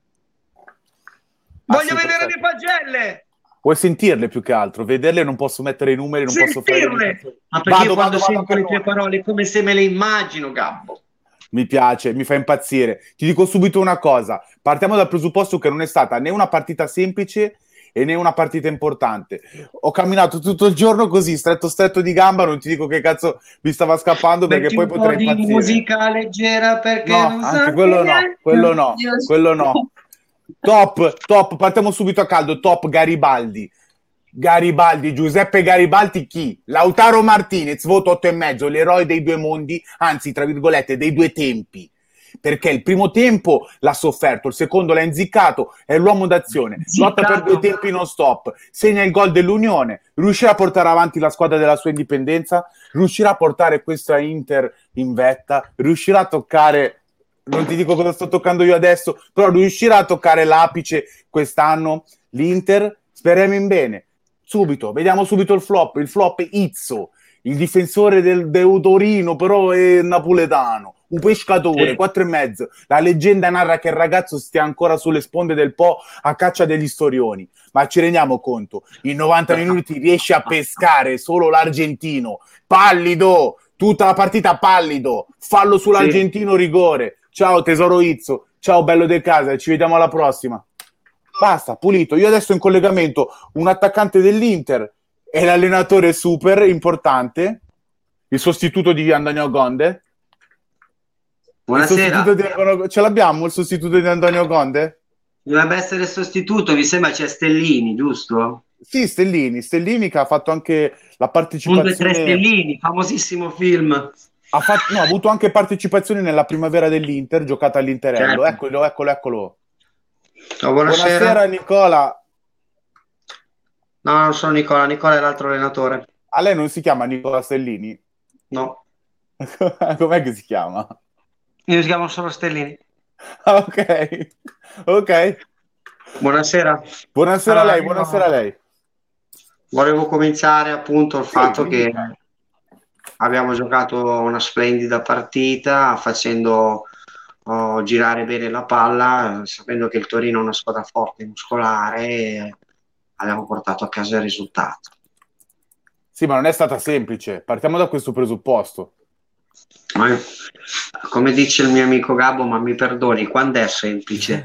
Speaker 4: Ah,
Speaker 3: Voglio
Speaker 4: sì,
Speaker 3: vedere
Speaker 4: perfetto.
Speaker 3: le pagelle!
Speaker 4: Puoi sentirle più che altro, vederle non posso mettere i numeri, non posso fare le
Speaker 3: Sentirle!
Speaker 4: imitazioni.
Speaker 3: Ma perché io
Speaker 4: Vado,
Speaker 3: quando
Speaker 4: vado, vado,
Speaker 3: sento le tue
Speaker 4: cannone.
Speaker 3: parole è come se me le immagino, Gabbo.
Speaker 4: Mi piace, mi fa impazzire. Ti dico subito una cosa, partiamo dal presupposto che non è stata né una partita semplice e né una partita importante. Ho camminato tutto il giorno così, stretto stretto di gamba, non ti dico che cazzo mi stava scappando perché
Speaker 3: Metti
Speaker 4: poi
Speaker 3: un po'
Speaker 4: potrei
Speaker 3: di
Speaker 4: impazzire.
Speaker 3: musica leggera perché
Speaker 4: No,
Speaker 3: non
Speaker 4: anche
Speaker 3: so
Speaker 4: quello
Speaker 3: che
Speaker 4: no,
Speaker 3: è.
Speaker 4: quello no,
Speaker 6: Io-
Speaker 4: quello no. Top, top, partiamo subito a caldo, top Garibaldi. Garibaldi, Giuseppe Garibaldi chi? Lautaro Martinez, voto otto e mezzo, l'eroe dei due mondi, anzi tra virgolette dei due tempi, perché il primo tempo l'ha sofferto, il secondo l'ha inziccato, è l'uomo d'azione, lotta per due tempi non stop, segna il gol dell'Unione, riuscirà a portare avanti la squadra della sua indipendenza, riuscirà a portare questa Inter in vetta, riuscirà a toccare, non ti dico cosa sto toccando io adesso, però riuscirà a toccare l'apice quest'anno l'Inter, speriamo in bene. Subito, vediamo subito il flop, il flop è Izzo, il difensore del, del Torino, però è napoletano, un pescatore,
Speaker 3: Sì.
Speaker 4: quattro e mezzo. La leggenda narra che il ragazzo stia ancora sulle sponde del Po a caccia degli storioni, ma ci rendiamo conto, in novanta minuti riesce a pescare solo l'argentino, pallido, tutta la partita pallido, fallo sull'argentino, rigore. Ciao tesoro Izzo, ciao bello del casa, ci vediamo alla prossima. Basta, pulito. Io adesso in collegamento un attaccante dell'Inter e l'allenatore super importante, il sostituto di Antonio Conte.
Speaker 3: Buonasera.
Speaker 4: Il sostituto di... Ce l'abbiamo il sostituto di Antonio Conte?
Speaker 3: Dovrebbe essere il sostituto, mi sembra c'è Stellini, giusto?
Speaker 4: Sì, Stellini. Stellini che ha fatto anche la
Speaker 3: Un,
Speaker 4: partecipazione...
Speaker 3: due, tre Stellini, famosissimo film.
Speaker 4: Ha, fatto... no, ha avuto anche partecipazione nella primavera dell'Inter, giocata all'Interello.
Speaker 3: Certo.
Speaker 4: Eccolo, eccolo, eccolo.
Speaker 3: Oh, buonasera.
Speaker 4: Buonasera Nicola.
Speaker 3: No, non sono Nicola, Nicola è l'altro allenatore.
Speaker 4: A lei non si chiama Nicola Stellini?
Speaker 3: No,
Speaker 4: Com'è che si chiama?
Speaker 3: io si chiamo solo Stellini.
Speaker 4: Ah, ok, ok.
Speaker 3: Buonasera.
Speaker 4: Buonasera
Speaker 3: Allora,
Speaker 4: a lei,
Speaker 3: io
Speaker 4: buonasera a lei.
Speaker 3: Volevo cominciare appunto il
Speaker 4: Sì,
Speaker 3: fatto
Speaker 4: mi
Speaker 3: che
Speaker 4: dica.
Speaker 3: abbiamo giocato una splendida partita facendo oh, girare bene la palla, sapendo che il Torino è una squadra forte, muscolare, e abbiamo portato a casa il risultato.
Speaker 4: Sì, ma non è stata semplice. Partiamo da questo presupposto.
Speaker 3: Ma io- come dice il mio amico Gabbo, ma mi perdoni, quando è semplice?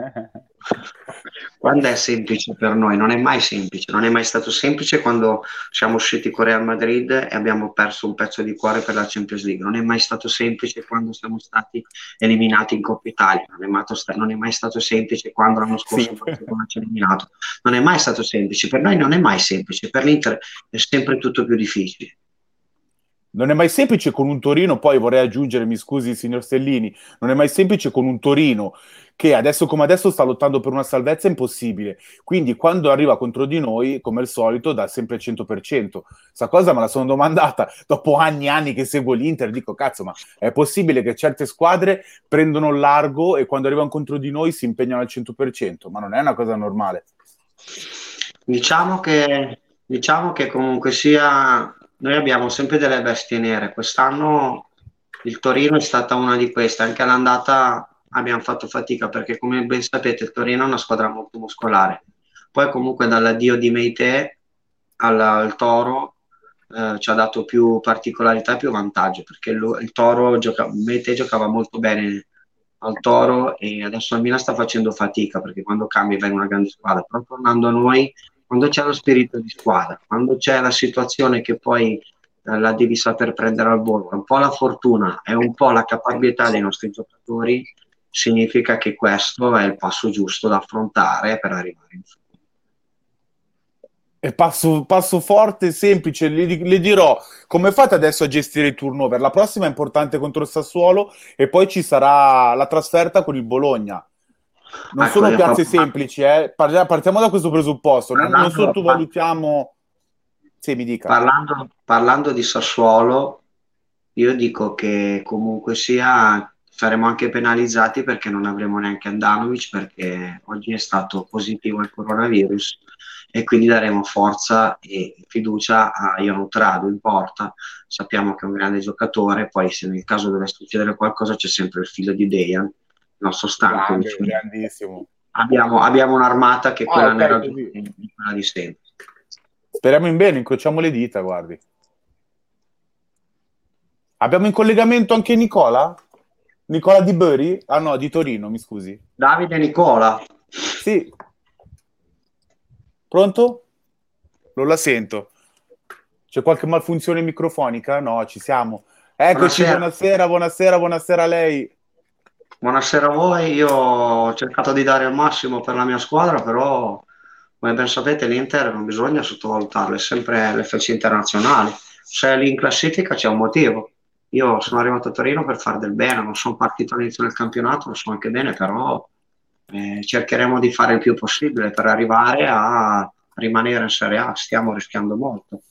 Speaker 3: Quando è semplice per noi? Non è mai semplice, non è mai stato semplice quando siamo usciti con Real Madrid e abbiamo perso un pezzo di cuore per la Champions League, non è mai stato semplice quando siamo stati eliminati in Coppa Italia, non è mai, sta- non è mai stato semplice quando l'anno scorso
Speaker 4: Sì.
Speaker 3: il Barcellona ci ha eliminato, non è mai stato semplice, per noi non è mai semplice, per l'Inter è sempre tutto più difficile.
Speaker 4: Non è mai semplice con un Torino, poi vorrei aggiungere, mi scusi signor Stellini, non è mai semplice con un Torino che adesso come adesso sta lottando per una salvezza impossibile, quindi quando arriva contro di noi, come al solito, dà sempre il cento per cento. Sta cosa me la sono domandata dopo anni e anni che seguo l'Inter, dico cazzo, ma è possibile che certe squadre prendono il largo e quando arrivano contro di noi si impegnano al cento per cento, ma non è una cosa normale.
Speaker 3: Diciamo che, diciamo che comunque sia, noi abbiamo sempre delle bestie nere. Quest'anno il Torino è stata una di queste, anche all'andata abbiamo fatto fatica perché, come ben sapete, il Torino è una squadra molto muscolare. Poi comunque dall'addio di Meite al, al Toro eh, ci ha dato più particolarità e più vantaggio, perché il, il Toro gioca, Meite giocava molto bene al Toro e adesso al Milan sta facendo fatica perché quando cambia va in una grande squadra, però tornando a noi, quando c'è lo spirito di squadra, quando c'è la situazione che poi la devi saper prendere al volo. È un po' la fortuna, è un po' la capacità dei nostri giocatori, significa che questo è il passo giusto da affrontare per arrivare in fondo.
Speaker 4: E passo, passo forte, semplice, le, le dirò come fate adesso a gestire il turnover. La prossima è importante contro il Sassuolo e poi ci sarà la trasferta con il Bologna. Non
Speaker 3: ecco,
Speaker 4: sono piazze
Speaker 3: proprio...
Speaker 4: semplici, eh. Partiamo da questo presupposto, non, non
Speaker 3: parlando,
Speaker 4: sottovalutiamo... Sì, mi dica.
Speaker 3: Parlando, parlando di Sassuolo, io dico che comunque sia saremo anche penalizzati perché non avremo neanche Andanovic, perché oggi è stato positivo il coronavirus, e quindi daremo forza e fiducia a Jon Utradu in porta. Sappiamo che è un grande giocatore, poi se nel caso dovesse succedere qualcosa c'è sempre il figlio di Dejan, il nostro stanco.
Speaker 4: Grande, grandissimo.
Speaker 3: Abbiamo, abbiamo un'armata che
Speaker 4: Ah,
Speaker 3: quella
Speaker 4: ok,
Speaker 3: nera
Speaker 4: così.
Speaker 3: è quella di sempre.
Speaker 4: Speriamo in bene, incrociamo le dita, guardi. Abbiamo in collegamento anche Nicola? Nicola Di Bari? Ah no, di Torino, mi scusi.
Speaker 3: Davide Nicola.
Speaker 4: Sì. Pronto? Non la sento. C'è qualche malfunzione microfonica? No, ci siamo. Eccoci,
Speaker 3: Buonasera.
Speaker 4: buonasera, buonasera, buonasera a lei.
Speaker 3: Buonasera a voi, io ho cercato di dare il massimo per la mia squadra, però come ben sapete l'Inter non bisogna sottovalutarlo, è sempre l'F C internazionale. Se è lì in classifica c'è un motivo. Io sono arrivato a Torino per fare del bene, non sono partito all'inizio del campionato, lo so anche bene, però eh, cercheremo di fare il più possibile per arrivare a rimanere in Serie A, stiamo rischiando molto.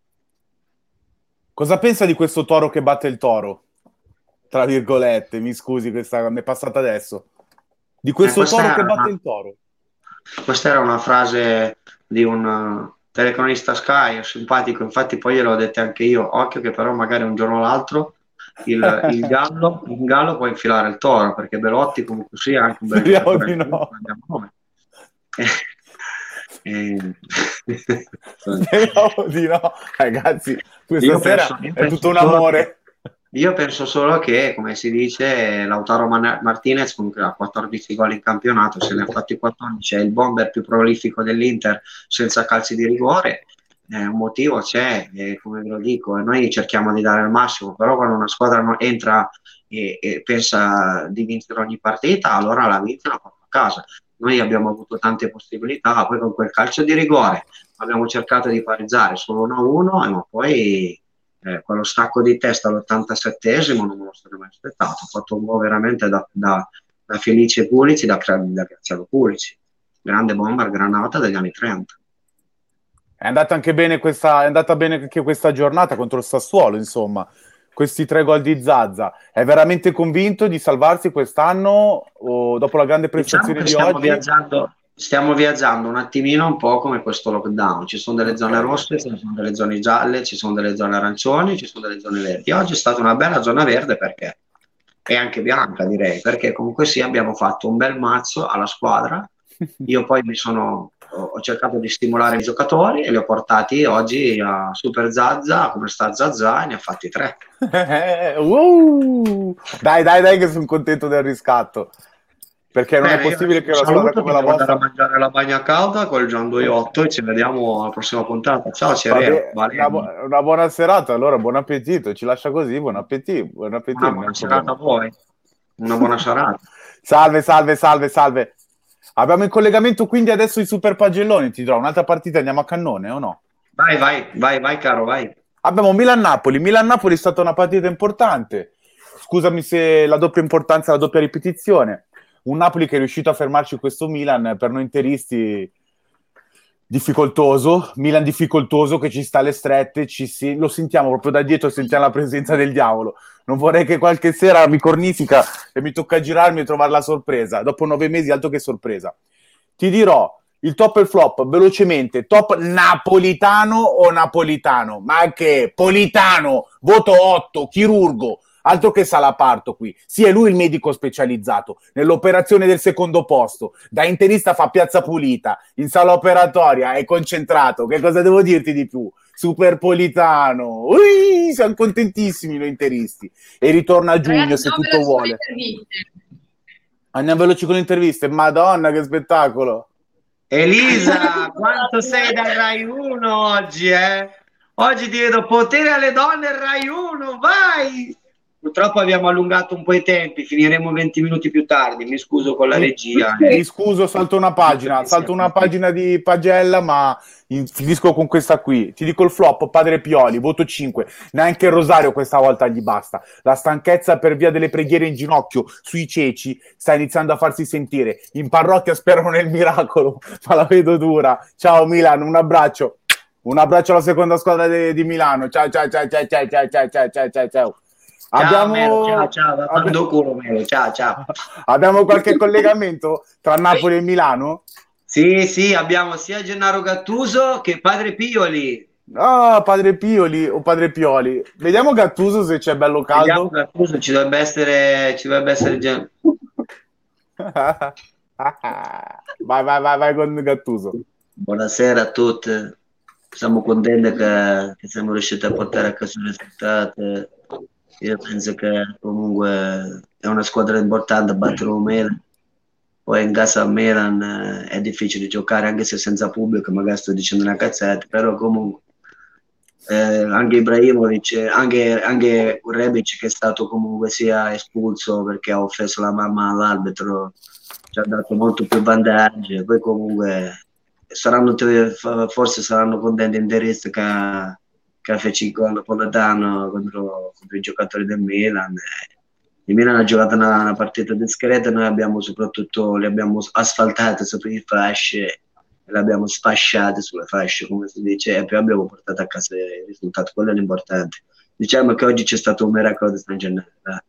Speaker 4: Cosa pensa di questo toro che batte il toro? Tra virgolette, mi scusi, questa mi è passata adesso. Di questo
Speaker 3: Eh,
Speaker 4: toro che
Speaker 3: era
Speaker 4: batte
Speaker 3: una,
Speaker 4: il toro.
Speaker 3: questa era una frase di un uh, telecronista Sky, è simpatico, infatti poi gliel'ho detto anche io, occhio che però magari un giorno o l'altro il, il, gallo, il gallo può infilare il toro, perché Belotti comunque sia anche un bel
Speaker 4: Speriamo
Speaker 3: giocatore.
Speaker 4: di no.
Speaker 3: Eh,
Speaker 4: Speriamo di no. Ragazzi, questa
Speaker 3: io
Speaker 4: sera
Speaker 3: penso, io
Speaker 4: è
Speaker 3: penso
Speaker 4: tutto un
Speaker 3: solo
Speaker 4: amore.
Speaker 3: che, io penso solo che, come si dice, Lautaro Man- Martinez comunque ha quattordici gol in campionato, se ne ha fatti quattordici, è il bomber più prolifico dell'Inter senza calci di rigore. Eh, un motivo c'è, eh, come ve lo dico, e noi cerchiamo di dare il massimo, però quando una squadra non entra e, e pensa di vincere ogni partita, allora la vince e la porta a casa. Noi abbiamo avuto tante possibilità, poi con quel calcio di rigore abbiamo cercato di pareggiare solo uno a uno, ma poi eh, quello stacco di testa all'ottantasettesimo non me lo sarei mai aspettato, ho fatto un gol veramente da, da, da Felice Pulici, da, da Graziano Pulici, grande bomber granata degli anni trenta.
Speaker 4: È andata anche bene questa, è andata bene anche questa giornata contro il Sassuolo, insomma. Questi tre gol di Zaza. È veramente convinto di salvarsi quest'anno o dopo la grande prestazione
Speaker 3: Diciamo
Speaker 4: di
Speaker 3: stiamo
Speaker 4: oggi?
Speaker 3: Viaggiando, stiamo viaggiando un attimino un po' come questo lockdown. Ci sono delle zone
Speaker 4: Okay.
Speaker 3: rosse, ci sono delle zone gialle, ci sono delle zone arancioni, ci sono delle zone verdi. Oggi è stata una bella zona verde perché e anche bianca, direi, perché comunque sì, abbiamo fatto un bel mazzo alla squadra. Io poi mi sono ho cercato di stimolare i giocatori e li ho portati oggi a Super Zazza, come sta Zazza, e ne ha fatti tre.
Speaker 4: uh, dai, dai, dai, che sono contento del riscatto. Perché non
Speaker 3: Bene,
Speaker 4: è possibile
Speaker 3: io
Speaker 4: che una squadra come la
Speaker 3: devo andare
Speaker 4: vostra...
Speaker 3: a mangiare la bagna calda con il Gianduiotto e ci vediamo alla prossima puntata. Ciao, Cerero.
Speaker 4: Vabbè, una, bu- una buona serata, allora buon appetito. Ci lascia così, buon appetito. Buon appetito,
Speaker 3: Una buona serata a voi. Una buona serata.
Speaker 4: Salve, salve, salve, salve. Abbiamo in collegamento quindi adesso i Super Pagelloni. Ti do un'altra partita, andiamo a cannone o no?
Speaker 3: Vai, vai, vai, vai, caro, vai.
Speaker 4: Abbiamo Milan-Napoli. Milan-Napoli è stata una partita importante. Scusami se la doppia importanza, la doppia ripetizione. Un Napoli che è riuscito a fermarci questo Milan, per noi interisti difficoltoso, Milan difficoltoso che ci sta alle strette, ci si... lo sentiamo proprio da dietro, sentiamo la presenza del diavolo. Non vorrei che qualche sera mi cornifica e mi tocca girarmi e trovare la sorpresa. Dopo nove mesi, altro che sorpresa. Ti dirò, il top e il flop, velocemente. Top napolitano o napolitano? Ma che? Politano, voto otto, chirurgo. Altro che Salaparto qui. Sì, è lui il medico specializzato nell'operazione del secondo posto. Da interista fa piazza pulita, in sala operatoria è concentrato. Che cosa devo dirti di più? Super Politano. Ui, siamo contentissimi noi interisti. E ritorna a giugno. Ragazzi, se tutto vuole. Andiamo veloci con le interviste. Madonna, che spettacolo.
Speaker 3: Elisa, quanto sei dal Rai uno oggi, eh? Oggi ti vedo potere alle donne, Rai uno, vai! Purtroppo abbiamo allungato un po' i tempi, finiremo venti minuti più tardi, mi scuso con la regia.
Speaker 4: Mi eh. scuso, salto una pagina, salto una pagina di pagella, ma finisco con questa qui. Ti dico il flop, Padre Pioli, voto cinque. Neanche il rosario questa volta gli basta. La stanchezza per via delle preghiere in ginocchio sui ceci sta iniziando a farsi sentire. In parrocchia sperano nel miracolo, ma la vedo dura. Ciao Milan, un abbraccio. Un abbraccio alla seconda squadra di, di Milano. Ciao, ciao, ciao, ciao, ciao, ciao, ciao, ciao, ciao, ciao, ciao.
Speaker 3: Ciao,
Speaker 4: Abbiamo...
Speaker 3: Melo, ciao, ciao, abbiamo... Culo, Melo. Ciao, ciao.
Speaker 4: Abbiamo qualche collegamento tra Napoli e Milano?
Speaker 3: Sì, sì, abbiamo sia Gennaro Gattuso che Padre Pioli.
Speaker 4: Ah, Padre Pioli o Padre Pioli. Vediamo Gattuso se c'è bello caldo.
Speaker 3: Vediamo Gattuso, ci dovrebbe essere, ci dovrebbe essere Gen...
Speaker 4: Vai, vai, vai, vai con Gattuso.
Speaker 3: Buonasera a tutti. Siamo contenti che, che siamo riusciti a portare a casa il risultato. Io penso che comunque è una squadra importante battere un Milan. Poi in casa a Milan eh, è difficile giocare anche se senza pubblico, magari sto dicendo una cazzata, però comunque eh, anche Ibrahimovic, anche, anche Rebic che è stato comunque sia espulso perché ha offeso la mamma all'arbitro, ci ha dato molto più vantaggi. Poi comunque saranno forse saranno contenti interisti che, che fece il gol napoletano contro, contro i giocatori del Milan. Il Milan ha giocato una, una partita discreta, noi abbiamo soprattutto le abbiamo asfaltate sopra i fasce e le abbiamo sfasciate sulle fasce, come si dice, e poi abbiamo portato a casa il risultato. Quello è l'importante. Diciamo che oggi c'è stato un miracolo di San Gennaro.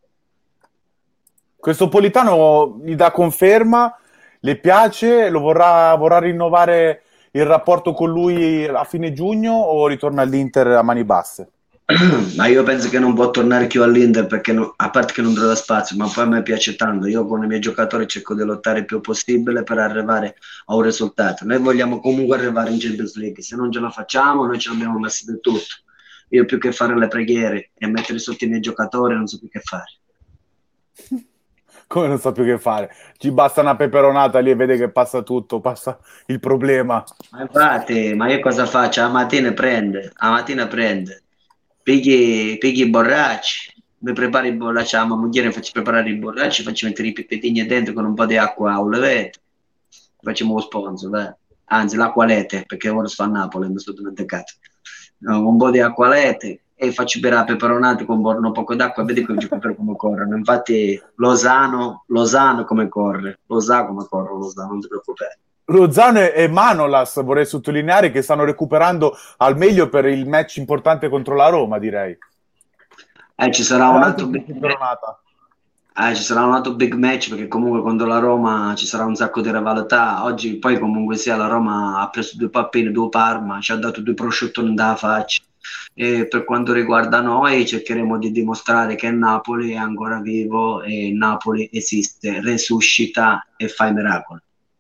Speaker 4: Questo Politano gli dà conferma, le piace, lo vorrà, vorrà rinnovare il rapporto con lui a fine giugno o ritorna all'Inter a mani basse?
Speaker 3: Ma io penso che non può tornare più all'Inter perché no, a parte che non trova spazio, ma poi a me piace tanto. Io con i miei giocatori cerco di lottare il più possibile per arrivare a un risultato. Noi vogliamo comunque arrivare in Champions League, se non ce la facciamo noi ce l'abbiamo messo di tutto. Io più che fare le preghiere e mettere sotto i miei giocatori non so più che fare.
Speaker 4: Come non so più che fare? Ci basta una peperonata lì e vede che passa tutto, passa il problema.
Speaker 3: Ma infatti, ma io cosa faccio? A mattina prende, a mattina prende, pigli, pigli i borracci, mi prepari i borracci, la moglie mi faccio preparare i borracci, faccio mettere i pippettini dentro con un po' di acqua a ulevete, facciamo lo sponsor, eh. Anzi l'acqualete, perché ora sto a Napoli, mi sto dimenticato, no, un po' di acqualete, e faccio bere la peperonata con un poco d'acqua e vedi che il giocatore come corrono. Infatti Lozano, Lozano come corre, Lozano come corre, Lozano, non ti preoccupare.
Speaker 4: Lozano e Manolas vorrei sottolineare che stanno recuperando al meglio per il match importante contro la Roma, direi.
Speaker 3: Eh, ci sarà un altro big match. Eh, ci sarà un altro big match perché comunque contro la Roma ci sarà un sacco di rivalità. Oggi poi comunque sia la Roma ha preso due pappine, due Parma, ci ha dato due prosciuttoni da faccia. E per quanto riguarda noi cercheremo di dimostrare che Napoli è ancora vivo e Napoli esiste, resuscita e fa i miracoli.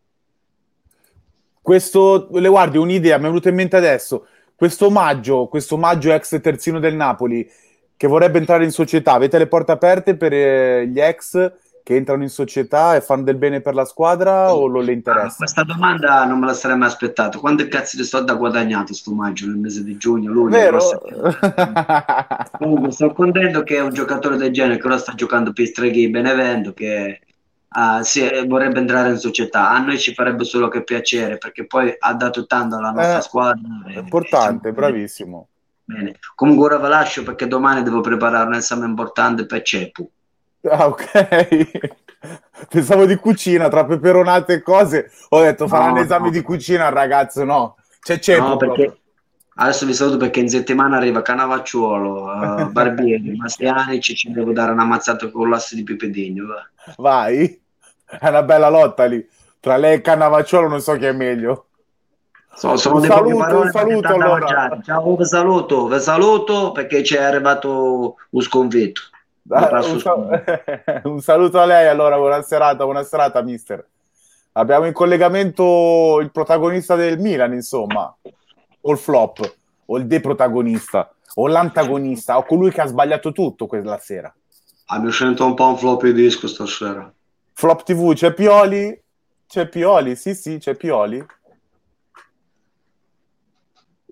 Speaker 4: Questo, le guardi, un'idea mi è venuta in mente adesso, questo omaggio, questo omaggio ex terzino del Napoli che vorrebbe entrare in società, avete le porte aperte per eh, gli ex che entrano in società e fanno del bene per la squadra o non le interessa?
Speaker 3: Ah, questa domanda non me la sarei mai aspettato. Quanto cazzo di soldi ha guadagnato sto maggio nel mese di giugno, luglio?
Speaker 4: Vero?
Speaker 3: Comunque sono contento che è un giocatore del genere che ora sta giocando per i Streghi Benevento che uh, si, vorrebbe entrare in società. A noi ci farebbe solo che piacere perché poi ha dato tanto alla nostra
Speaker 4: eh,
Speaker 3: squadra.
Speaker 4: È importante, e, bravissimo.
Speaker 3: Bene. Comunque ora ve lascio perché domani devo preparare un esame importante per Cepu.
Speaker 4: Ah, ok. Pensavo di cucina, tra peperonate e cose. Ho detto, faranno
Speaker 3: no,
Speaker 4: esami
Speaker 3: no.
Speaker 4: di cucina al ragazzo, no. C'è c'è
Speaker 3: no, perché adesso vi saluto perché in settimana arriva Canavacciuolo, uh, Barbieri, Mastiani, ci, ci devo dare una mazzata con l'asse di Pipedino. Va.
Speaker 4: Vai. È una bella lotta lì. Tra lei e Cannavacciuolo non so chi è meglio.
Speaker 3: So, sono
Speaker 4: un, saluto, un saluto, allora.
Speaker 3: Ciao, vi saluto, vi saluto perché ci è arrivato un sconfitto.
Speaker 4: Ah, un, sal- un saluto a lei allora, buona serata, buona serata mister. Abbiamo in collegamento il protagonista del Milan, insomma, o il flop, o il deprotagonista, o l'antagonista, o colui che ha sbagliato tutto quella sera.
Speaker 3: Ah, mi sento un po' un floppy disco stasera.
Speaker 4: Flop tivù, c'è Pioli? C'è Pioli, sì sì, c'è Pioli.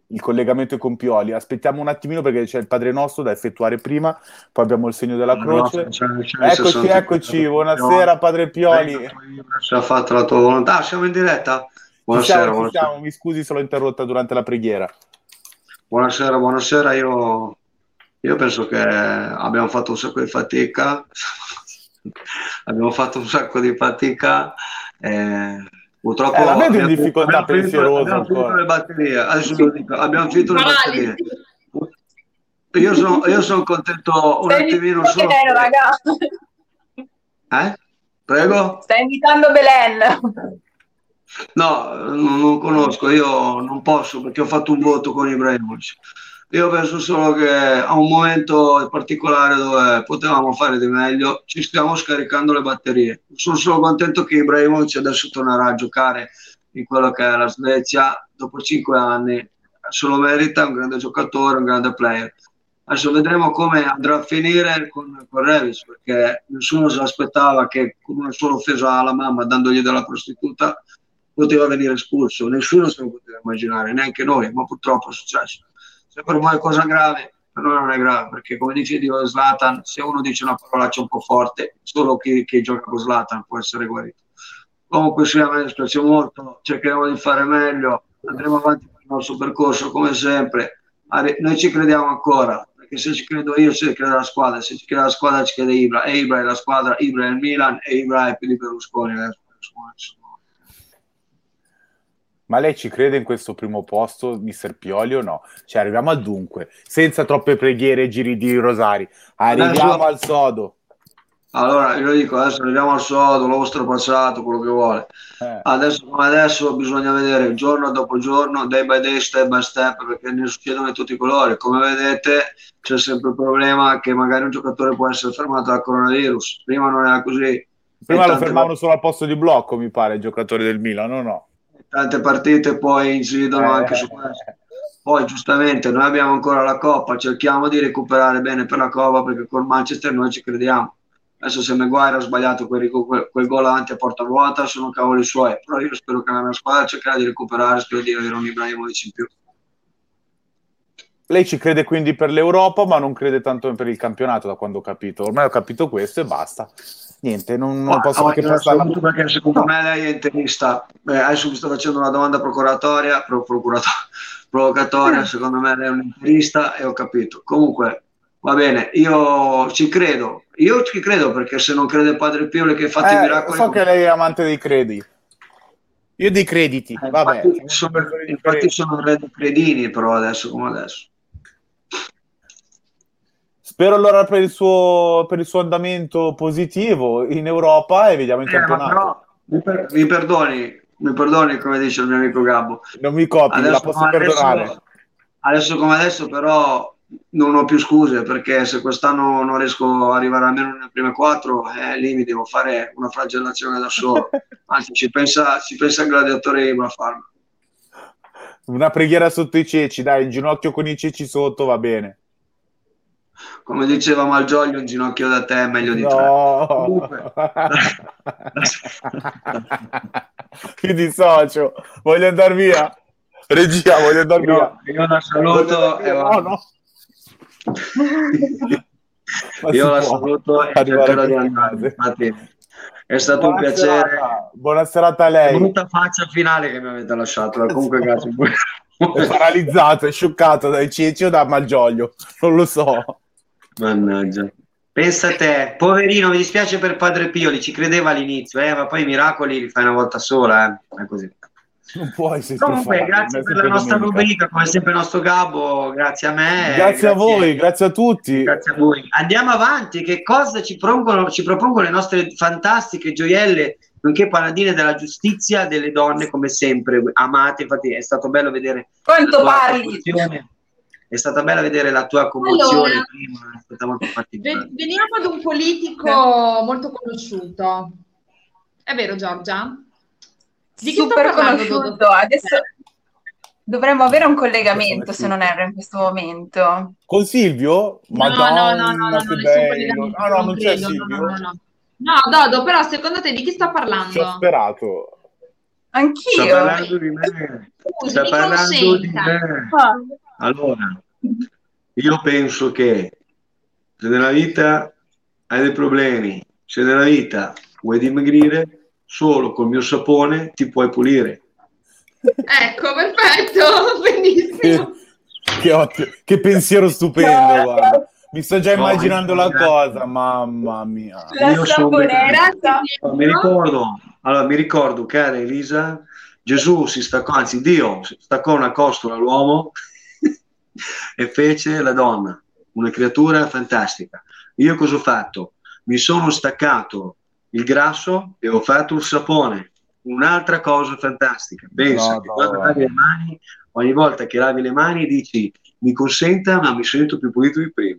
Speaker 4: il collegamento con Pioli. Aspettiamo un attimino perché c'è il Padre Nostro da effettuare prima, poi abbiamo il segno della croce. No, cioè, cioè, eccoci, eccoci, buonasera Padre Pioli.
Speaker 3: Ci ha fatto la tua volontà, siamo in diretta? Buonasera,
Speaker 4: siamo,
Speaker 3: buonasera.
Speaker 4: Siamo. Mi scusi se l'ho interrotta durante la preghiera.
Speaker 3: Buonasera, buonasera, io, io penso che abbiamo fatto un sacco di fatica, abbiamo fatto un sacco di fatica, eh, purtroppo
Speaker 4: eh, la vedo
Speaker 3: abbiamo,
Speaker 4: in difficoltà
Speaker 3: abbiamo
Speaker 4: pensierosa
Speaker 3: finito, abbiamo finito le batterie, adesso lo dico, abbiamo finito le batterie. Io sono, io sono contento un
Speaker 2: Stai
Speaker 3: attimino solo
Speaker 2: Belen, raga.
Speaker 3: Eh? Prego?
Speaker 2: Stai invitando Belen.
Speaker 3: No, non, non conosco, io non posso perché ho fatto un voto con Ibrahimovic. Io penso solo che a un momento particolare dove potevamo fare di meglio ci stiamo scaricando le batterie. Sono solo contento che Ibrahimovic adesso tornerà a giocare in quello che è la Svezia dopo cinque anni. Se lo merita, è un grande giocatore, un grande player. Adesso vedremo come andrà a finire con, con Revis, perché nessuno si aspettava che con una sola offesa alla mamma dandogli della prostituta poteva venire espulso, nessuno se lo poteva immaginare, neanche noi, ma purtroppo è successo. Se per voi è cosa grave, per noi non è grave, perché come dice Dio Zlatan, se uno dice una parolaccia un po' forte, solo chi, chi gioca con Zlatan può essere guarito. Comunque sì, a me dispiace molto, cercheremo di fare meglio, andremo avanti per il nostro percorso come sempre, noi ci crediamo ancora, perché se ci credo io ci crede la squadra, se ci crede la squadra ci crede Ibra, e Ibra è la squadra, Ibra è il Milan e Ibra è più di Berlusconi.
Speaker 4: Ma lei ci crede in questo primo posto, mister Pioli, o no? Cioè, arriviamo al dunque, senza troppe preghiere e giri di rosari. Arriviamo adesso, al sodo.
Speaker 3: Allora, io dico, adesso arriviamo al sodo, l'uovo strapazzato, quello che vuole. Eh. Adesso come adesso bisogna vedere giorno dopo giorno, day by day, step by step, perché ne succedono di tutti i colori. Come vedete c'è sempre il problema che magari un giocatore può essere fermato dal coronavirus. Prima non era così.
Speaker 4: Prima lo fermavano solo al posto di blocco, mi pare, i giocatori del Milan, no no?
Speaker 3: Tante partite poi incidono eh, anche su questo. Poi giustamente noi abbiamo ancora la Coppa, cerchiamo di recuperare bene per la Coppa perché con Manchester noi ci crediamo. Adesso se Maguire ha sbagliato quel, quel, quel gol avanti a porta vuota sono cavoli suoi, però io spero che la mia squadra cercherà di recuperare, spero di avere un Ibrahimovic in più.
Speaker 4: Lei ci crede quindi per l'Europa ma non crede tanto per il campionato, da quando ho capito. Ormai ho capito questo e basta. Niente, non, non posso
Speaker 3: no,
Speaker 4: che passare.
Speaker 3: Perché secondo me lei è interista. Eh, adesso mi sto facendo una domanda procuratoria, pro, procuratoria, provocatoria. Secondo me lei è un interista e ho capito. Comunque va bene, io ci credo. Io ci credo perché se non crede Padre Pioli che ha fatto
Speaker 4: eh,
Speaker 3: i miracoli.
Speaker 4: So che lei è amante dei credi. Io dei crediti.
Speaker 3: Eh,
Speaker 4: Vabbè.
Speaker 3: Infatti, sono, infatti sono re dei credini, però adesso come adesso.
Speaker 4: Spero allora per il suo per il suo andamento positivo in Europa e vediamo in
Speaker 3: eh,
Speaker 4: campionato.
Speaker 3: Però, mi, per, mi perdoni, mi perdoni come dice il mio amico Gabbo.
Speaker 4: Non mi copi, adesso, la posso perdonare.
Speaker 3: Adesso, adesso come adesso però non ho più scuse perché se quest'anno non riesco ad arrivare almeno nelle prime quattro, eh, lì mi devo fare una flagellazione da solo. Anzi, ci pensa, ci pensa il gladiatore Ibra a farlo.
Speaker 4: Una preghiera sotto i ceci, dai, in ginocchio con i ceci sotto va bene.
Speaker 3: Come diceva Malgioglio, un ginocchio da te è meglio di
Speaker 4: no.
Speaker 3: tre.
Speaker 4: Mi dissocio, voglio andare via. Regia, voglio andare
Speaker 3: io,
Speaker 4: via.
Speaker 3: Io la saluto. E
Speaker 4: no, no.
Speaker 3: Io la saluto e cercherò di andare. Infatti, è stato
Speaker 4: buona
Speaker 3: un piacere.
Speaker 4: Serata. Buona serata a lei.
Speaker 3: È brutta faccia finale che mi avete lasciato. Comunque, grazie.
Speaker 4: È paralizzato, è scioccato dai ceci o da Malgioglio, non lo so.
Speaker 3: Mannaggia. Pensa a te, poverino, mi dispiace per Padre Pioli, ci credeva all'inizio, eh, ma poi i miracoli li fai una volta sola, eh. È così.
Speaker 4: Non puoi
Speaker 3: Comunque, grazie per la nostra rubrica, come sempre il nostro Gabbo, grazie a me.
Speaker 4: Grazie, grazie a voi, grazie a tutti.
Speaker 3: Grazie a voi. Andiamo avanti, che cosa ci propongono, ci propongono le nostre fantastiche gioielle, nonché paladine della giustizia delle donne, come sempre, amate, infatti è stato bello vedere...
Speaker 2: Quanto parli?
Speaker 3: È stata bella vedere la tua commozione allora, prima, è stata molto particolare.
Speaker 1: Veniamo ad un politico eh. molto conosciuto. È vero, Giorgia?
Speaker 2: Di chi super conosciuto. Adesso dovremmo avere un collegamento, se non erro, in questo momento.
Speaker 4: Con Silvio?
Speaker 1: Madonna, no, no, no, no,
Speaker 4: che
Speaker 1: no,
Speaker 4: bello. No, no, non c'è
Speaker 1: credo,
Speaker 4: Silvio.
Speaker 1: No, no, no. No, Dodo, però secondo te di chi sta parlando?
Speaker 4: Ci ho sperato.
Speaker 2: Anch'io.
Speaker 3: Sta parlando di me.
Speaker 1: Scusi,
Speaker 3: Sta
Speaker 1: mi
Speaker 3: parlando di
Speaker 1: consenta.
Speaker 3: me.
Speaker 2: Ah.
Speaker 3: Allora, io penso che se nella vita hai dei problemi, se nella vita vuoi dimagrire, solo col mio sapone ti puoi pulire.
Speaker 1: Ecco, perfetto, benissimo.
Speaker 4: Che, che, ottimo. Che pensiero stupendo, guarda. Mi sto già immaginando
Speaker 3: no,
Speaker 4: la cosa, mamma mia.
Speaker 2: La
Speaker 3: Io sono
Speaker 2: saponetta.
Speaker 3: Oh, mi ricordo, allora, mi ricordo, cara Elisa, Gesù si staccò, anzi Dio si staccò una costola all'uomo e fece la donna, una creatura fantastica. Io cosa ho fatto? Mi sono staccato il grasso e ho fatto il sapone, un'altra cosa fantastica. Pensa
Speaker 4: No,
Speaker 3: che
Speaker 4: no,
Speaker 3: quando
Speaker 4: no.
Speaker 3: lavi le mani, ogni volta che lavi le mani dici mi consenta, ma mi sento più pulito di prima.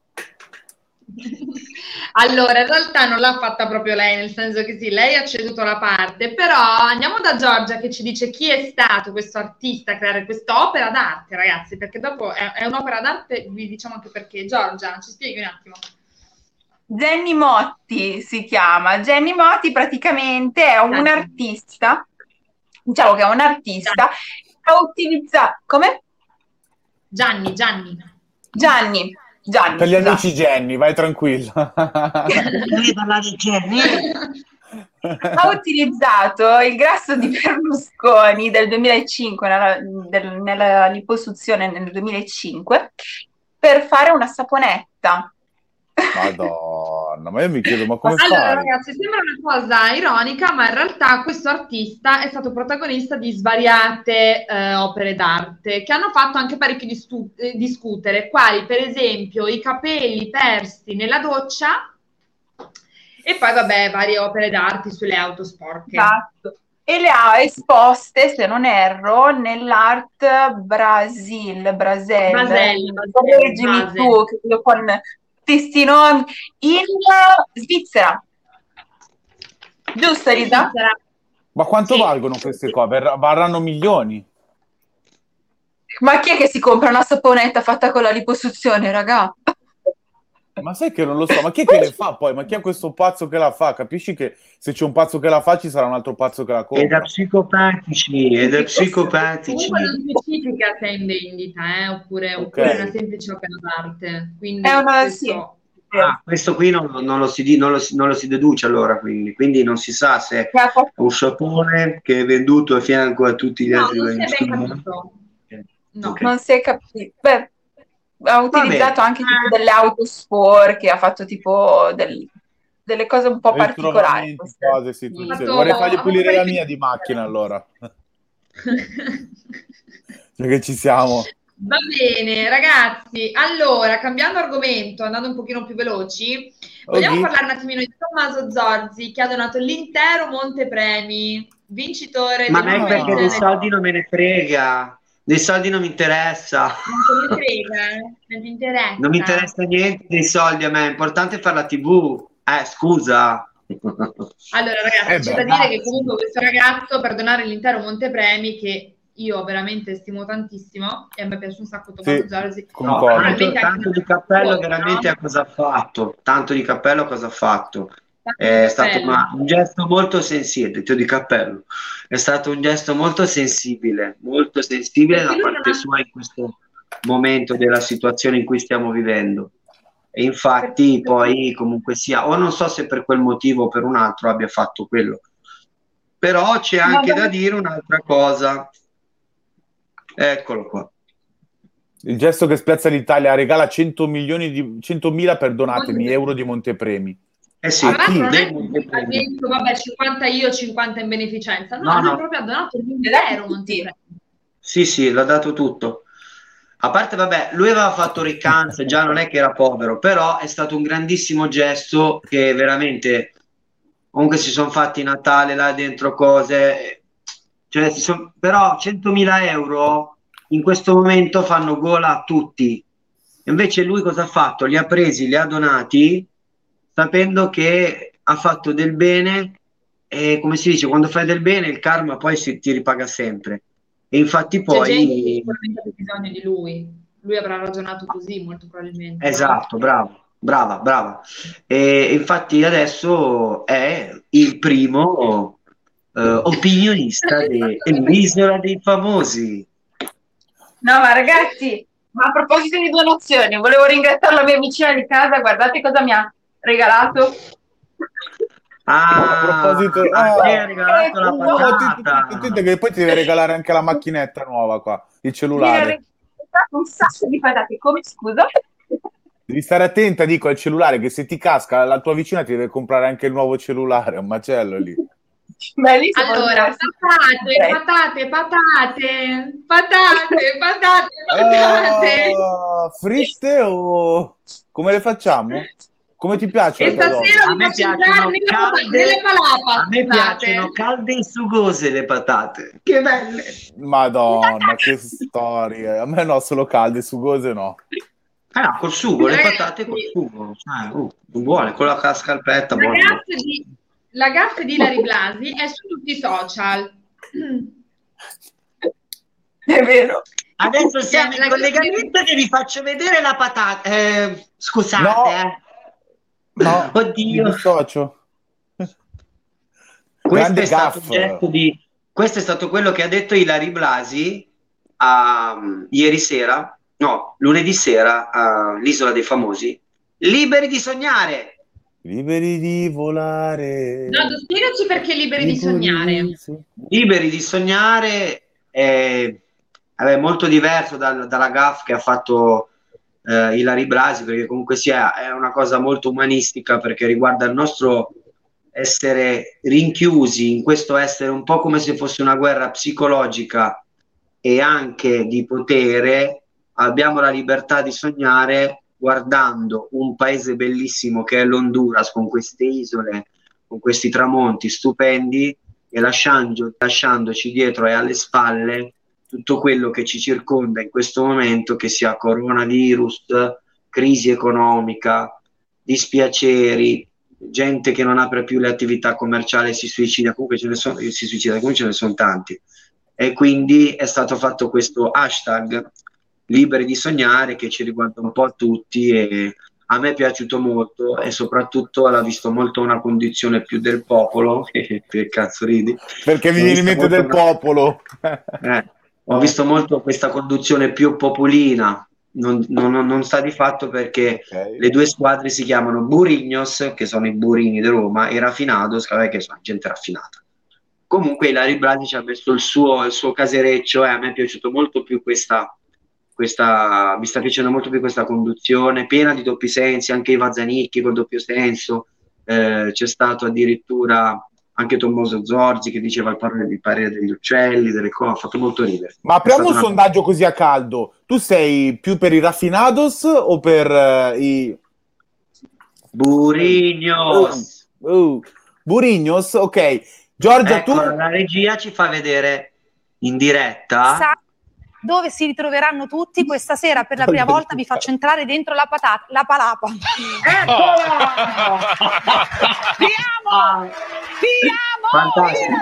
Speaker 1: Allora, in realtà non l'ha fatta proprio lei, nel senso che sì, lei ha ceduto la parte, però andiamo da Giorgia che ci dice chi è stato questo artista a creare quest'opera d'arte, ragazzi, perché dopo è, è un'opera d'arte, vi diciamo anche perché. Giorgia, ci spieghi un attimo.
Speaker 2: Jenny Motti si chiama. Jenny Motti praticamente è un artista, diciamo che è un artista che ha utilizzato... Come?
Speaker 1: Gianni, Gianni.
Speaker 2: Gianni. Gianni,
Speaker 4: Per gli
Speaker 2: esatto.
Speaker 4: amici Jenny, vai tranquilla.
Speaker 3: Devi parlare di Jenny.
Speaker 2: Ha utilizzato il grasso di Berlusconi del duemilacinque, nella, del, nella liposuzione nel duemilacinque, per fare una saponetta.
Speaker 4: Madonna, ma io mi chiedo, ma come
Speaker 1: Allora,
Speaker 4: fai?
Speaker 1: ragazzi, sembra una cosa ironica, ma in realtà questo artista è stato protagonista di svariate eh, opere d'arte che hanno fatto anche parecchio distu- eh, discutere, quali per esempio i capelli persi nella doccia e poi, vabbè, varie opere d'arte sulle auto sporche.
Speaker 2: Esatto. E le ha esposte, se non erro, nell'Art Brasil, Brasil,
Speaker 1: Basel,
Speaker 2: correggimi
Speaker 1: Basel.
Speaker 2: tu, credo con questi nomi, in Svizzera. Giusto, Rita?
Speaker 1: Svizzera.
Speaker 4: Ma quanto
Speaker 1: Sì.
Speaker 4: valgono queste qua? Ver- varranno milioni.
Speaker 2: Ma chi è che si compra una saponetta fatta con la liposuzione, raga?
Speaker 4: Ma sai che non lo so, ma chi è che le fa poi? Ma chi è questo pazzo che la fa? Capisci che se c'è un pazzo che la fa ci sarà un altro pazzo che la
Speaker 3: È da
Speaker 4: compra.
Speaker 3: psicopatici, è da psicopatici.
Speaker 1: Comunque non specifica se è in vendita, eh, oppure,
Speaker 4: Ok.
Speaker 1: oppure una semplice opera d'arte. Quindi
Speaker 2: È una-
Speaker 1: questo...
Speaker 2: sì.
Speaker 3: Ah, questo qui non, non lo si, di- non, lo si, non lo si deduce allora, quindi, quindi non si sa se è un sapone che è venduto a fianco a tutti gli
Speaker 1: No,
Speaker 3: altri
Speaker 1: non si è ben
Speaker 3: studi.
Speaker 1: capito. No.
Speaker 3: Ok.
Speaker 2: Non si è capito. Beh, ha utilizzato
Speaker 3: bene.
Speaker 2: anche tipo delle auto sporche, ha fatto tipo del- delle cose un po' particolari.
Speaker 4: Ritrovamenti,
Speaker 2: queste.
Speaker 4: cose, situazioni.
Speaker 1: Fatto-
Speaker 4: Vorrei fargli
Speaker 1: ha
Speaker 4: pulire
Speaker 1: fatto
Speaker 4: la
Speaker 1: parecchio
Speaker 4: mia di
Speaker 1: discutere.
Speaker 4: macchina allora. Già che ci siamo.
Speaker 1: Va bene, ragazzi. Allora, cambiando argomento, andando un pochino più veloci, vogliamo
Speaker 4: Ok.
Speaker 1: parlare un attimino di Tommaso Zorzi, che ha donato l'intero montepremi, vincitore
Speaker 3: Ma
Speaker 1: del
Speaker 3: non è perché
Speaker 1: quiz.
Speaker 3: dei soldi non me ne frega, dei soldi non mi interessa.
Speaker 1: Non te ne frega, eh? Non ti interessa.
Speaker 3: Non mi interessa niente dei soldi a me, è importante fare la tivù. Eh, scusa.
Speaker 1: Allora, ragazzi,
Speaker 4: Eh
Speaker 1: c'è
Speaker 4: beh,
Speaker 1: da dire
Speaker 3: grazie.
Speaker 1: che comunque questo ragazzo, per donare l'intero montepremi, che io veramente stimo tantissimo, e a me piace un sacco Tommaso
Speaker 4: Sì,
Speaker 1: Zorzi,
Speaker 3: No,
Speaker 4: concordo.
Speaker 3: tanto,
Speaker 1: probabilmente anche
Speaker 3: tanto di
Speaker 1: una
Speaker 3: cappello
Speaker 1: cosa,
Speaker 3: veramente
Speaker 1: no?
Speaker 3: a cosa ha fatto, tanto di cappello a cosa ha fatto.
Speaker 1: Tanto
Speaker 3: È
Speaker 1: di
Speaker 3: stato
Speaker 1: cappello.
Speaker 3: ma, un gesto molto sensibile, detto di cappello, è stato un gesto molto sensibile, molto sensibile
Speaker 1: Perché
Speaker 3: da
Speaker 1: lui non
Speaker 3: parte
Speaker 1: ha-
Speaker 3: sua in questo momento della situazione in cui stiamo vivendo. E infatti poi comunque sia, o non so se per quel motivo o per un altro abbia fatto quello. Però c'è anche da dire un'altra cosa. Eccolo qua.
Speaker 4: Il gesto che spiazza l'Italia regala cento milioni di centomila perdonatemi euro di montepremi.
Speaker 3: Eh sì,
Speaker 1: Tra l'altro non
Speaker 3: dei
Speaker 1: è che ha
Speaker 3: montepremi.
Speaker 1: detto, vabbè, cinquanta io, cinquanta in beneficenza, no,
Speaker 3: No,
Speaker 1: lui
Speaker 3: no.
Speaker 1: proprio ha donato l'intero montepremi.
Speaker 3: Sì, sì, l'ha dato tutto. A parte, vabbè, lui aveva fatto riccanza, già non è che era povero, però è stato un grandissimo gesto che veramente, comunque si sono fatti Natale là dentro cose, cioè, si son- però centomila euro in questo momento fanno gola a tutti. Invece lui cosa ha fatto? Li ha presi, li ha donati, sapendo che ha fatto del bene e, come si dice, quando fai del bene il karma poi si, ti ripaga sempre. E infatti
Speaker 1: C'è gente che
Speaker 3: poi...
Speaker 1: sicuramente ha bisogno di lui. Lui avrà ragionato così, molto probabilmente. no?
Speaker 3: Esatto, bravo, brava, brava. E infatti adesso è il primo uh, opinionista dell'Isola dei Famosi.
Speaker 2: No, ma ragazzi, ma a proposito di donazioni, volevo ringraziare la mia vicina di casa, guardate cosa mi ha regalato.
Speaker 3: Ah,
Speaker 4: a proposito,
Speaker 3: ah,
Speaker 4: ah,
Speaker 3: ha regalato la patata.
Speaker 4: No, ti, ti, ti, che poi ti deve regalare anche la macchinetta nuova qua, il cellulare.
Speaker 2: Mi ha regalato un sacco di patate, come scusa?
Speaker 4: Devi stare attenta, dico, al cellulare, che se ti casca la tua vicina ti deve comprare anche il nuovo cellulare, è un macello lì.
Speaker 2: Beh, lì
Speaker 1: allora, patate, patate, patate, patate, patate, patate.
Speaker 4: Oh, fritte o come le facciamo? Come ti piacciono?
Speaker 1: E stasera
Speaker 3: a me piacciono calde,
Speaker 1: palapa,
Speaker 3: a me piacciono calde e sugose le patate. Che belle!
Speaker 4: Madonna, che storie. A me no, solo calde, sugose no.
Speaker 3: Ah, no, col sugo, le patate col sugo. Cioè, uh, buone, con la scalpetta.
Speaker 1: La gaff di, la gaff di Ilary Blasi è su tutti i social.
Speaker 2: È vero.
Speaker 3: Adesso siamo in collegamento che vi faccio vedere la patata. Eh, scusate,
Speaker 4: no.
Speaker 3: eh.
Speaker 4: No,
Speaker 3: oddio.
Speaker 4: Mi dissocio.
Speaker 3: Questo è, stato oggetto di, questo è stato quello che ha detto Ilary Blasi uh, ieri sera, no, lunedì sera all'Isola dei Famosi. Liberi di sognare.
Speaker 4: Liberi di volare.
Speaker 1: No, spiegaci perché liberi, liberi di sognare.
Speaker 3: Sì. Liberi di sognare è, è molto diverso dal, dalla gaffe che ha fatto Uh, Ilary Blasi, perché comunque sia è una cosa molto umanistica, perché riguarda il nostro essere rinchiusi in questo essere un po' come se fosse una guerra psicologica e anche di potere. Abbiamo la libertà di sognare guardando un paese bellissimo che è l'Honduras, con queste isole, con questi tramonti stupendi, e lasciando, lasciandoci dietro e alle spalle tutto quello che ci circonda in questo momento, che sia coronavirus, crisi economica, dispiaceri, gente che non apre più le attività commerciali e si suicida, comunque ce ne sono, si suicida, comunque ce ne sono tanti. E quindi è stato fatto questo hashtag liberi di sognare, che ci riguarda un po' a tutti, e a me è piaciuto molto, e soprattutto l'ha visto molto una condizione più del popolo. Che cazzo ridi?
Speaker 4: Perché mi viene in mente del una... popolo.
Speaker 3: Eh. Ho visto molto questa conduzione più popolina, non, non, non sta di fatto, perché okay. Le due squadre si chiamano Burignos, che sono i burini di Roma, e Raffinados, che sono gente raffinata. Comunque Ilary Blasi ci ha messo il suo, il suo casereccio, e a me è piaciuto molto più questa, questa, mi sta piacendo molto più questa conduzione, piena di doppi sensi, anche Iva Zanicchi col doppio senso, eh, c'è stato addirittura anche Tommaso Zorzi che diceva il parere, il parere degli uccelli, delle cose, ha fatto molto ridere.
Speaker 4: Ma apriamo un una... sondaggio così a caldo. Tu sei più per i Raffinados o per uh, i...
Speaker 3: Burignos?
Speaker 4: Uh, uh. Burignos, ok. Giorgia,
Speaker 3: ecco,
Speaker 4: tu...
Speaker 3: la regia ci fa vedere in diretta...
Speaker 8: Sa- dove si ritroveranno tutti questa sera. Per la prima volta vi faccio entrare dentro la patata, la palapa.
Speaker 3: Eccola!
Speaker 8: Ti amo! Ti amo!
Speaker 3: Fantastico.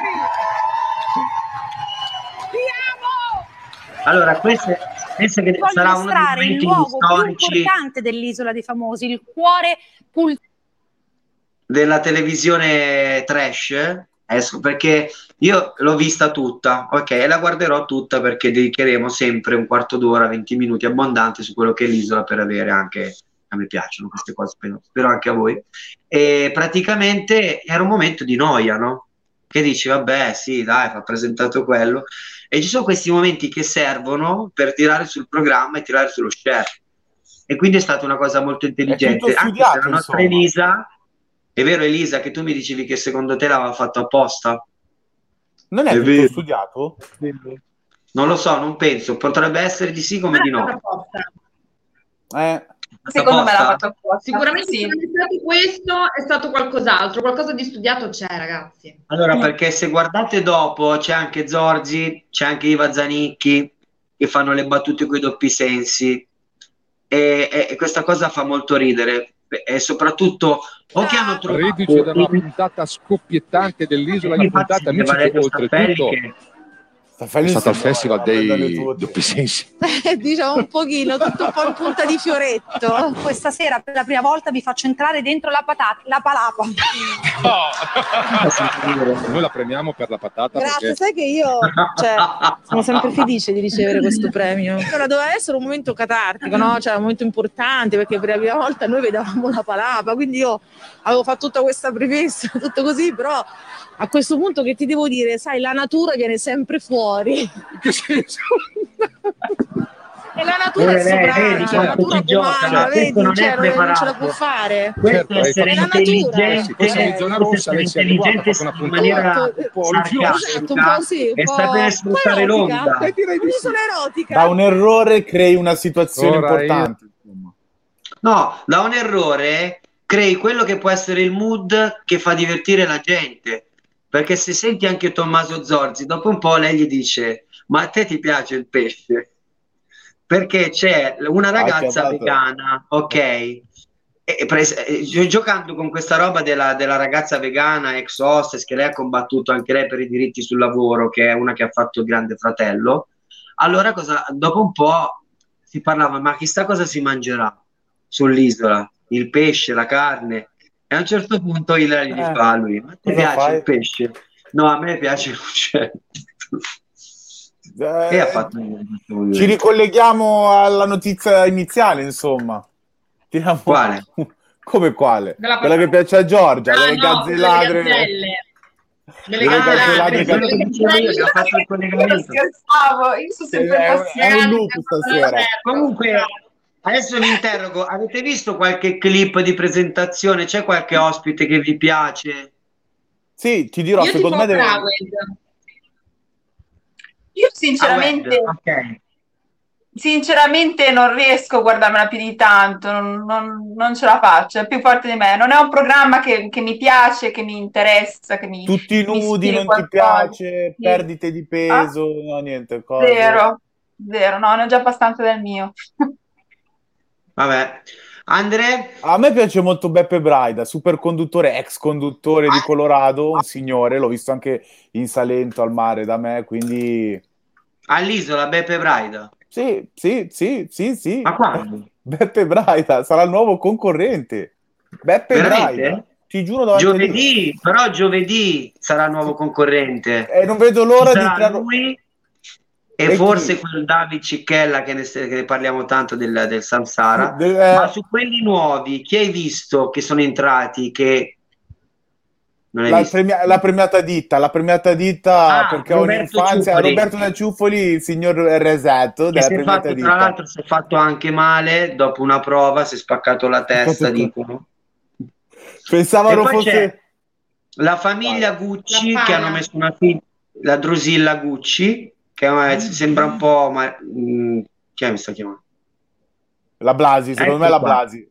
Speaker 8: Ti amo!
Speaker 3: Allora, questo penso che
Speaker 8: voglio
Speaker 3: sarà uno dei momenti
Speaker 8: il luogo
Speaker 3: storici
Speaker 8: più importante dell'Isola dei Famosi, il cuore pulsante
Speaker 3: della televisione trash. Esco, perché io l'ho vista tutta, ok, e la guarderò tutta, perché dedicheremo sempre un quarto d'ora, venti minuti abbondanti su quello che è l'isola, per avere anche, a me piacciono queste cose, spero, spero anche a voi. E praticamente era un momento di noia, no? Che dici, vabbè, sì, dai, fa presentato quello, e ci sono questi momenti che servono per tirare sul programma e tirare sullo share, e quindi è stata una cosa molto intelligente, anche se la nostra Elisa... È vero, Elisa, che tu mi dicevi che secondo te l'aveva fatto apposta?
Speaker 4: Non è, è tutto studiato?
Speaker 3: Non lo so, non penso. Potrebbe essere di sì come di no.
Speaker 2: Eh. Secondo me l'ha fatto apposta.
Speaker 1: Sicuramente sì. Se non è stato questo, è stato qualcos'altro. Qualcosa di studiato c'è, ragazzi.
Speaker 3: Allora, perché se guardate dopo, c'è anche Zorzi, c'è anche Iva Zanicchi, che fanno le battute con i doppi sensi. E, e, e questa cosa fa molto ridere. E soprattutto o che hanno trovato
Speaker 9: reduce da una puntata scoppiettante dell'isola, la puntata amici che oltretutto
Speaker 3: che...
Speaker 4: È
Speaker 9: stato al festival dei doppi sensi.
Speaker 8: Diciamo un pochino, tutto un po' in punta di fioretto. Questa sera per la prima volta vi faccio entrare dentro la patata, la palapa.
Speaker 9: No. Noi la premiamo per la patata.
Speaker 8: Grazie,
Speaker 9: perché...
Speaker 8: sai che io cioè, sono sempre felice di ricevere questo premio. Allora, doveva essere un momento catartico, no? Cioè un momento importante, perché per la prima volta noi vedevamo la palapa, quindi io avevo fatto tutta questa premessa, tutto così, però a questo punto che ti devo dire, sai, la natura viene sempre fuori.
Speaker 9: Che senso?
Speaker 8: E la natura
Speaker 3: Eh,
Speaker 8: è sovrana,
Speaker 3: vedi
Speaker 8: cioè, la
Speaker 3: quanto
Speaker 8: natura
Speaker 3: si gioca,
Speaker 8: comanda,
Speaker 3: questo
Speaker 8: vedi,
Speaker 3: non è
Speaker 8: cioè, non, non ce la
Speaker 3: preparato.
Speaker 8: può fare.
Speaker 3: Questo è
Speaker 9: Certo,
Speaker 3: essere
Speaker 8: è la natura.
Speaker 3: intelligente,
Speaker 9: Sì, siamo in zona rossa, lei si è adeguata,
Speaker 3: intelligente
Speaker 9: ha fatto
Speaker 3: in
Speaker 9: una
Speaker 3: maniera
Speaker 8: puntata.
Speaker 9: un po' oliviosa.
Speaker 8: Esatto, un po' sì, un
Speaker 3: e
Speaker 8: po',
Speaker 3: sapere
Speaker 8: un po'
Speaker 3: sfruttare
Speaker 8: erotica.
Speaker 3: l'onda.
Speaker 9: Eh, direi di sì.
Speaker 8: Sono erotica.
Speaker 4: Da un errore crei una situazione
Speaker 9: Ora
Speaker 4: importante. Insomma.
Speaker 3: No, da un errore crei quello che può essere il mood che fa divertire la gente. Perché se senti anche Tommaso Zorzi, dopo un po' lei gli dice: ma a te ti piace il pesce? Perché c'è una ragazza
Speaker 4: Anche
Speaker 3: vegana, ok? E, pres- e, giocando con questa roba della, della ragazza vegana, ex hostess, che lei ha combattuto anche lei per i diritti sul lavoro, che è una che ha fatto il Grande Fratello. Allora, cosa, dopo un po' si parlava, ma chissà cosa si mangerà sull'isola? Il pesce, la carne? E a un certo punto Ilari gli
Speaker 4: Eh,
Speaker 3: fa a lui: ma ti
Speaker 4: cosa
Speaker 3: piace
Speaker 4: fai?
Speaker 3: il pesce? No, a me piace l'uccello.
Speaker 4: Eh,
Speaker 3: E ha fatto un...
Speaker 4: ci ricolleghiamo alla notizia iniziale, insomma. Tiriamo...
Speaker 3: Quale?
Speaker 4: Come quale?
Speaker 1: Della
Speaker 4: Quella che
Speaker 1: patata.
Speaker 4: piace a Giorgia,
Speaker 1: Ah,
Speaker 4: delle
Speaker 1: no,
Speaker 4: gazze
Speaker 1: delle
Speaker 4: ladre.
Speaker 1: gazzelle. Delle
Speaker 4: Delle
Speaker 1: gazzelle
Speaker 4: gazze
Speaker 1: ladre,
Speaker 4: ladre
Speaker 3: quello
Speaker 1: delle
Speaker 3: che dicevo io, che ha fatto il
Speaker 2: Io
Speaker 3: collegamento.
Speaker 2: scherzavo, io sono sempre
Speaker 4: È,
Speaker 2: impazzita.
Speaker 4: è un loop stasera.
Speaker 3: Comunque, adesso mi interrogo, avete visto qualche clip di presentazione? C'è qualche ospite che vi piace?
Speaker 4: Sì, ti dirò,
Speaker 1: Io
Speaker 4: secondo
Speaker 1: tipo
Speaker 4: me deve...
Speaker 1: Broward.
Speaker 2: Io
Speaker 3: Ah,
Speaker 2: sinceramente,
Speaker 3: web, ok.
Speaker 2: sinceramente non riesco a guardarmela più di tanto, non, non- non ce la faccio, è più forte di me. Non è un programma che, che mi piace, che mi interessa, che mi,
Speaker 4: Tutti
Speaker 2: mi
Speaker 4: nudi,
Speaker 2: ispiri
Speaker 4: non ti
Speaker 2: qualcosa.
Speaker 4: piace,
Speaker 2: Sì.
Speaker 4: perdite di
Speaker 2: Ah,
Speaker 4: peso, no, niente, cose.
Speaker 2: zero, zero, no, ne ho già abbastanza del mio.
Speaker 3: Vabbè. Andre?
Speaker 4: A me piace molto Beppe Braida, super conduttore, ex conduttore di Colorado, un signore, l'ho visto anche in Salento al mare da me, quindi
Speaker 3: All'isola, Beppe Braida.
Speaker 4: sì, sì, sì, sì, sì.
Speaker 3: Ma quando?
Speaker 4: Beppe Braida sarà il nuovo concorrente. Beppe
Speaker 3: Veramente?
Speaker 4: Braida, ti giuro davanti a Dio.
Speaker 3: Giovedì, però giovedì sarà il nuovo concorrente.
Speaker 4: E non vedo
Speaker 3: Ci
Speaker 4: l'ora di
Speaker 3: sarà
Speaker 4: tirare...
Speaker 3: lui e
Speaker 4: E
Speaker 3: forse
Speaker 4: chi?
Speaker 3: quel David Cicchella che ne, che ne parliamo tanto del, del Samsara.
Speaker 4: Del-
Speaker 3: Ma
Speaker 4: eh,
Speaker 3: su quelli nuovi, chi hai visto che sono entrati che non hai
Speaker 4: la,
Speaker 3: visto?
Speaker 4: premia- la premiata ditta, la premiata ditta
Speaker 3: Ah,
Speaker 4: perché ho
Speaker 3: Roberto
Speaker 4: un'infanzia,
Speaker 3: Ciuffoli,
Speaker 4: Roberto da Ciuffoli, il signor Resetto
Speaker 3: che
Speaker 4: della
Speaker 3: si è
Speaker 4: premiata
Speaker 3: fatto, tra
Speaker 4: ditta.
Speaker 3: l'altro, si è fatto anche male dopo una prova, si è spaccato la testa, dicono. E
Speaker 4: Pensavano
Speaker 3: poi c'è
Speaker 4: fosse...
Speaker 3: la famiglia
Speaker 4: Vai.
Speaker 3: Gucci
Speaker 1: La
Speaker 3: che hanno
Speaker 1: Fana.
Speaker 3: messo una figlia, la Drusilla Gucci, che è- sembra un po'... Ma, mh, chi è mi sta chiamando?
Speaker 4: La Blasi, secondo me è
Speaker 3: Ecco
Speaker 4: la
Speaker 3: qua.
Speaker 4: Blasi.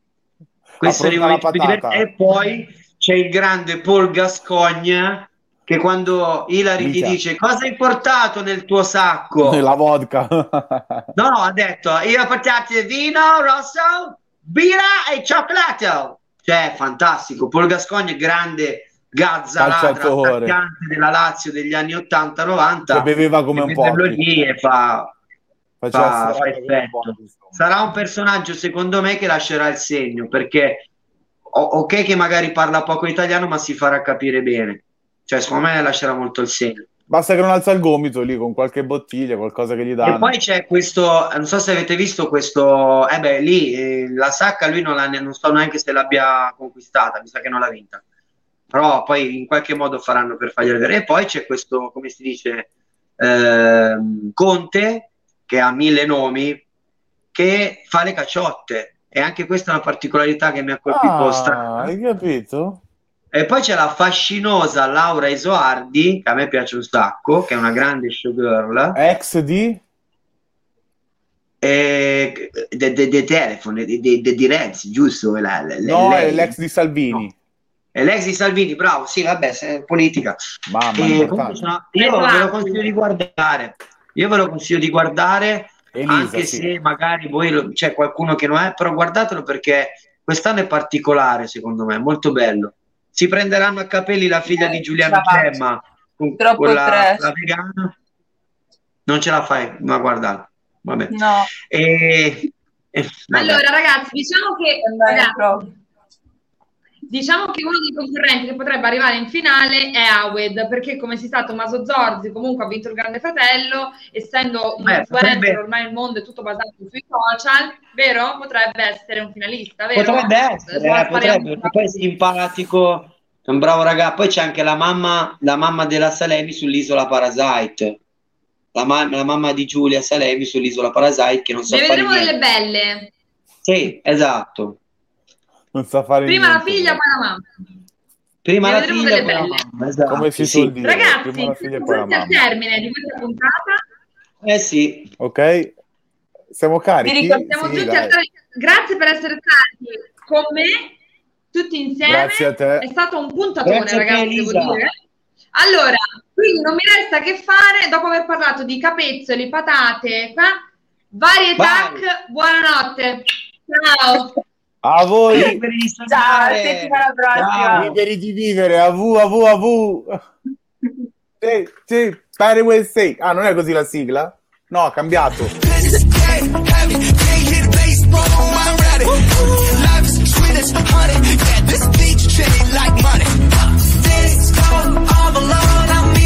Speaker 3: Questo è il
Speaker 4: Appronta la
Speaker 3: momento più divertente.
Speaker 4: patata.
Speaker 3: E poi c'è il grande Paul Gascogne che quando Ilari gli
Speaker 4: Minchia.
Speaker 3: dice cosa hai portato nel tuo sacco?
Speaker 4: La vodka.
Speaker 3: No, ha detto io ho portato vino rosso, birra e cioccolato. Cioè, fantastico. Paul Gascogne, grande gazza ladra,
Speaker 4: Calciatore.
Speaker 3: attaccante della Lazio degli anni ottanta novanta.
Speaker 4: Che beveva come
Speaker 3: e
Speaker 4: un
Speaker 3: vederlo
Speaker 4: pochi.
Speaker 3: lì e fa,
Speaker 4: Faceva
Speaker 3: fa, fa
Speaker 4: serate come un
Speaker 3: effetto.
Speaker 4: pochi, insomma.
Speaker 3: Sarà un personaggio, secondo me, che lascerà il segno, perché o- ok che magari parla poco italiano, ma si farà capire bene. Cioè, secondo me lascerà molto il segno.
Speaker 4: Basta che non alza il gomito lì con qualche bottiglia, qualcosa che gli
Speaker 3: E
Speaker 4: danno.
Speaker 3: poi c'è questo, non so se avete visto questo, eh beh, lì eh, la sacca lui non, l'ha, non so neanche se l'abbia conquistata, mi sa che non l'ha vinta. Però poi in qualche modo faranno per farglielo vedere. E poi c'è questo, come si dice, ehm, Conte, che ha mille nomi, che fa le caciotte. E anche questa è una particolarità che mi ha colpito
Speaker 4: Ah,
Speaker 3: strana.
Speaker 4: hai capito?
Speaker 3: E poi c'è la fascinosa Laura Isoardi, che a me piace un sacco, che è una grande showgirl,
Speaker 4: Ex di...
Speaker 3: e de, de, de Telephone, di de, de, di Renzi, giusto? La, la,
Speaker 4: No,
Speaker 3: lei.
Speaker 4: è l'ex di Salvini.
Speaker 3: No. È l'ex di Salvini, bravo, sì, vabbè, se è politica.
Speaker 4: Mamma,
Speaker 3: E
Speaker 4: importante.
Speaker 3: comunque sono- io ve lo consiglio di guardare, io ve lo consiglio di guardare,
Speaker 4: Elisa,
Speaker 3: anche
Speaker 4: sì.
Speaker 3: se magari voi lo- c'è qualcuno che non è, però guardatelo perché quest'anno è particolare, secondo me, molto bello. Si prenderanno a capelli la figlia di Giuliano
Speaker 2: Ce la faccio.
Speaker 3: Gemma, con
Speaker 2: Troppo
Speaker 3: quella
Speaker 2: trash.
Speaker 3: la vegana, Non ce la fai, ma guarda, vabbè.
Speaker 2: No.
Speaker 3: E, e, vabbè.
Speaker 1: Allora, ragazzi, diciamo che ragazzi, diciamo che uno dei concorrenti che potrebbe arrivare in finale è Awed, perché come si sa Tommaso Zorzi comunque ha vinto il Grande Fratello, essendo un
Speaker 3: Beh,
Speaker 1: influencer,
Speaker 3: potrebbe...
Speaker 1: ormai il mondo è tutto basato sui social, vero? Potrebbe essere un finalista, vero?
Speaker 3: Potrebbe essere, eh, potrebbe, perché poi è simpatico, è un bravo ragazzo. Poi c'è anche la mamma, la mamma della Salemi sull'isola Parasite. La, ma- la mamma di Giulia Salemi sull'isola Parasite che non sa
Speaker 1: ne
Speaker 3: fare
Speaker 1: vedremo
Speaker 3: niente.
Speaker 1: delle belle.
Speaker 3: Sì, esatto.
Speaker 4: Non sa fare
Speaker 1: Prima
Speaker 4: niente,
Speaker 1: la figlia,
Speaker 4: no.
Speaker 1: poi la mamma.
Speaker 3: Prima
Speaker 1: Ne
Speaker 3: la
Speaker 1: vedremo
Speaker 3: figlia,
Speaker 1: delle
Speaker 3: poi la
Speaker 1: belle.
Speaker 3: mamma, esatto,
Speaker 4: Come si
Speaker 3: sì.
Speaker 4: suol dire,
Speaker 1: Ragazzi,
Speaker 4: prima la figlia e poi la
Speaker 1: siamo al
Speaker 4: mamma.
Speaker 1: termine di questa puntata.
Speaker 3: Eh sì.
Speaker 4: Ok, siamo carichi?
Speaker 1: Siamo
Speaker 4: Sì,
Speaker 1: giunti
Speaker 4: dai.
Speaker 1: al termine. Grazie per essere stati con me tutti insieme.
Speaker 4: Grazie a te.
Speaker 1: È stato un puntatone,
Speaker 3: Grazie a te,
Speaker 1: ragazzi, devo
Speaker 3: Elisa.
Speaker 1: dire. Allora, quindi non mi resta che fare, dopo aver parlato di capezzoli, patate, qua, varietà, buonanotte. Ciao.
Speaker 4: A voi.
Speaker 3: Liberi di
Speaker 2: Ciao,
Speaker 3: sognare.
Speaker 2: settimana prossima.
Speaker 3: Ciao.
Speaker 4: Liberi di vivere, a vu, a vu, a vu. Sì, sì, Pare Way Say. Ah, non è così la sigla? No, ha cambiato.